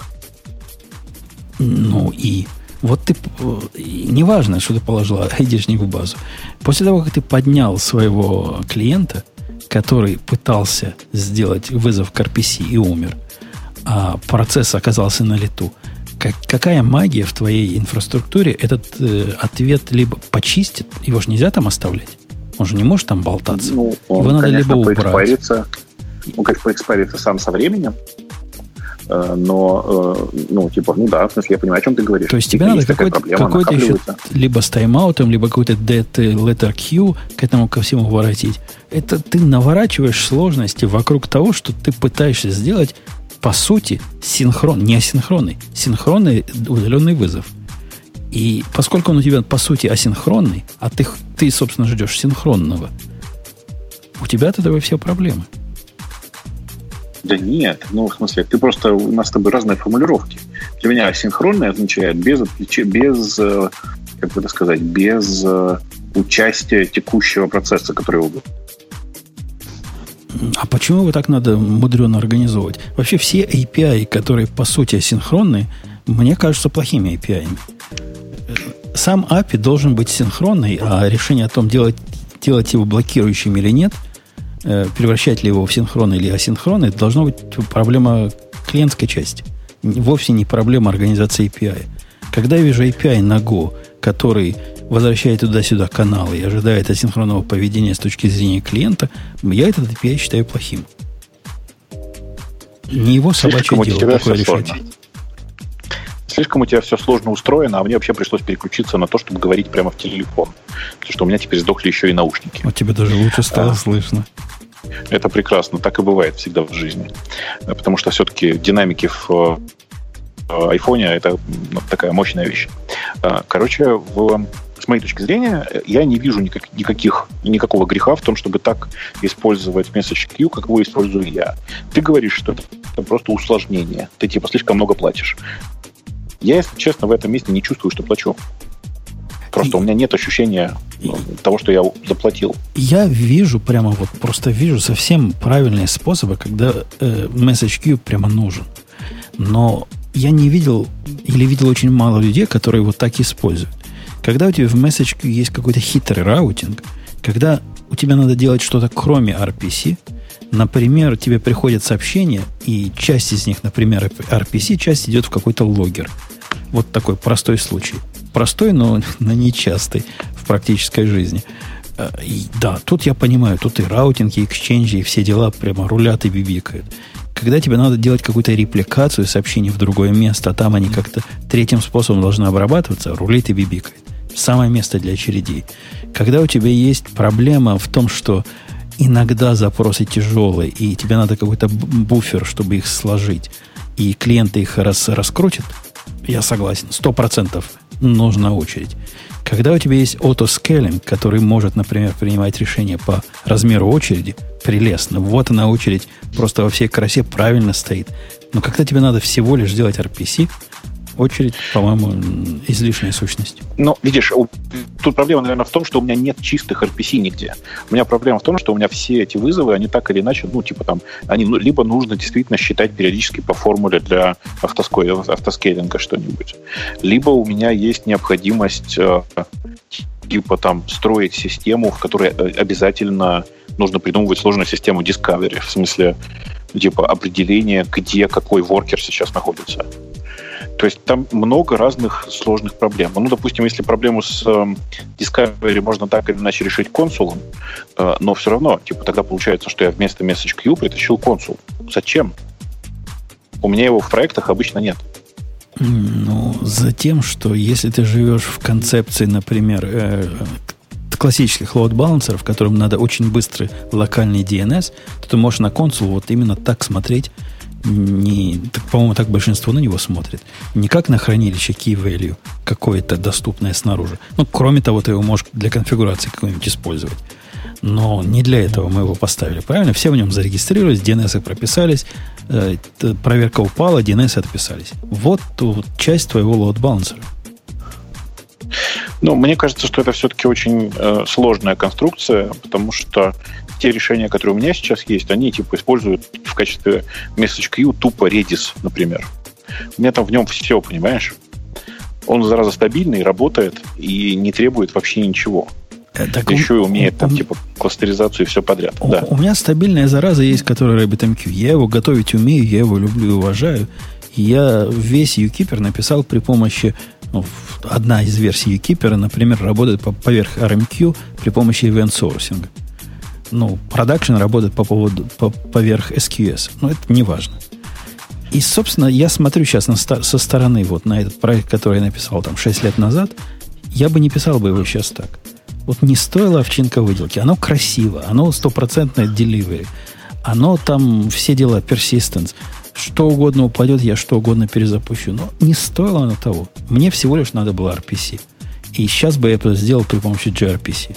Ну и... Вот ты... Неважно, что ты положил айдишник в базу. После того, как ты поднял своего клиента, который пытался сделать вызов к RPC и умер, а процесс оказался на лету, какая магия в твоей инфраструктуре этот ответ либо почистит, его же нельзя там оставлять. Он же не может там болтаться. Ну, его надо либо убрать. Он, конечно, поэкспарится сам со временем, но, да, в смысле, я понимаю, о чем ты говоришь. То есть тебе надо какой-то еще либо с тайм-аутом, либо какой-то dead letter queue к этому ко всему воротить. Это ты наворачиваешь сложности вокруг того, что ты пытаешься сделать, по сути, не асинхронный, синхронный удаленный вызов. И поскольку он у тебя, по сути, асинхронный, а ты собственно, ждешь синхронного, у тебя от этого все проблемы. Да нет, в смысле, у нас с тобой разные формулировки. Для меня асинхронный означает без участия текущего процесса, который его... А почему его так надо мудрено организовывать? Вообще все API, которые по сути асинхронные, мне кажутся плохими API. Сам API должен быть синхронный, а решение о том, делать его блокирующим или нет, превращать ли его в синхронный или асинхронный, это должна быть проблема клиентской части. Вовсе не проблема организации API. Когда я вижу API на Go, который возвращает туда-сюда каналы и ожидает асинхронного поведения с точки зрения клиента, я этот API считаю плохим. Не его собачье дело такое решать. Слишком у тебя все сложно устроено, а мне вообще пришлось переключиться на то, чтобы говорить прямо в телефон. Потому что у меня теперь сдохли еще и наушники. У тебя даже лучше стало слышно. Это прекрасно. Так и бывает всегда в жизни. Потому что все-таки динамики в айфоне — это такая мощная вещь. Короче, с моей точки зрения, я не вижу никакого греха в том, чтобы так использовать message queue, как его использую я. Ты говоришь, что это просто усложнение. Ты типа слишком много платишь. Я, если честно, в этом месте не чувствую, что плачу. Просто у меня нет ощущения того, что я заплатил. Я вижу просто вижу совсем правильные способы, когда message queue прямо нужен. Но я не видел или видел очень мало людей, которые вот так используют. Когда у тебя в message queue есть какой-то хитрый раутинг, когда у тебя надо делать что-то кроме RPC, например, тебе приходят сообщения, и часть из них, например, RPC, часть идет в какой-то логер. Вот такой простой случай. Простой, но нечастый в практической жизни. И да, тут я понимаю, тут и раутинг, и эксченджи, и все дела прямо рулят и бибикают. Когда тебе надо делать какую-то репликацию сообщений в другое место, а там они как-то третьим способом должны обрабатываться, рулит и бибикает. Самое место для очередей. Когда у тебя есть проблема в том, что иногда запросы тяжелые, и тебе надо какой-то буфер, чтобы их сложить, и клиенты их раскрутят, я согласен, 100% нужна очередь. Когда у тебя есть auto-scaling, который может, например, принимать решения по размеру очереди, прелестно. Вот она очередь просто во всей красе правильно стоит. Но когда тебе надо всего лишь сделать RPC, очередь, по-моему, излишняя сущность. Ну, видишь, тут проблема, наверное, в том, что у меня нет чистых RPC нигде. У меня проблема в том, что у меня все эти вызовы, они так или иначе, они либо нужно действительно считать периодически по формуле для автоскейлинга что-нибудь, либо у меня есть необходимость строить систему, в которой обязательно нужно придумывать сложную систему discovery, в смысле, определения, где какой воркер сейчас находится. То есть там много разных сложных проблем. Ну, допустим, если проблему с Discovery можно так или иначе решить консулом, но все равно, тогда получается, что я вместо message queue притащил консул. Зачем? У меня его в проектах обычно нет. Ну, затем, что если ты живешь в концепции, например, классических лоуд-балансеров, которым надо очень быстрый локальный DNS, то ты можешь на консул вот именно так смотреть. По-моему, так большинство на него смотрит. Не как на хранилище key value, какое-то доступное снаружи. Ну, кроме того, ты его можешь для конфигурации какой-нибудь использовать. Но не для этого мы его поставили. Правильно? Все в нем зарегистрировались, DNS прописались, проверка упала, DNS отписались. Вот тут часть твоего load-балансера. Ну, мне кажется, что это все-таки очень сложная конструкция, потому что те решения, которые у меня сейчас есть, они используют в качестве message queue тупо Redis, например. У меня там в нем все, понимаешь? Он, зараза, стабильный, работает и не требует вообще ничего. Еще и умеет кластеризацию и все подряд. Да. У меня стабильная зараза есть, которая RabbitMQ. Я его готовить умею, я его люблю и уважаю. Я весь UKeeper написал при помощи... одна из версий UKeeper, например, работает поверх RMQ при помощи event-соурсинга. Продакшн работает поверх SQS. Но это не важно. И, собственно, я смотрю сейчас со стороны на этот проект, который я написал 6 лет назад. Я бы не писал бы его сейчас так. Вот не стоило овчинка выделки. Оно красиво, оно 100% delivery. Оно там все дела, persistence. Что угодно упадет, я что угодно перезапущу. Но не стоило оно того. Мне всего лишь надо было RPC. И сейчас бы я это сделал при помощи gRPC.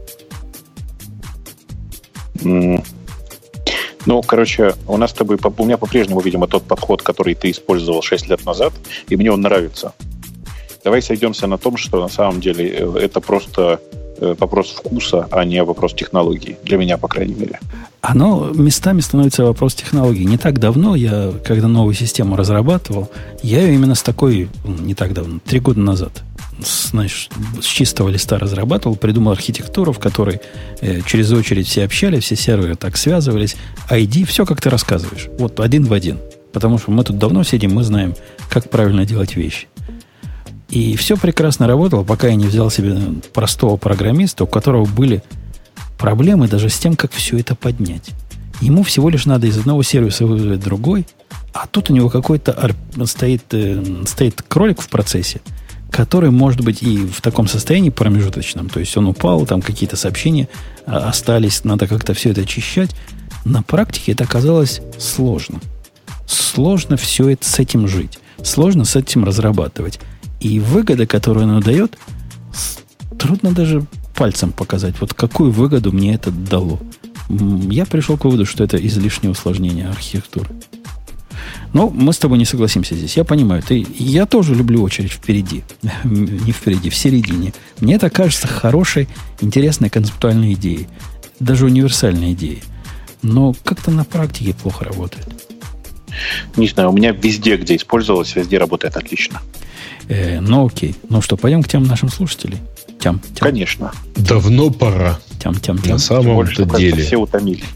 У нас с тобой, у меня по-прежнему, видимо, тот подход, который ты использовал 6 лет назад, и мне он нравится. Давай сойдемся на том, что на самом деле это просто вопрос вкуса, а не вопрос технологий. Для меня, по крайней мере. Оно местами становится вопрос технологий. Не так давно я, когда новую систему разрабатывал, я ее именно с такой, не так давно, 3 года назад, с чистого листа разрабатывал, придумал архитектуру, в которой через очередь все общались, все серверы так связывались, ID, все как ты рассказываешь. Вот один в один. Потому что мы тут давно сидим, мы знаем, как правильно делать вещи. И все прекрасно работало, пока я не взял себе простого программиста, у которого были проблемы даже с тем, как все это поднять. Ему всего лишь надо из одного сервиса вызвать другой, а тут у него какой-то стоит кролик в процессе, который может быть и в таком состоянии промежуточном. То есть он упал, там какие-то сообщения остались, надо как-то все это очищать. На практике это оказалось сложно. Сложно все это с этим жить. Сложно с этим разрабатывать. И выгода, которую оно дает, трудно даже пальцем показать, вот какую выгоду мне это дало. Я пришел к выводу, что это излишнее усложнение архитектуры. Но мы с тобой не согласимся здесь. Я понимаю, я тоже люблю очередь впереди. Не впереди, в середине. Мне это кажется хорошей, интересной концептуальной идеей. Даже универсальной идеей. Но как-то на практике плохо работает. Не знаю, у меня везде, где использовалось, везде работает отлично. Ну окей. Ну что, пойдем к тем нашим слушателям? Тям. Конечно. Давно пора. Тям. На самом-то деле. Все утомились.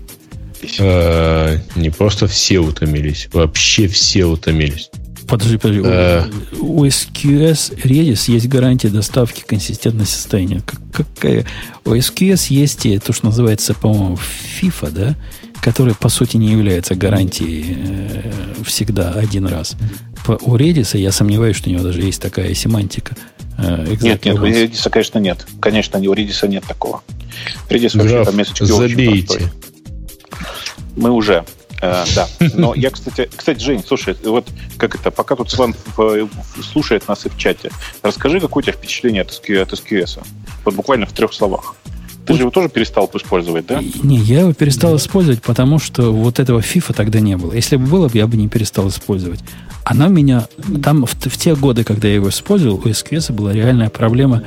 Не просто все утомились, вообще все утомились. Подожди. У SQS Redis есть гарантия доставки консистентности состояния. Какая? У SQS есть то, что называется, по-моему, FIFA, да? Который, по сути, не является гарантией всегда один раз. У Redis я сомневаюсь, что у него даже есть такая семантика. Нет, у Redis, конечно, нет. Конечно, у Redis нет такого. Redis вообще там месочки забейте. Очень простой. Мы уже, да. Но я, кстати, Жень, слушай, вот как это, пока тут Сван слушает нас и в чате, расскажи, какое у тебя впечатление от SQS? Вот буквально в 3 словах. Ты же его тоже перестал использовать, да? Не, я его перестал использовать, потому что вот этого FIFA тогда не было. Если бы было, я бы не перестал использовать. Она меня... Там в те годы, когда я его использовал, у SQS была реальная проблема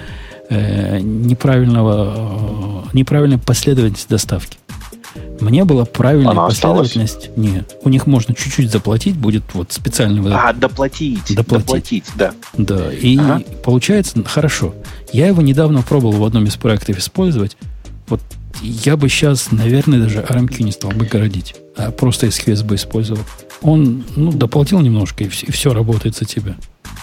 неправильной последовательности доставки. Мне была правильная последовательность. Нет, у них можно чуть-чуть заплатить, будет вот специальный... Доплатить, да. Да, и получается хорошо. Я его недавно пробовал в одном из проектов использовать. Вот я бы сейчас, наверное, даже RMQ не стал бы городить, а просто SQS бы использовал. Он, доплатил немножко, и все работает за тебя.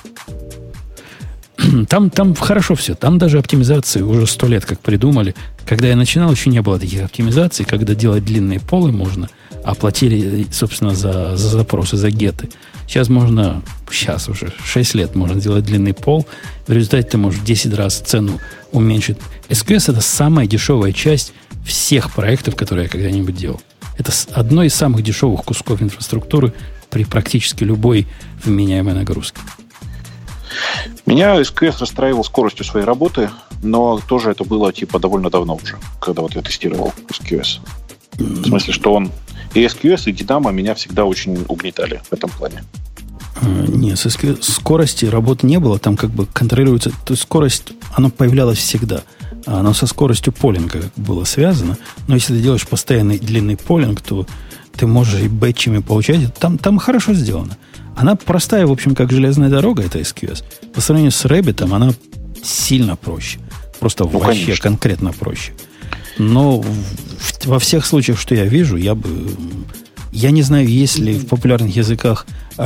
Там хорошо все. Там даже оптимизации уже 100 лет как придумали. Когда я начинал, еще не было таких оптимизаций, когда делать длинные полы можно, а платили, собственно, за запросы, за геты. Сейчас уже 6 лет можно делать длинный пол. В результате ты можешь в 10 раз цену уменьшить. SQS – это самая дешевая часть всех проектов, которые я когда-нибудь делал. Это одно из самых дешевых кусков инфраструктуры при практически любой вменяемой нагрузке. Меня SQS расстраивал скоростью своей работы, но тоже это было довольно давно уже, когда вот я тестировал SQS. В смысле, что он и SQS, и Dynamo меня всегда очень угнетали в этом плане. Нет, скорости работы не было, там как бы контролируется, то есть скорость, она появлялась всегда. Оно со скоростью полинга было связано, но если ты делаешь постоянный длинный полинг, то ты можешь и бэтчами получать. Там хорошо сделано. Она простая, в общем, как железная дорога, это SQS. По сравнению с Rabbit, она сильно проще. Просто вообще конечно. Конкретно проще. Но во всех случаях, что я вижу, я не знаю, есть ли в популярных языках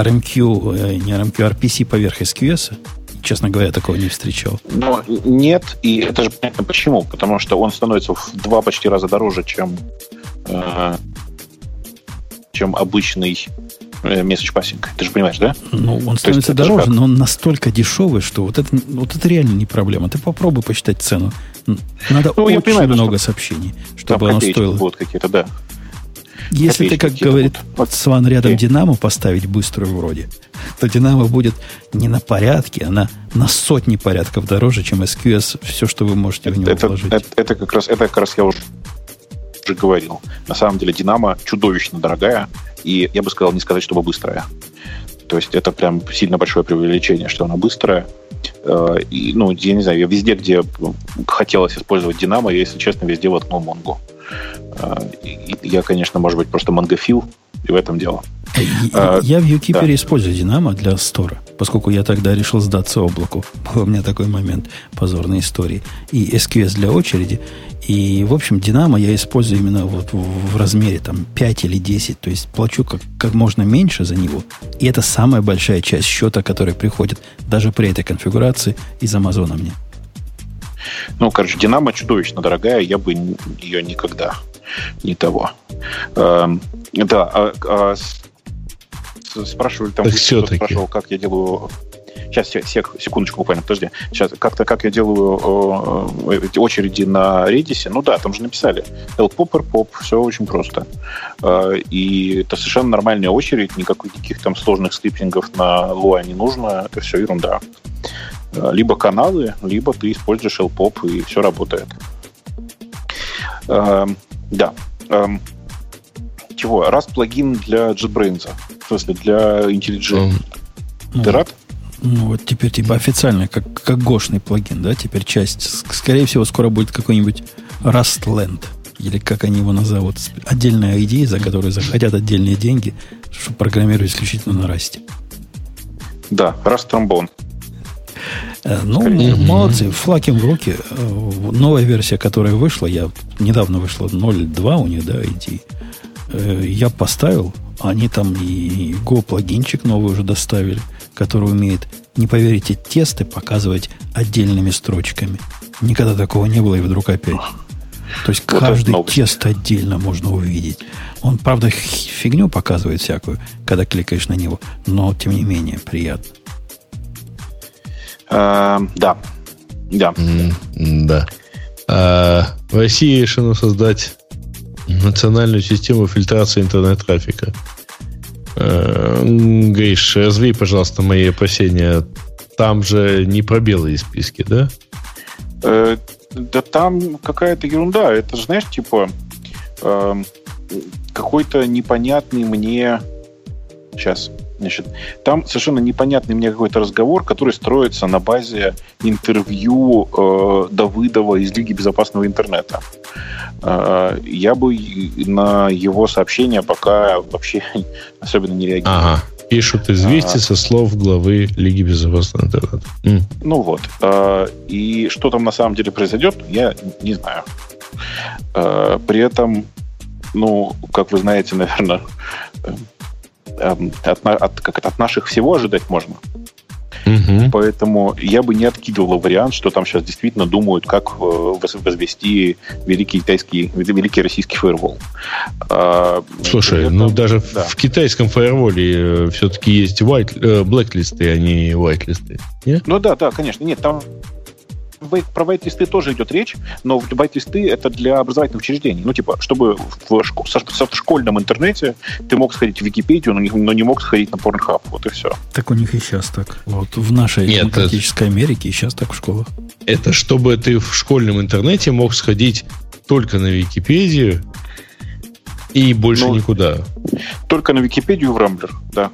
RPC поверх SQS. Честно говоря, такого не встречал. Но нет, и это же понятно почему. Потому что он становится в 2 почти раза дороже, чем обычный message passing. Ты же понимаешь, да? Он становится дороже, но он настолько дешевый, что вот это реально не проблема. Ты попробуй посчитать цену. Надо очень много сообщений, чтобы оно стоило. Будут какие-то, да. Если ты, как говорит Сван, рядом Dynamo поставить быструю вроде, то Dynamo будет не на порядке, а на сотни порядков дороже, чем SQS, все, что вы можете в него вложить. Это как раз я уже говорил. На самом деле Dynamo чудовищно дорогая, и я бы сказал, не сказать, чтобы быстрая. То есть это прям сильно большое преувеличение, что она быстрая. И, я не знаю, я везде, где хотелось использовать Dynamo, я, если честно, везде воткнул Mongo. Я, конечно, может быть, просто монгофил, и в этом дело. Я в Юкипере использую Dynamo для стора, поскольку я тогда решил сдаться облаку. Был у меня такой момент позорной истории. И SQS для очереди. И, в общем, Dynamo я использую именно вот в размере 5 или 10. То есть плачу как можно меньше за него. И это самая большая часть счета, которая приходит даже при этой конфигурации из Амазона мне. Dynamo чудовищно дорогая, я бы ее никогда не того. Спрашивали там, спрашивал, как я делаю. Сейчас, секундочку, буквально, подожди. Сейчас, как я делаю эти очереди на Redis. Да, там же написали LPOP, RPOP, все очень просто. И это совершенно нормальная очередь, никаких там сложных скриптингов на Lua не нужно, это все ерунда. Либо каналы, либо ты используешь LPOP, и все работает. Да. Чего? Раз плагин для JetBrains. В смысле, для IntelliJ. Ты рад? Ну, вот теперь типа официально, как гошный плагин, да? Теперь часть. Скорее всего, скоро будет какой-нибудь Rustland. Или как они его назовут. Отдельная идея, за которую захотят отдельные деньги, чтобы программировать исключительно на Rust. Да, Rust Trombone. Молодцы, флаг им в руки. Новая версия, которая вышла, недавно вышла 0.2 у них, да, ID. Я поставил, они там и Go-плагинчик новый уже доставили, который умеет, не поверите, тесты показывать отдельными строчками. Никогда такого не было, и вдруг опять. То есть вот каждый тест отдельно можно увидеть. Он, правда, фигню показывает всякую, когда кликаешь на него, но, тем не менее, приятно. Да. В России решено создать национальную систему фильтрации интернет-трафика. Гриш, развей, пожалуйста, мои опасения. Там же не пробелы из списки, да? Да там какая-то ерунда. Это же, знаешь, типа какой-то непонятный мне... Сейчас... Значит, там совершенно непонятный мне какой-то разговор, который строится на базе интервью Давыдова из Лиги безопасного интернета. Я бы на его сообщение пока вообще особенно не реагирую. Ага. Пишут известия со слов главы Лиги безопасного интернета. Ну вот. И что там на самом деле произойдет, я не знаю. При этом, ну, как вы знаете, наверное... От наших всего ожидать можно. Поэтому я бы не откидывал вариант, что там сейчас действительно думают, как возвести великий российский фаервол. Слушай, даже в китайском фаерволе все-таки есть блэк-листы, а не white-листы. Нет? Ну да, конечно. Нет, там про white-листы тоже идет речь, но white-листы это для образовательных учреждений. Ну, типа, чтобы в школьном интернете ты мог сходить в Википедию, но не мог сходить на Pornhub. Вот и все. Так у них и сейчас так. Вот в нашей демократической Америке и сейчас так в школах. Это чтобы ты в школьном интернете мог сходить только на Википедию и больше никуда. Только на Википедию и в Рамблер, да.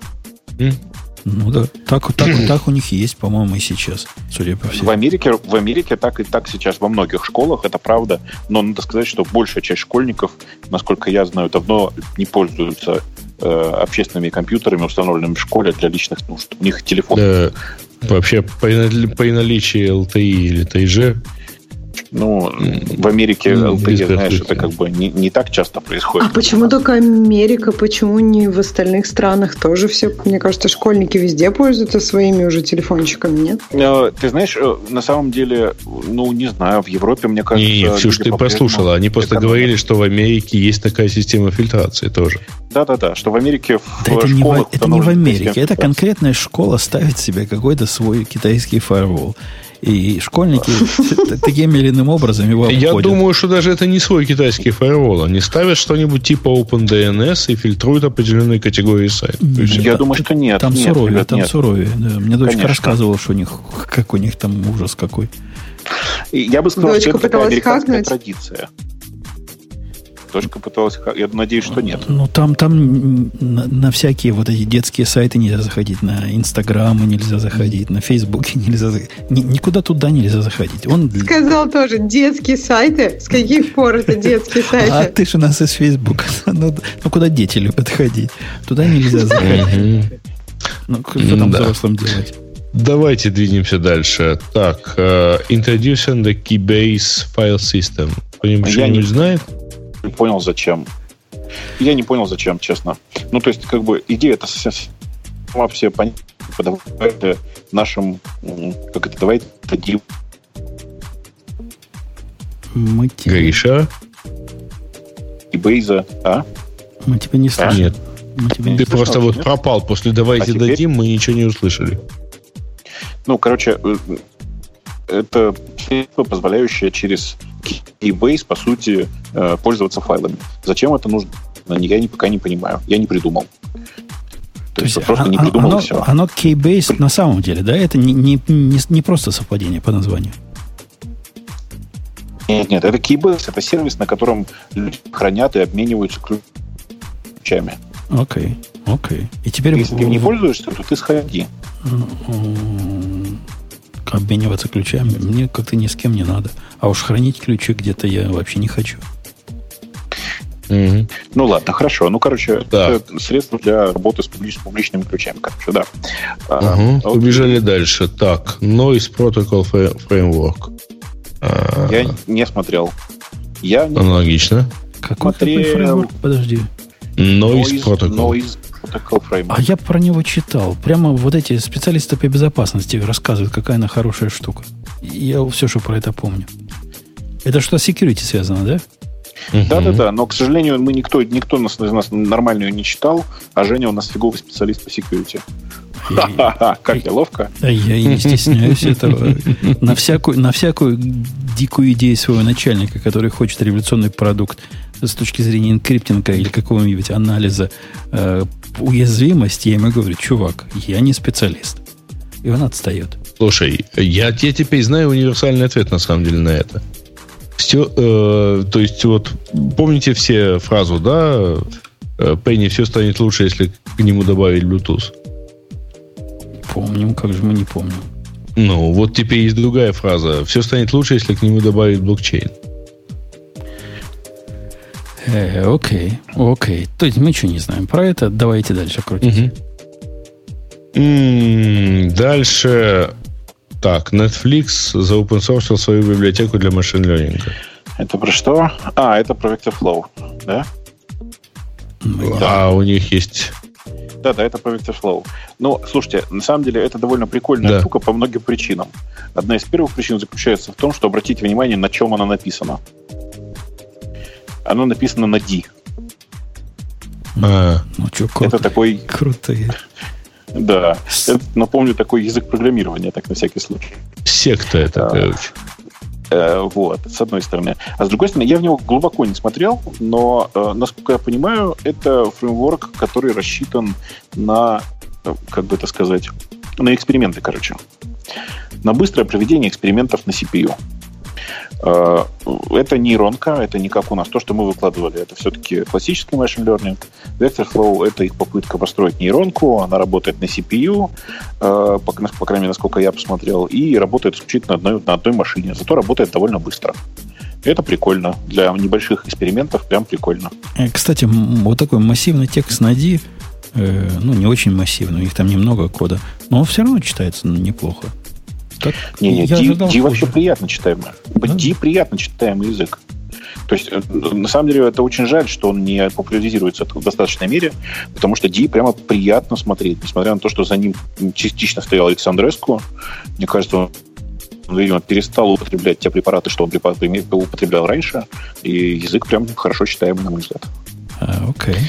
Ну да, так у них и есть, по-моему, и сейчас, судя по всему. В Америке так и так сейчас во многих школах, это правда, но надо сказать, что большая часть школьников, насколько я знаю, давно не пользуются общественными компьютерами, установленными в школе для личных нужд. У них телефон. Вообще, при наличии LTE или TG. Ну, в Америке LTE, знаешь, это как бы не так часто происходит. А почему только Америка? Почему не в остальных странах тоже все? Мне кажется, школьники везде пользуются своими уже телефончиками, нет? Ты знаешь, на самом деле, ну, не знаю, в Европе, мне кажется... Не, Ксюш, ты прослушала. Они просто говорили, что в Америке есть такая система фильтрации тоже. Да, что в Америке это не в Америке, это конкретная школа ставит себе какой-то свой китайский фаервол. И школьники таким или иным образом его обходят. Я думаю, что даже это не свой китайский фаервол. Они ставят что-нибудь типа OpenDNS и фильтруют определенные категории сайтов. Я думаю, что нет. Там суровее. Да. Мне дочка рассказывала, что у них там ужас какой. Я бы сказал, что это такая американская традиция. Дочка пыталась... Я надеюсь, что нет. Ну, там на всякие вот эти детские сайты нельзя заходить, на Инстаграмы нельзя заходить, на Фейсбуке нельзя заходить. Никуда туда нельзя заходить. Сказал тоже, детские сайты? С каких пор это детские сайты? А ты же у нас из Фейсбука. Ну, куда дети любят ходить? Туда нельзя заходить. Ну, что там взрослым делать? Давайте двинемся дальше. Так, introducing the Keybase file system. Кто-нибудь что-нибудь знает? Не понял, зачем. Я не понял, зачем, честно. Ну, то есть, как бы, идея-то сама все понятна. Давайте нашим... Как это? Давайте дадим... Гриша? И Бейза, а? Мы тебя не слышим. Нет. Ты просто вот пропал. После «давайте дадим» мы ничего не услышали. Ну, короче, это средство, позволяющее через Keybase, по сути, пользоваться файлами. Зачем это нужно? Я пока не понимаю. Я не придумал. То есть просто не придумал все. Оно key-based на самом деле, да? Это не просто совпадение по названию. Нет, это Keybase, это сервис, на котором люди хранят и обмениваются ключами. Окей. И теперь если ты не пользуешься, то ты сходи. Обмениваться ключами мне как-то ни с кем не надо. А уж хранить ключи где-то я вообще не хочу. Mm-hmm. Ну ладно, хорошо. Ну, короче, да. Это средство для работы с публичными ключами, короче, да. Побежали дальше. Так, Noise Protocol Framework. Я не смотрел. Аналогично. Какой фреймворк? Подожди. Noise Protocol Framework. А я про него читал. Прямо вот эти специалисты по безопасности рассказывают, какая она хорошая штука. Я все, что про это помню. Это что с security связано, да? Да, но, к сожалению, никто из нас нормально ее не читал, а Женя у нас фиговый специалист по security. Как я ловко. Я и не стесняюсь этого. На всякую дикую идею своего начальника, который хочет революционный продукт с точки зрения инкриптинга или какого-нибудь анализа уязвимости, я ему говорю: чувак, я не специалист. И он отстает. Слушай, я теперь знаю универсальный ответ на самом деле на это. Все, то есть, вот помните все фразу, да? Пенни, все станет лучше, если к нему добавить Bluetooth. Помним, как же мы не помним. Ну, вот теперь есть другая фраза. Все станет лучше, если к нему добавить блокчейн. Окей. То есть мы что не знаем про это. Давайте дальше крутить. Дальше. Так, Netflix заопенсорсил свою библиотеку для машин-лернинга. Это про что? Это про VectorFlow, да? А у них есть... Да, это про VectorFlow. Ну, слушайте, на самом деле это довольно прикольная штука по многим причинам. Одна из первых причин заключается в том, что обратите внимание, на чем она написана. Она написана на D. Это такой... Крутые. Да. Это, напомню, такой язык программирования, так на всякий случай. Секта это, короче. Вот, с одной стороны. А с другой стороны, я в него глубоко не смотрел, но, насколько я понимаю, это фреймворк, который рассчитан на, как бы это сказать, на эксперименты, короче. На быстрое проведение экспериментов на CPU. Это нейронка, это не как у нас. То, что мы выкладывали, это все-таки классический machine learning. VectorFlow — это их попытка построить нейронку. Она работает на CPU, по крайней мере, насколько я посмотрел, и работает исключительно на одной машине. Зато работает довольно быстро. Это прикольно. Для небольших экспериментов прям прикольно. Кстати, вот такой массивный текст на D, не очень массивный, у них там немного кода, но он все равно читается неплохо. D вообще приятно читаемый. D приятно читаемый язык. То есть, на самом деле, это очень жаль, что он не популяризируется в достаточной мере, потому что D прямо приятно смотреть. Несмотря на то, что за ним частично стоял Александреску, мне кажется, он, видимо, перестал употреблять те препараты, что он употреблял раньше, и язык прям хорошо читаемый, на мой взгляд. Окей.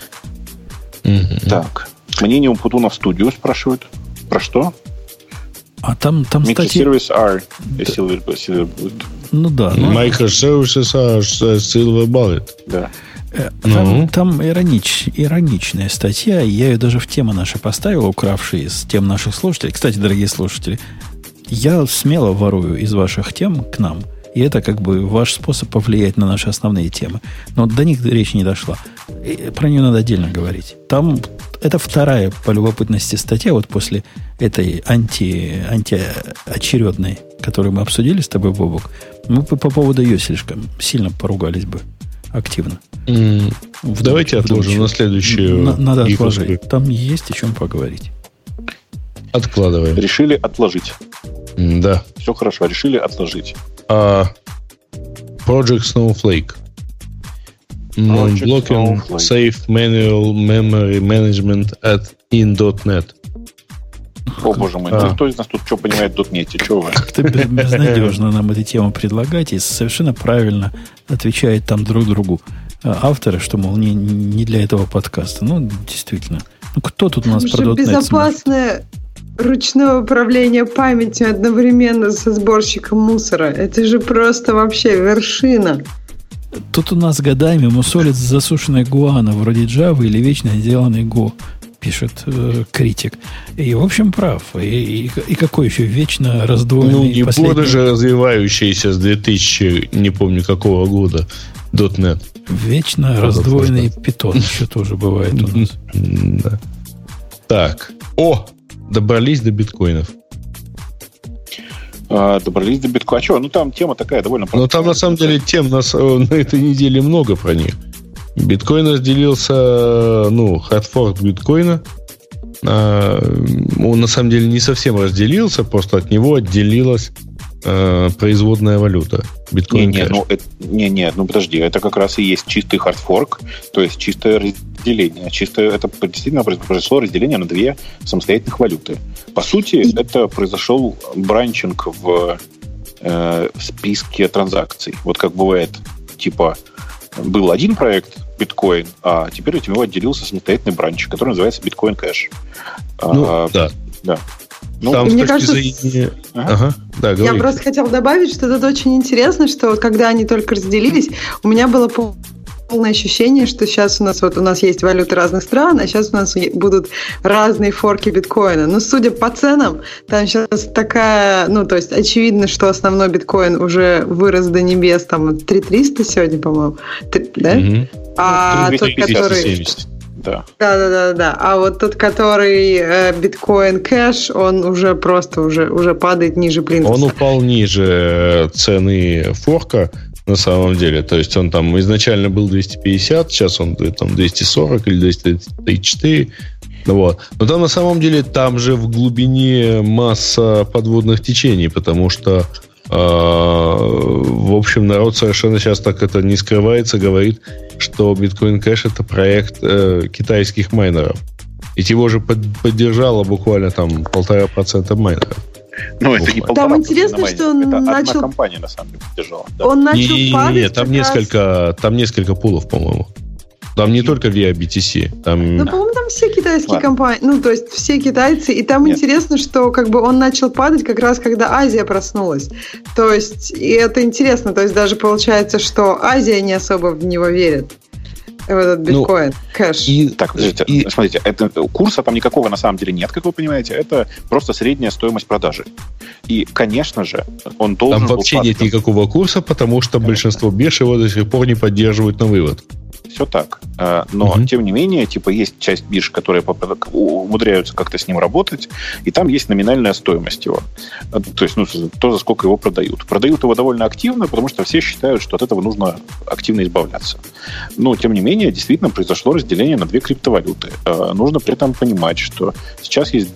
Так. Мнение Умпутуна в студию спрашивают. Про что? А там статьи... Microservices are a silver bullet. Ну да. Microservices are a silver bullet. Да. Там ироничная статья. Я ее даже в тему наши поставил, укравшие из тем наших слушателей. Кстати, дорогие слушатели, я смело ворую из ваших тем к нам. И это как бы ваш способ повлиять на наши основные темы. Но до них речь не дошла. И про нее надо отдельно говорить. Там это вторая по любопытности статья, вот после этой антиочередной, которую мы обсудили с тобой, Бобок. Мы по поводу ее слишком сильно поругались бы активно. Давайте отложим на следующую. Надо отложить. Там есть о чем поговорить. Откладываем. Решили отложить. Да. Все хорошо, решили отложить. Project Snowflake. Non-blocking safe manual memory management in .NET. О, боже мой, кто из нас тут что понимает в .NET? Чего вы? Как-то безнадежно нам эту тему предлагать, и совершенно правильно отвечает там друг другу авторы, что, мол, не для этого подкаста. Ну, действительно. Ну, кто тут у нас про .NET безопасное ручное управление памятью одновременно со сборщиком мусора. Это же просто вообще вершина. Тут у нас годами мусолит засушенная гуана вроде Java или вечно сделанный Go. пишет критик. И, в общем, прав. И какой еще вечно раздвоенный... Ну, не года же развивающийся с 2000, не помню какого года, .NET. Вечно раздвоенный Python еще тоже бывает у нас. Да. Так. Добрались до биткоинов. Добрались до биткоина. А что? Ну, там тема такая довольно простая. Но там, на самом деле, тем на этой неделе много про них. Биткоин разделился, хардфорк биткоина. Он, на самом деле, не совсем разделился, просто от него отделилась производная валюта. Биткоин Кэш. Подожди. Это как раз и есть чистый хардфорк, то есть чистое разделение. Это действительно произошло разделение на две самостоятельных валюты. По сути, это произошел бранчинг в списке транзакций. Вот как бывает, типа, был один проект биткоин, а теперь от него отделился самостоятельный бранч, который называется биткоин кэш. Да. Там мне кажется, я просто хотела добавить, что это очень интересно, что когда они только разделились, у меня было полное ощущение, что сейчас у нас есть валюты разных стран, а сейчас у нас будут разные форки биткоина. Но судя по ценам, там сейчас такая, то есть очевидно, что основной биткоин уже вырос до небес, там 3300 сегодня, по-моему, да? Угу. А тот, который... Да. А вот тот, который биткоин кэш, он уже просто уже падает ниже плинтуса. Он упал ниже цены форка на самом деле. То есть он там изначально был 250, сейчас он там 240 или 234. Вот. Но там на самом деле там же в глубине масса подводных течений, потому что в общем, народ совершенно сейчас так это не скрывается, говорит, что Bitcoin Cash это проект китайских майнеров. И его же поддержало буквально там 1,5% майнеров. Ну, это не 1,5%. Там интересно, что он это начал... одна компания, на самом деле, поддержала. Да. Он начал падать. Нет, там несколько пулов, по-моему. Там не только via BTC. По-моему, там все китайские компании, то есть все китайцы. И там интересно, что он начал падать как раз, когда Азия проснулась. То есть, и это интересно. То есть, даже получается, что Азия не особо в него верит. В этот биткоин, кэш. Так, подождите, смотрите, курса там никакого на самом деле нет, как вы понимаете. Это просто средняя стоимость продажи. И, конечно же, он должен... Там вообще нет никакого курса, потому что большинство бирж его до сих пор не поддерживают на вывод. Все так. Но, тем не менее, есть часть бирж, которые умудряются как-то с ним работать, и там есть номинальная стоимость его. То есть, то, за сколько его продают. Продают его довольно активно, потому что все считают, что от этого нужно активно избавляться. Но, тем не менее, действительно произошло разделение на две криптовалюты. Нужно при этом понимать, что сейчас есть,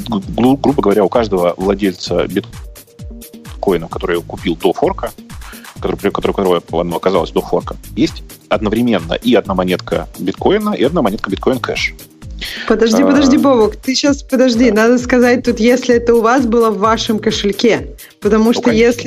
грубо говоря, у каждого владельца биткоина, который купил до форка, которая оказалась до форка, есть одновременно и одна монетка биткоина, и одна монетка биткоин кэш. Подожди, Бобок, ты сейчас надо сказать тут, если это у вас было в вашем кошельке. Потому что если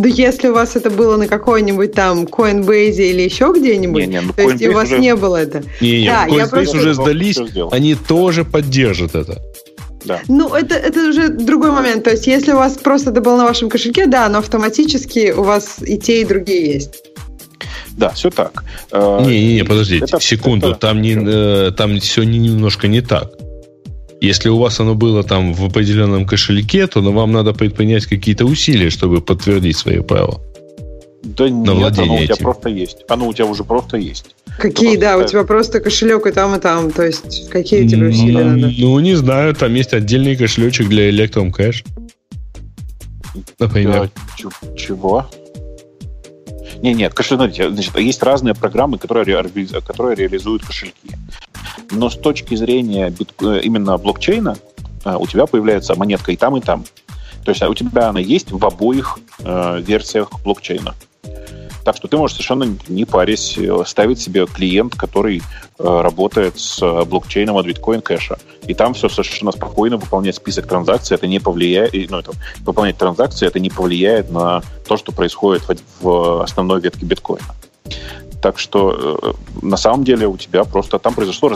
у вас это было на какой-нибудь там Coinbase или еще где-нибудь, то есть у вас не было это. Coinbase уже сдались, они тоже поддержат это. Да. Это уже другой момент. То есть, если у вас просто это было на вашем кошельке, да, но автоматически у вас и те, и другие есть. Да, все так. Подождите, секунду. Там все немножко не так. Если у вас оно было там в определенном кошельке, то вам надо предпринять какие-то усилия, чтобы подтвердить свое право. Да нет, оно у тебя просто есть. Оно у тебя уже просто есть. Какие, у тебя просто кошелек и там. То есть, какие тебе усилия надо? Не знаю, там есть отдельный кошелечек для Electrum Cash. Например. Чего? Нет, значит, есть разные программы, которые реализуют кошельки. Но с точки зрения именно блокчейна у тебя появляется монетка и там, и там. То есть у тебя она есть в обоих версиях блокчейна. Так что ты можешь совершенно не парясь ставить себе клиент, который работает с блокчейном от Bitcoin Cash. И там все совершенно спокойно выполнять список транзакций. Это не повлияет, выполнять транзакции, это не повлияет на то, что происходит в основной ветке биткоина. Так что на самом деле у тебя просто там произошло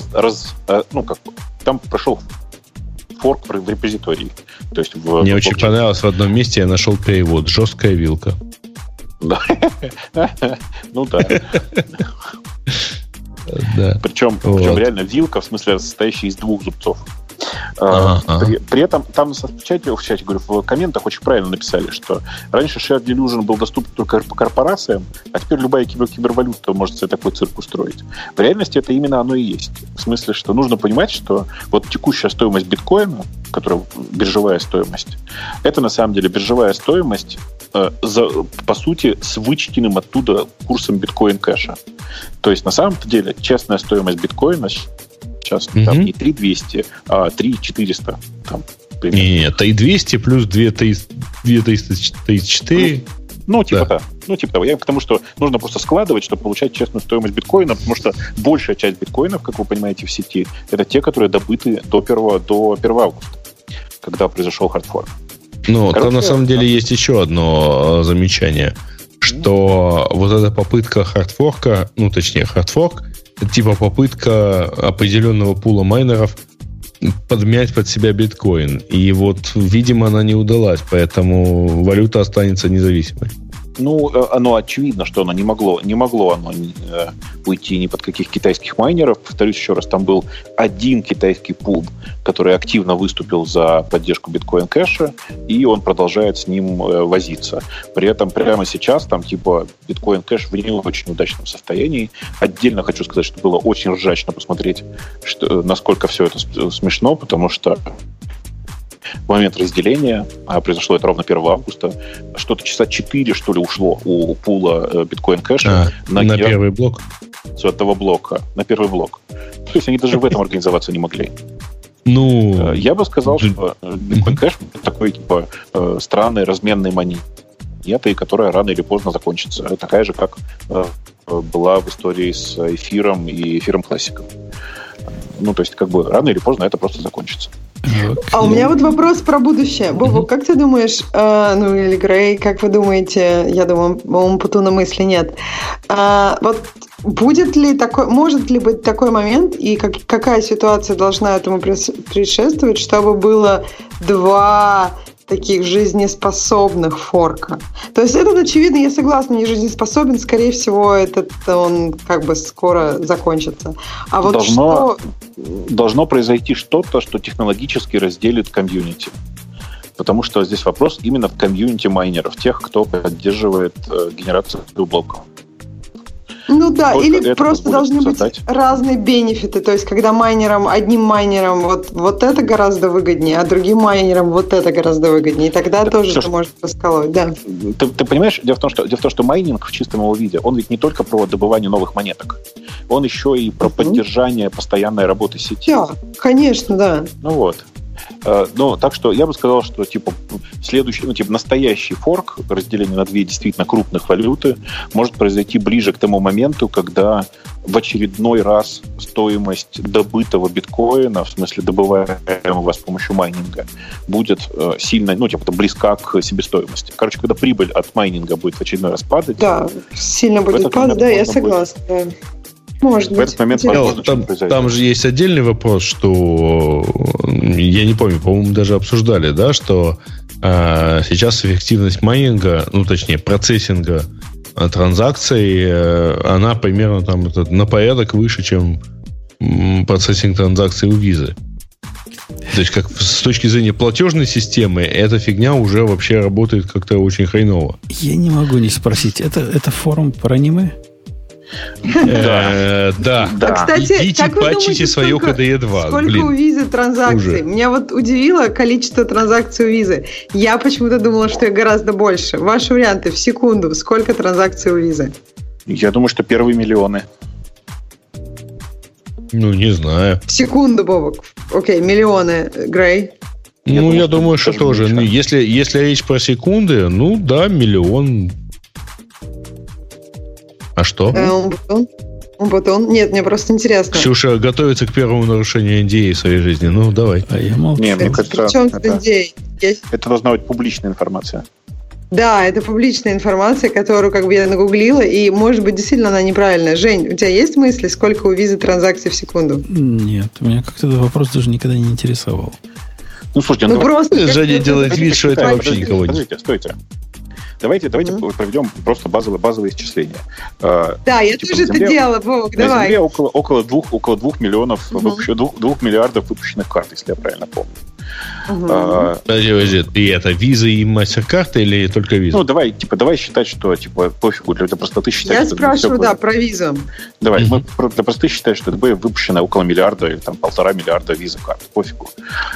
там прошел форк в репозитории. То есть мне очень понравилось, в одном месте я нашел перевод «жесткая вилка». Да. Да. Причем реально вилка, в смысле, состоящая из 2 зубцов. При этом там в чате, говорю, в комментах очень правильно написали, что раньше Shared Delusion был доступен только корпорациям, а теперь любая кибервалюта может себе такой цирк устроить. В реальности это именно оно и есть. В смысле, что нужно понимать, что вот текущая стоимость биткоина, которая биржевая стоимость, это на самом деле биржевая стоимость по сути, с вычтенным оттуда курсом биткоин-кэша. То есть, на самом-то деле, честная стоимость биткоина сейчас там не 3200, а 3400. Нет, 3200 плюс 2334. Типа того. Я к тому, что нужно просто складывать, чтобы получать честную стоимость биткоина, потому что большая часть биткоинов, как вы понимаете, в сети, это те, которые добыты до 1 августа, когда произошел хардфорк. Там на самом деле есть еще одно замечание, что вот эта попытка хардфорка, хардфорк, это типа попытка определенного пула майнеров подмять под себя биткоин. И вот, видимо, она не удалась, поэтому валюта останется независимой. Оно очевидно, что оно не могло оно уйти ни под каких китайских майнеров. Повторюсь еще раз, там был один китайский пул, который активно выступил за поддержку биткоин-кэша, и он продолжает с ним возиться. При этом прямо сейчас там типа биткоин-кэш в не очень удачном состоянии. Отдельно хочу сказать, что было очень ржачно посмотреть, насколько все это смешно, потому что в момент разделения, а произошло это ровно 1 августа, что-то часа 4, что ли, ушло у пула биткоин-кэша на первый блок. С этого блока, на первый блок. То есть они даже в этом организоваться не могли. Я бы сказал, что биткоин-кэш такой типа странной разменной монетой, которая рано или поздно закончится. Такая же, как была в истории с эфиром и эфиром классиком. То есть, рано или поздно это просто закончится. А у меня вот вопрос про будущее. Бобок, как ты думаешь, или Грей, как вы думаете, я думаю, у Путуна мысли нет, вот может ли быть такой момент, и какая ситуация должна этому предшествовать, чтобы было 2 таких жизнеспособных форка? То есть этот, очевидно, я согласна, не жизнеспособен, скорее всего, он скоро закончится. А вот должно произойти что-то, что технологически разделит комьюнити. Потому что здесь вопрос именно в комьюнити майнеров, тех, кто поддерживает генерацию блоков. Или просто должны быть разные бенефиты. То есть, когда одним майнерам вот это гораздо выгоднее, а другим майнерам вот это гораздо выгоднее. И тогда тоже это может расколоть. Да. Ты понимаешь, дело в том, что майнинг в чистом его виде, он ведь не только про добывание новых монеток. Он еще и про поддержание постоянной работы сети. Да, конечно, да. Так что я бы сказал, что следующий, настоящий форк, разделение на 2 действительно крупных валюты, может произойти ближе к тому моменту, когда в очередной раз стоимость добытого биткоина, в смысле добываемого с помощью майнинга, будет сильно, близка к себестоимости. Когда прибыль от майнинга будет в очередной раз падать. Да, сильно будет падать, да, я согласна. Да. Может быть. В этот момент там же есть отдельный вопрос, что я не помню, по-моему, даже обсуждали, да, что сейчас эффективность майнинга, процессинга транзакций, она примерно на порядок выше, чем процессинг транзакций у визы. То есть, как с точки зрения платежной системы, эта фигня уже вообще работает как-то очень хреново. Я не могу не спросить, это форум про аниме? Да. Кстати, идите патчите свое KDE 2. Сколько у визы транзакций? Меня удивило количество транзакций у визы. Я почему-то думала, что их гораздо больше. Ваши варианты в секунду. Сколько транзакций у визы? Я думаю, что первые миллионы. Не знаю. В секунду, Бобок. Окей, миллионы. Грей? Я думаю, что тоже. Если речь про секунды, да, миллион. А что? Умпутун? Нет, мне просто интересно. Ксюша готовится к первому нарушению NDA в своей жизни. Давай. А я молчу. Это должна быть публичная информация. Да, это публичная информация, которую я нагуглила, и, может быть, действительно она неправильная. Жень, у тебя есть мысли, сколько у визы транзакций в секунду? Нет, меня как-то этот вопрос даже никогда не интересовал. Слушайте, просто Женя делает вид, что это вообще никого не... Стойте. Давайте проведем просто базовые исчисления. Да, я тоже это делала, Вовк, давай. На Земле около 2 миллионов, 2 миллиардов выпущенных карт, если я правильно помню. И это виза и MasterCard или только виза? Ну, давай считать, что пофигу, для простоты считать. Я спрашиваю, про визу. Давай, мы для простоты считаем, что ДБ выпущено около миллиарда или 1,5 миллиарда виза карт. Пофигу.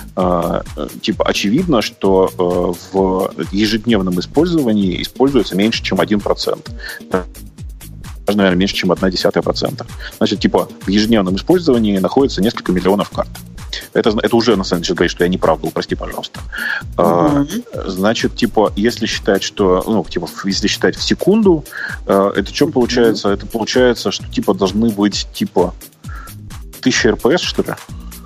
Очевидно, что в ежедневном использовании используется меньше, чем 1%. Даже, наверное, меньше, чем 0,1%. Значит, в ежедневном использовании находится несколько миллионов карт. Это уже, на самом деле, говорит, что я не прав был, прости, пожалуйста. Значит, если считать, что, если считать в секунду, это что получается? Это получается, что, должны быть, 1000 РПС, что ли?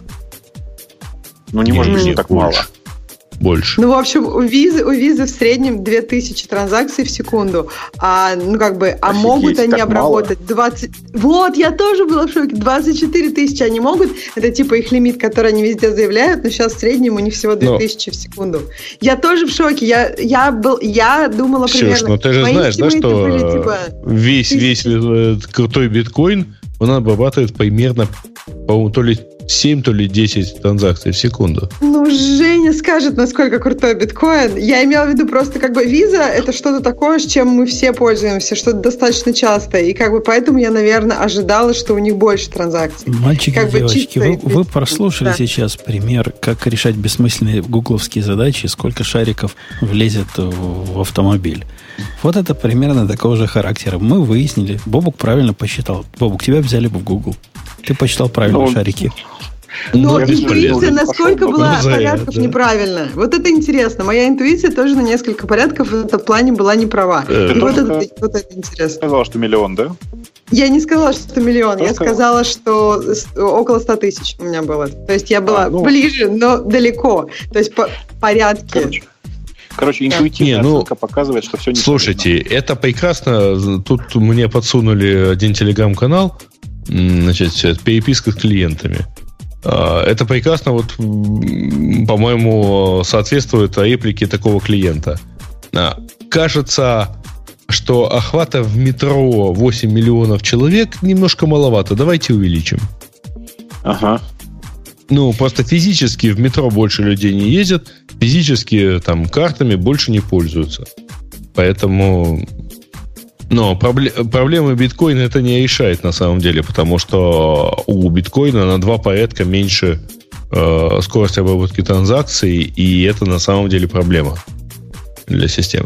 Ну, не может быть, не так мало. Больше. Ну, в общем, у визы в среднем 2000 транзакций в секунду. Могут они обработать мало. 20... Вот, я тоже была в шоке. 24 тысячи они могут. Это их лимит, который они везде заявляют, но сейчас в среднем у них всего 2000 в секунду. Я тоже в шоке. Я думала примерно... Ксюш, но ты же знаешь, да, что были, весь крутой биткоин, он обрабатывает примерно, по-моему, то ли 7, то ли 10 транзакций в секунду. Ну, Женя скажет, насколько крутой биткоин. Я имела в виду просто виза — это что-то такое, с чем мы все пользуемся, что-то достаточно часто. И поэтому я, наверное, ожидала, что у них больше транзакций. Мальчики и девочки, вы прослушали сейчас пример, как решать бессмысленные гугловские задачи, сколько шариков влезет в автомобиль. Вот это примерно такого же характера. Мы выяснили, Бобук правильно посчитал. Бобук, тебя взяли бы в Google. Ты посчитал правильно шарики. Но интуиция насколько была порядков неправильно. Вот это интересно. Моя интуиция тоже на несколько порядков в этом плане была не права. И вот это интересно. Сказала, что миллион, да? Я не сказала, что миллион. Я сказала, что около 100 тысяч у меня было. То есть я была ближе, но далеко. То есть по порядке. Короче, интуитивная оценка показывает, что все не... Слушайте, это прекрасно. Тут мне подсунули один телеграм-канал, переписка с клиентами. Это прекрасно, по-моему, соответствует реплике такого клиента. Кажется, что охвата в метро 8 миллионов человек немножко маловато. Давайте увеличим. Ага. Просто физически в метро больше людей не ездят, физически картами больше не пользуются. Поэтому... Но проблемы биткоина это не решает на самом деле, потому что у биткоина на 2 порядка меньше скорость обработки транзакций, и это на самом деле проблема для системы.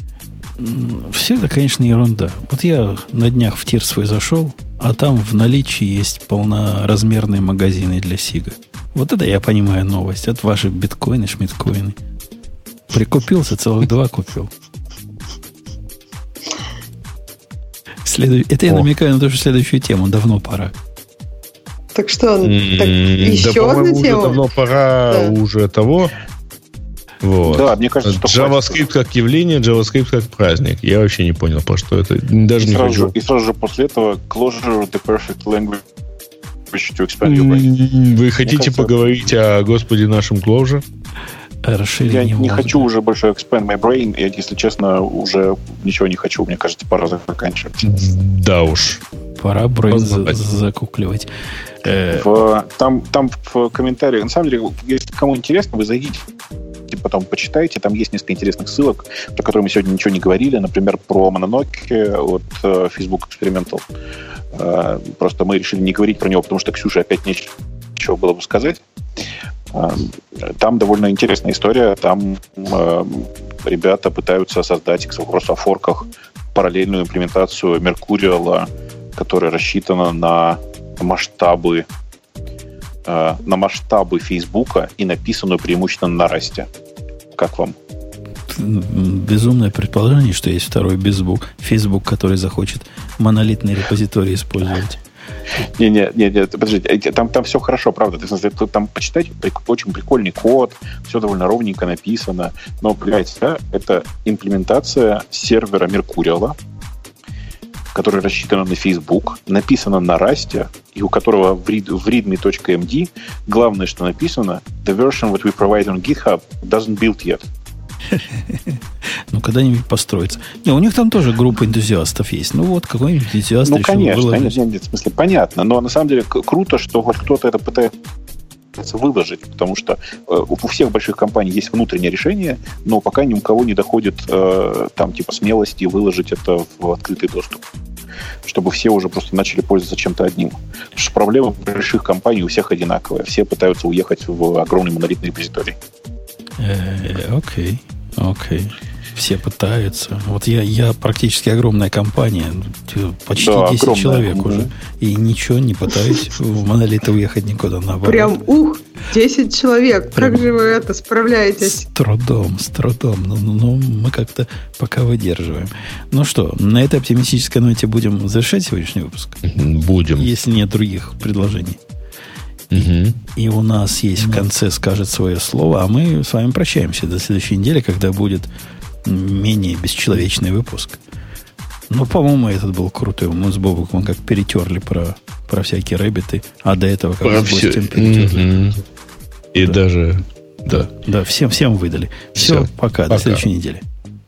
Все это, конечно, ерунда. Вот я на днях в тир свой зашел, а там в наличии есть полноразмерные магазины для Сига. Вот это я понимаю новость. Это ваши биткоины, шмиткоины. Прикупился, целых 2 купил. Это я намекаю на то, что следующую тему. Давно пора. Так что, еще одну тему? Уже давно пора уже того. Вот. Да, мне кажется, что JavaScript как явление, JavaScript как праздник. Я вообще не понял, про что это. Даже не хочу. И сразу же после этого Clojure the perfect language to expand your brain. Вы хотите поговорить о Господе нашем Clojure? Я не хочу уже больше expand my brain. Я, если честно, уже ничего не хочу. Мне кажется, пора заканчивать. Да уж. Пора брейн закукливать. Там в комментариях, на самом деле, если кому интересно, вы зайдите, потом почитайте. Там есть несколько интересных ссылок, про которые мы сегодня ничего не говорили. Например, про Mononoke от Facebook Experimental. Просто мы решили не говорить про него, потому что Ксюше опять нечего было бы сказать. Там довольно интересная история. Там ребята пытаются создать к вопросу о форках параллельную имплементацию Mercurial, которая рассчитана на масштабы Фейсбука и написанную преимущественно на Rust. Как вам? Безумное предположение, что есть второй Facebook, который захочет монолитный репозиторий использовать. Не, подождите, там все хорошо, правда. Там почитать очень прикольный код, все довольно ровненько написано. Но, понимаете, да, это имплементация сервера Mercurial, который рассчитан на Facebook, написано на Rust, и у которого в readme.md главное, что написано: the version that we provide on GitHub doesn't build yet. Ну, когда-нибудь построится. Не, у них там тоже группа энтузиастов есть. Ну, вот какой-нибудь энтузиаст решил выложить. Конечно, в смысле, понятно. Но на самом деле круто, что хоть кто-то это пытается выложить, потому что у всех больших компаний есть внутреннее решение, но пока ни у кого не доходит там типа смелости выложить это в открытый доступ, чтобы все уже просто начали пользоваться чем-то одним. Потому что проблема больших компаний у всех одинаковая. Все пытаются уехать в огромный монолитный репозиторий. Окей. Все пытаются. Вот я практически огромная компания, почти 10 человек уже. И ничего не пытаюсь в монолиты уехать никуда, наоборот. Прям 10 человек. Прям, как же вы это справляетесь? С трудом. Но мы как-то пока выдерживаем. Ну что, на этой оптимистической ноте будем завершать сегодняшний выпуск? Будем. Если нет других предложений. И у нас есть в конце скажет свое слово, а мы с вами прощаемся до следующей недели, когда будет менее бесчеловечный выпуск. Ну, по-моему, этот был крутой. Мы с Бобуком как перетерли про всякие рэббиты, а до этого как с гостем перетерли. И даже... Да, всем выдали. Все, пока. До следующей недели.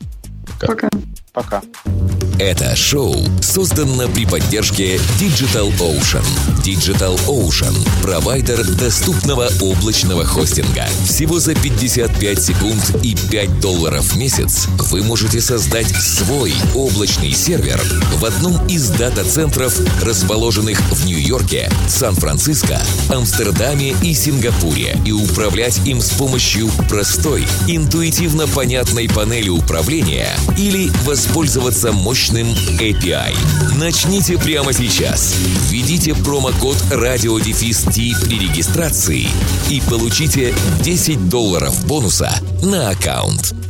Пока. Это шоу создано при поддержке Digital Ocean. Digital Ocean – провайдер доступного облачного хостинга. Всего за 55 секунд и $5 в месяц вы можете создать свой облачный сервер в одном из дата-центров, расположенных в Нью-Йорке, Сан-Франциско, Амстердаме и Сингапуре, и управлять им с помощью простой, интуитивно понятной панели управления или воспользоваться мощным API. Начните прямо сейчас. Введите промокод RadioDefist при регистрации и получите $10 бонуса на аккаунт.